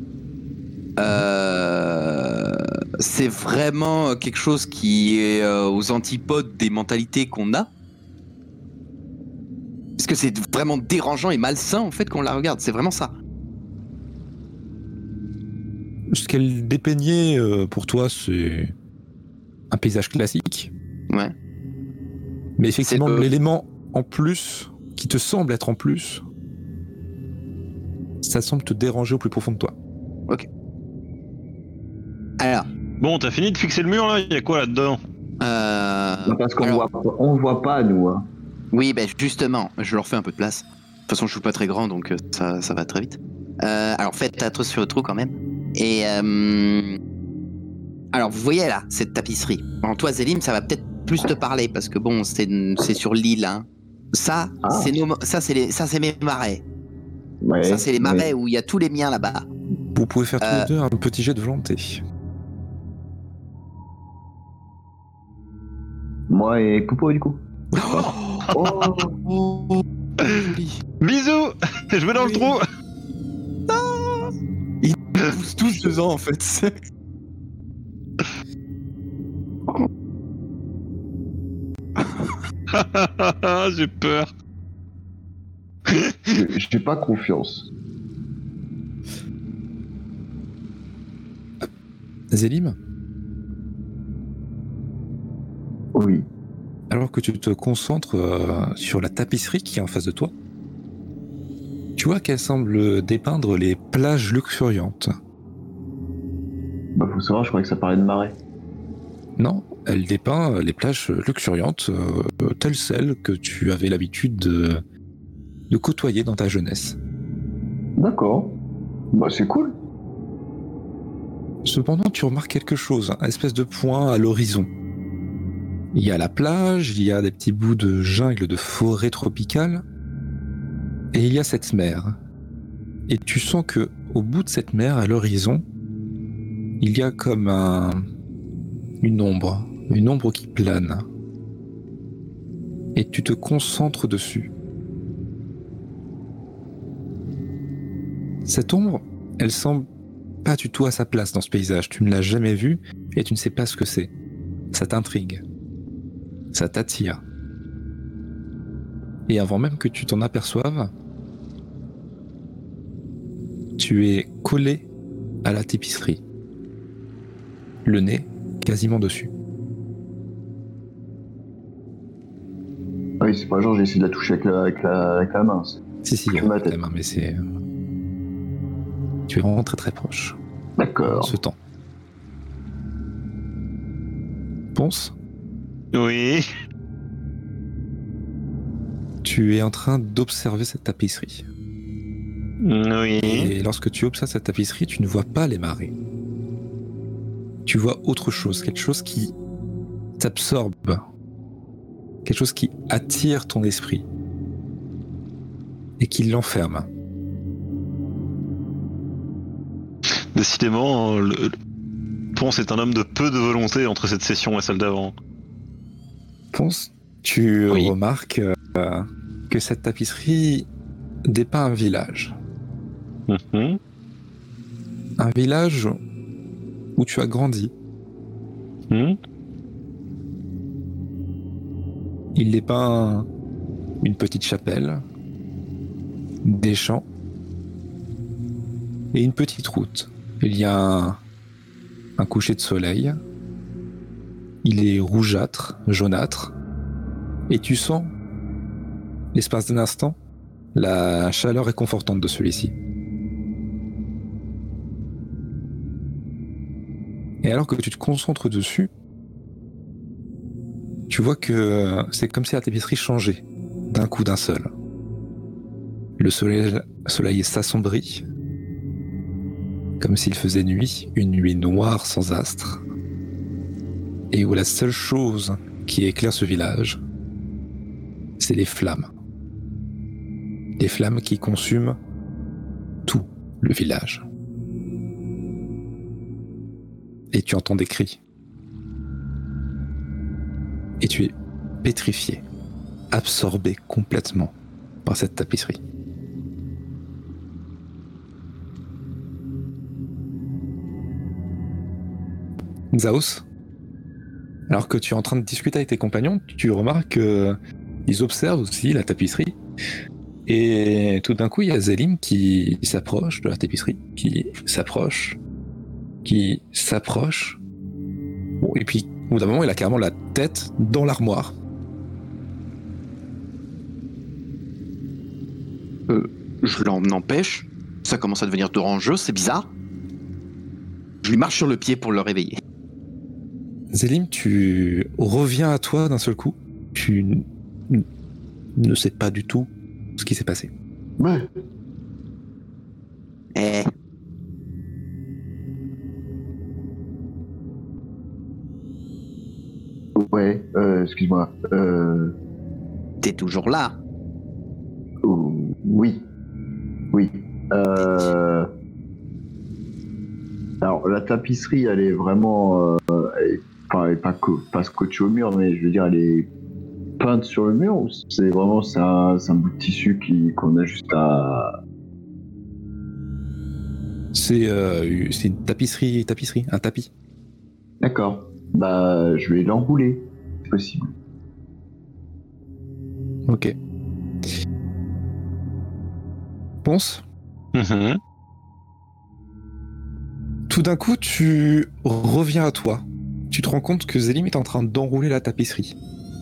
euh, c'est vraiment quelque chose qui est euh, aux antipodes des mentalités qu'on a. Est-ce que c'est vraiment dérangeant et malsain en fait qu'on la regarde? C'est vraiment ça. Ce qu'elle dépeignait euh, pour toi, c'est un paysage classique. Ouais. Mais effectivement, C'est, euh, l'élément en plus, qui te semble être en plus, ça semble te déranger au plus profond de toi. Alors, Bon, t'as fini de fixer le mur là? Il y a quoi là-dedans? euh, Non, parce qu'on alors, voit, on voit pas, nous. Hein. oui, ben justement, je leur fais un peu de place. De toute façon, je suis pas très grand, donc euh, ça, ça va très vite. Euh, alors, faites attention sur le trou quand même. Et euh, alors, vous voyez là, cette tapisserie. En toi, Zélim, ça va peut-être plus te parler parce que bon, c'est c'est sur l'île. Hein. Ça, Ah. c'est nos, ça, c'est les, ça, c'est mes marais. Ouais, ça, c'est les mais- marais où il y a tous les miens là-bas. Vous pouvez faire tous Euh. les deux un petit jet de volonté. Moi et Poupo, du coup. Oh, Oh, joli. Bisous. Je vais dans le Oui. trou. Ils poussent tous deux ans en fait. J'ai peur. J'ai j'ai pas confiance. Zélim, Oui. alors que tu te concentres euh, sur la tapisserie qui est en face de toi, tu vois qu'elle semble dépeindre les plages luxuriantes. Bah, faut savoir, je croyais que ça parlait de marée. Non, elle dépeint les plages luxuriantes euh, telles celles que tu avais l'habitude de, de côtoyer dans ta jeunesse. D'accord. Bah, c'est cool. Cependant, tu remarques quelque chose, un espèce de point à l'horizon. Il y a la plage, il y a des petits bouts de jungle, de forêt tropicale, et il y a cette mer. Et tu sens que, au bout de cette mer, à l'horizon, il y a comme un, une ombre, une ombre qui plane. Et tu te concentres dessus. Cette ombre, elle semble pas du tout à sa place dans ce paysage. Tu ne l'as jamais vue et tu ne sais pas ce que c'est. Ça t'intrigue. Ça t'attire. Et avant même que tu t'en aperçoives, tu es collé à la tapisserie. Le nez quasiment dessus. Ah oui, c'est pas genre j'ai essayé de la toucher avec la, avec la, avec la main. c'est- Si, si, Que avec ma tête. ta main, mais c'est... Tu es vraiment très très proche. D'accord. Ce temps. Ponce, Oui. tu es en train d'observer cette tapisserie. Oui. Et lorsque tu observes cette tapisserie, tu ne vois pas les marées. Tu vois autre chose, quelque chose qui t'absorbe, quelque chose qui attire ton esprit et qui l'enferme. Décidément, le... le- Ponce est un homme de peu de volonté entre cette session et celle d'avant. Ponce, tu Oui. remarques euh, que cette tapisserie dépeint un village. Mhm. Un village où tu as grandi. Mhm. Il dépeint une petite chapelle, des champs et une petite route. Il y a un, un coucher de soleil. Il est rougeâtre, jaunâtre. Et tu sens, l'espace d'un instant, la chaleur réconfortante de celui-ci. Et alors que tu te concentres dessus, tu vois que c'est comme si la tapisserie changeait, d'un coup d'un seul. Le soleil, soleil s'assombrit, comme s'il faisait nuit, une nuit noire sans astre, et où la seule chose qui éclaire ce village, c'est les flammes. Les flammes qui consument tout le village. Et tu entends des cris. Et tu es pétrifié, absorbé complètement par cette tapisserie. Zaos, alors que tu es en train de discuter avec tes compagnons, tu remarques qu'ils observent aussi la tapisserie. Et tout d'un coup, il y a Zélim qui s'approche de la tapisserie, qui s'approche, qui s'approche. Bon, et puis, au bout d'un moment, il a carrément la tête dans l'armoire. Euh, je l'en empêche. Ça commence à devenir orangeux, c'est bizarre. Je lui marche sur le pied pour le réveiller. Zélim, tu reviens à toi d'un seul coup. Tu n- ne sais pas du tout ce qui s'est passé. Ouais. Eh, Ouais, euh, excuse-moi. Euh, t'es toujours là. oh, oui. Oui. Euh, alors, la tapisserie, elle est vraiment. Euh, elle est, enfin, elle est pas, co- pas scotchée au mur, mais je veux dire, elle est peinte sur le mur ou c'est vraiment c'est un, c'est un bout de tissu qui, qu'on a juste à. C'est euh, c'est une tapisserie, tapisserie, un tapis. D'accord. Bah, je vais l'enrouler, c'est possible. Ok. Ponce, Mhm. tout d'un coup, tu reviens à toi. Tu te rends compte que Zélim est en train d'enrouler la tapisserie.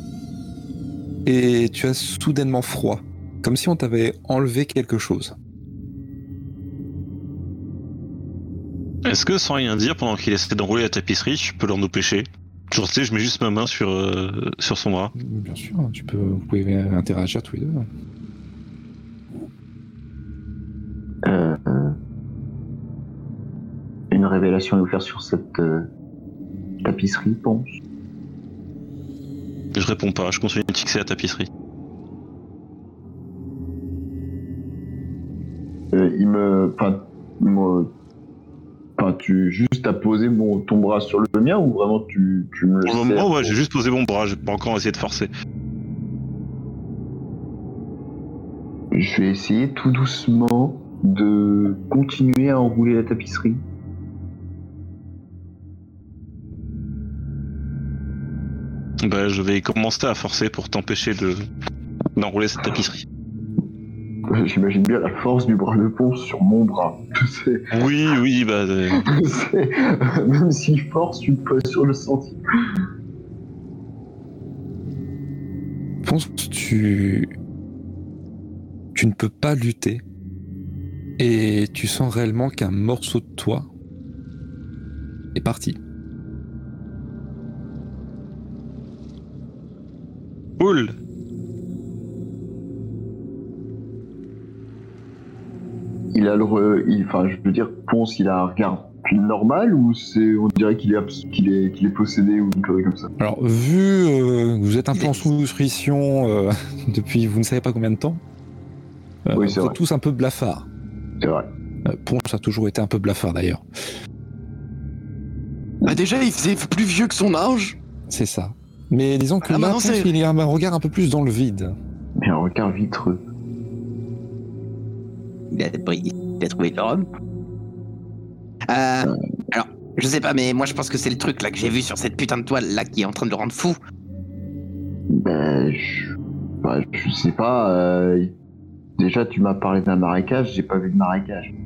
Et tu as soudainement froid, comme si on t'avait enlevé quelque chose. Est-ce que sans rien dire, pendant qu'il essaie d'enrouler la tapisserie, je peux l'en empêcher? Genre, tu sais, je mets juste ma main sur, euh, sur son bras. Bien sûr, tu peux, vous pouvez interagir tous les deux. Euh, euh, une révélation à nous faire sur cette euh, tapisserie, Ponce? Je réponds pas, je continue de fixer la tapisserie. Euh, il me... Enfin, moi... Enfin, tu juste à poser mon, ton bras sur le mien ou vraiment tu, tu me le Pour le serres moment, ouais, pour- j'ai juste posé mon bras, j'ai pas encore essayé de forcer. Je vais essayer tout doucement de continuer à enrouler la tapisserie. Bah, je vais commencer à forcer pour t'empêcher de d'enrouler cette tapisserie. J'imagine bien la force du bras de Ponce sur mon bras. C'est- Oui, oui, bah... euh, c'est- Même s'il force, tu peux sur le sentier. Ponce, tu... tu ne peux pas lutter. Et tu sens réellement qu'un morceau de toi est parti. Cool. Il a le... re- il- Enfin, je veux dire, Ponce, il a un regard normal ou c'est... On dirait qu'il est, abs- qu'il est... qu'il est possédé ou une connerie comme ça. Alors, vu euh, que vous êtes un peu en sous-nutrition euh, depuis vous ne savez pas combien de temps, euh, Oui, c'est vous vrai. êtes tous un peu blafards. C'est vrai. Euh, Ponce a toujours été un peu blafard d'ailleurs. Bah déjà, il faisait plus vieux que son âge. C'est ça. Mais disons que Ah, là, maintenant, Ponce, c'est- il a un regard un peu plus dans le vide. Mais un regard vitreux. Il a, il a trouvé le homme. Euh, alors, je sais pas, mais moi je pense que c'est le truc là que j'ai vu sur cette putain de toile là qui est en train de le rendre fou. Ben, je... bah, je sais pas. euh, Déjà, tu m'as parlé d'un marécage, j'ai pas vu de marécage.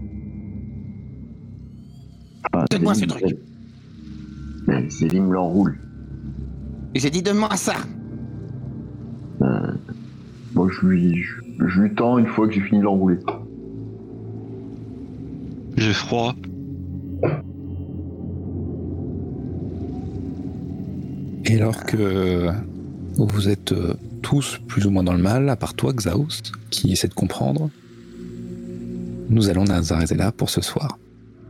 Enfin, Donne-moi ce Zélim- truc. Ben, Zélim l'enroule. J'ai dit donne-moi ça. Euh, Moi, je lui, je, je lui tends une fois que j'ai fini de l'enrouler. J'ai froid. Et alors que vous êtes euh, tous plus ou moins dans le mal, à part toi, Xaos, qui essaie de comprendre, nous allons nous arrêter là pour ce soir.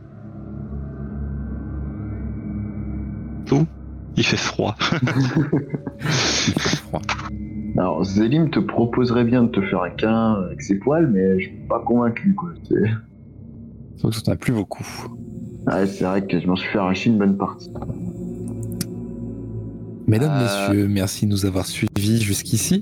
Il fait froid. Il fait froid. Alors, Zélim te proposerait bien de te faire un câlin avec ses poils, mais je suis pas convaincu, quoi. C'est... Sauf que tu n'en as plus beaucoup. Ouais, c'est vrai que je m'en suis fait arracher une bonne partie. Mesdames, Euh. messieurs, merci de nous avoir suivis jusqu'ici.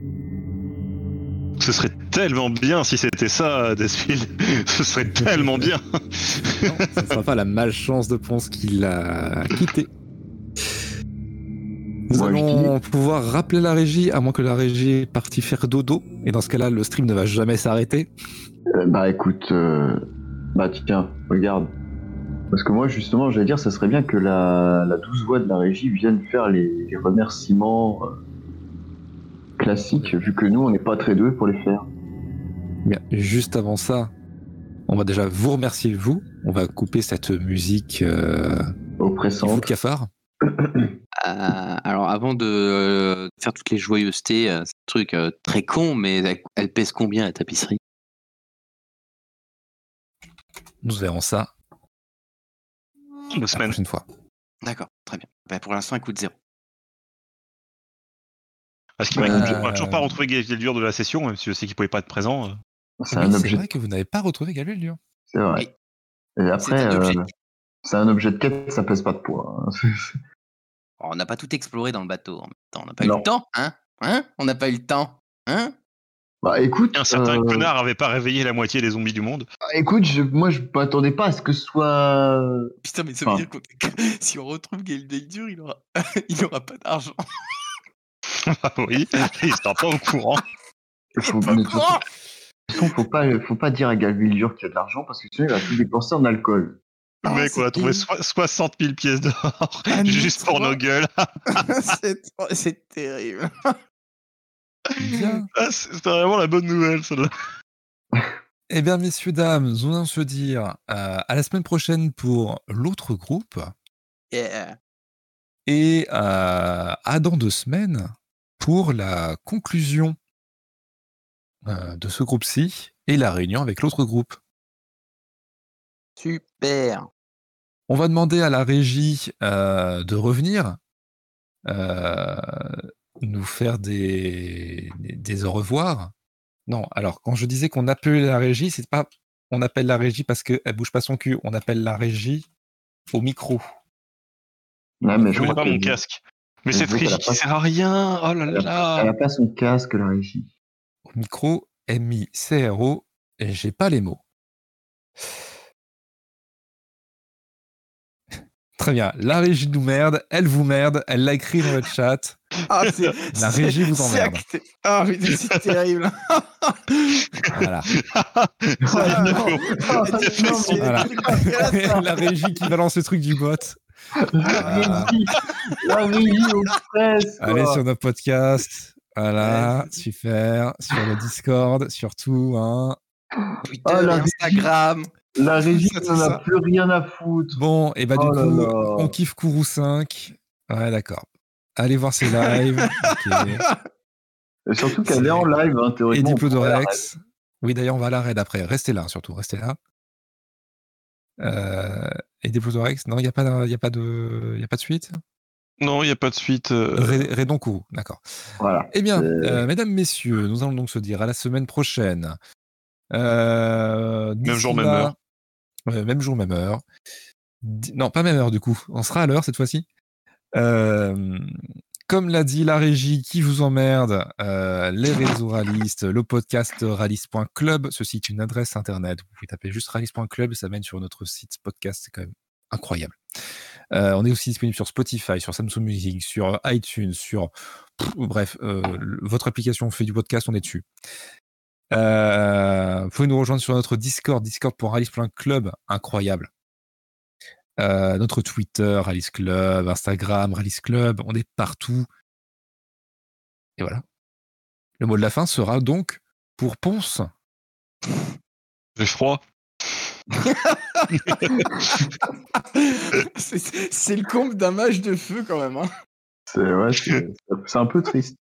Ce serait tellement bien si c'était ça, Deathfield. Ce serait tellement bien. Non, ce ne sera pas la malchance de Ponce qui l'a quitté. Nous Moi, je allons pouvoir rappeler la régie, à moins que la régie est partie faire dodo. Et dans ce cas-là, le stream ne va jamais s'arrêter. Euh, bah écoute, euh... bah tiens, regarde. Parce que moi, justement, j'allais dire, ça serait bien que la, la douce voix de la régie vienne faire les, les remerciements euh, classiques, vu que nous, on n'est pas très doués pour les faire. Bien, juste avant ça, on va déjà vous remercier, vous. On va couper cette musique euh, qui fout le Oppressante. cafard. Euh, alors avant de euh, faire toutes les joyeusetés, euh, c'est un truc euh, très con, mais elle, elle pèse combien la tapisserie? Nous verrons ça Deux la semaines. prochaine fois. D'accord, très bien. Bah, pour l'instant, elle coûte zéro. Parce qu'il m'a Euh, on a toujours pas retrouvé Galdur de la session, même si je sais qu'il pouvait pas être présent. euh. C'est Oui, un c'est objet. vrai que vous n'avez pas retrouvé Gabriel Dur. C'est vrai. Et C'est après, un objet. euh, c'est un objet de quête, ça pèse pas de poids. hein. Oh, on n'a pas tout exploré dans le bateau en même temps. On n'a pas eu Non. le temps, hein? Hein? On n'a pas eu le temps, hein? Bah écoute, Un certain euh, connard avait pas réveillé la moitié des zombies du monde. écoute, je, moi je m'attendais pas à ce que ce soit. Putain, mais ça veut veut Enfin. dire que si on retrouve Galdur, il aura, il aura pas d'argent. Ah oui, il sera pas au courant. Faut, pas de au toute courant. façon, faut pas, faut pas dire à Galvilure qu'il y a de l'argent parce que sinon il va tout dépenser en alcool. Le Oh, mec, on a c'est trouvé terrible. soi- soixante mille pièces d'or Ah, nous juste pour trois. nos gueules. c'est, c'est terrible. Bien. Ah, c'est- C'était vraiment la bonne nouvelle, celle-là. Eh bien, messieurs, dames, nous allons se dire euh, à la semaine prochaine pour l'autre groupe Yeah. et euh, à dans deux semaines pour la conclusion euh, de ce groupe-ci et la réunion avec l'autre groupe. Super. On va demander à la régie euh, de revenir, euh, nous faire des, des, des au revoir. Non, alors quand je disais qu'on appelait la régie, c'est pas on appelle la régie parce qu'elle bouge pas son cul, on appelle la régie au micro. Ouais, mais Je je mets crois pas qu'elle mon dit- casque. Mais elle cette dit qu'elle régie a qui pas- sert à rien. Oh là Elle a, pas, elle là. a pas son casque, la régie. Au micro, M I C R O, et j'ai pas les mots. Très bien, la régie nous merde, elle vous merde, elle l'a écrit dans le chat. Ah, c'est, La c'est- régie vous c'est emmerde. acté. Ah, mais c'est terrible. Voilà. Ça, Ah, il non. faut- Ah, Elle dit non, que mais- Voilà. c'est dégueulasse, ça. La régie qui balance le truc du bot. La régie, la régie aux fraises, quoi. Allez sur notre podcast. Voilà, Ouais, c'est- super. Sur le Discord, surtout. Hein. Twitter, Ah, la Instagram. La régie Ça, tout n'en a ça. plus rien à foutre. Bon, et bah Oh du là coup, là. on kiffe Kourou cinq. Ouais, d'accord. Allez voir ses lives. Ok. Et surtout qu'elle est en live, hein, Et théoriquement. on pourrait la Diplodorex. Oui, d'ailleurs, on va à la raid après. Restez là, surtout. Restez là. Euh, et Diplodorex, non, il n'y a, pas de- y a, pas de- y a pas de suite Non, il n'y a pas de suite. euh, Ré- Raidon Kourou, d'accord. Voilà. Eh bien, C'est- euh, mesdames, messieurs, nous allons donc se dire à la semaine prochaine. Euh, Même jour, d'ici même là- heure. Ouais, même jour, même heure. Di- Non, pas même heure du coup. On sera à l'heure cette fois-ci. Euh, comme l'a dit la régie qui vous emmerde, euh, les réseaux ralistes, le podcast raliste point club, ceci est une adresse internet. Vous pouvez taper juste raliste point club et ça mène sur notre site podcast. C'est quand même incroyable. Euh, on est aussi disponible sur Spotify, sur Samsung Music, sur iTunes, sur pff, bref, euh, le- votre application fait du podcast, on est dessus. Euh, vous pouvez nous rejoindre sur notre Discord, discord point raliste point club, incroyable. Euh, notre Twitter, Raliste Club, Instagram, Raliste Club, on est partout. Et voilà. Le mot de la fin sera donc pour Ponce. J'ai froid. c'est, c'est le comble d'un match de feu quand même. Hein. C'est ouais, c'est- c'est un peu triste.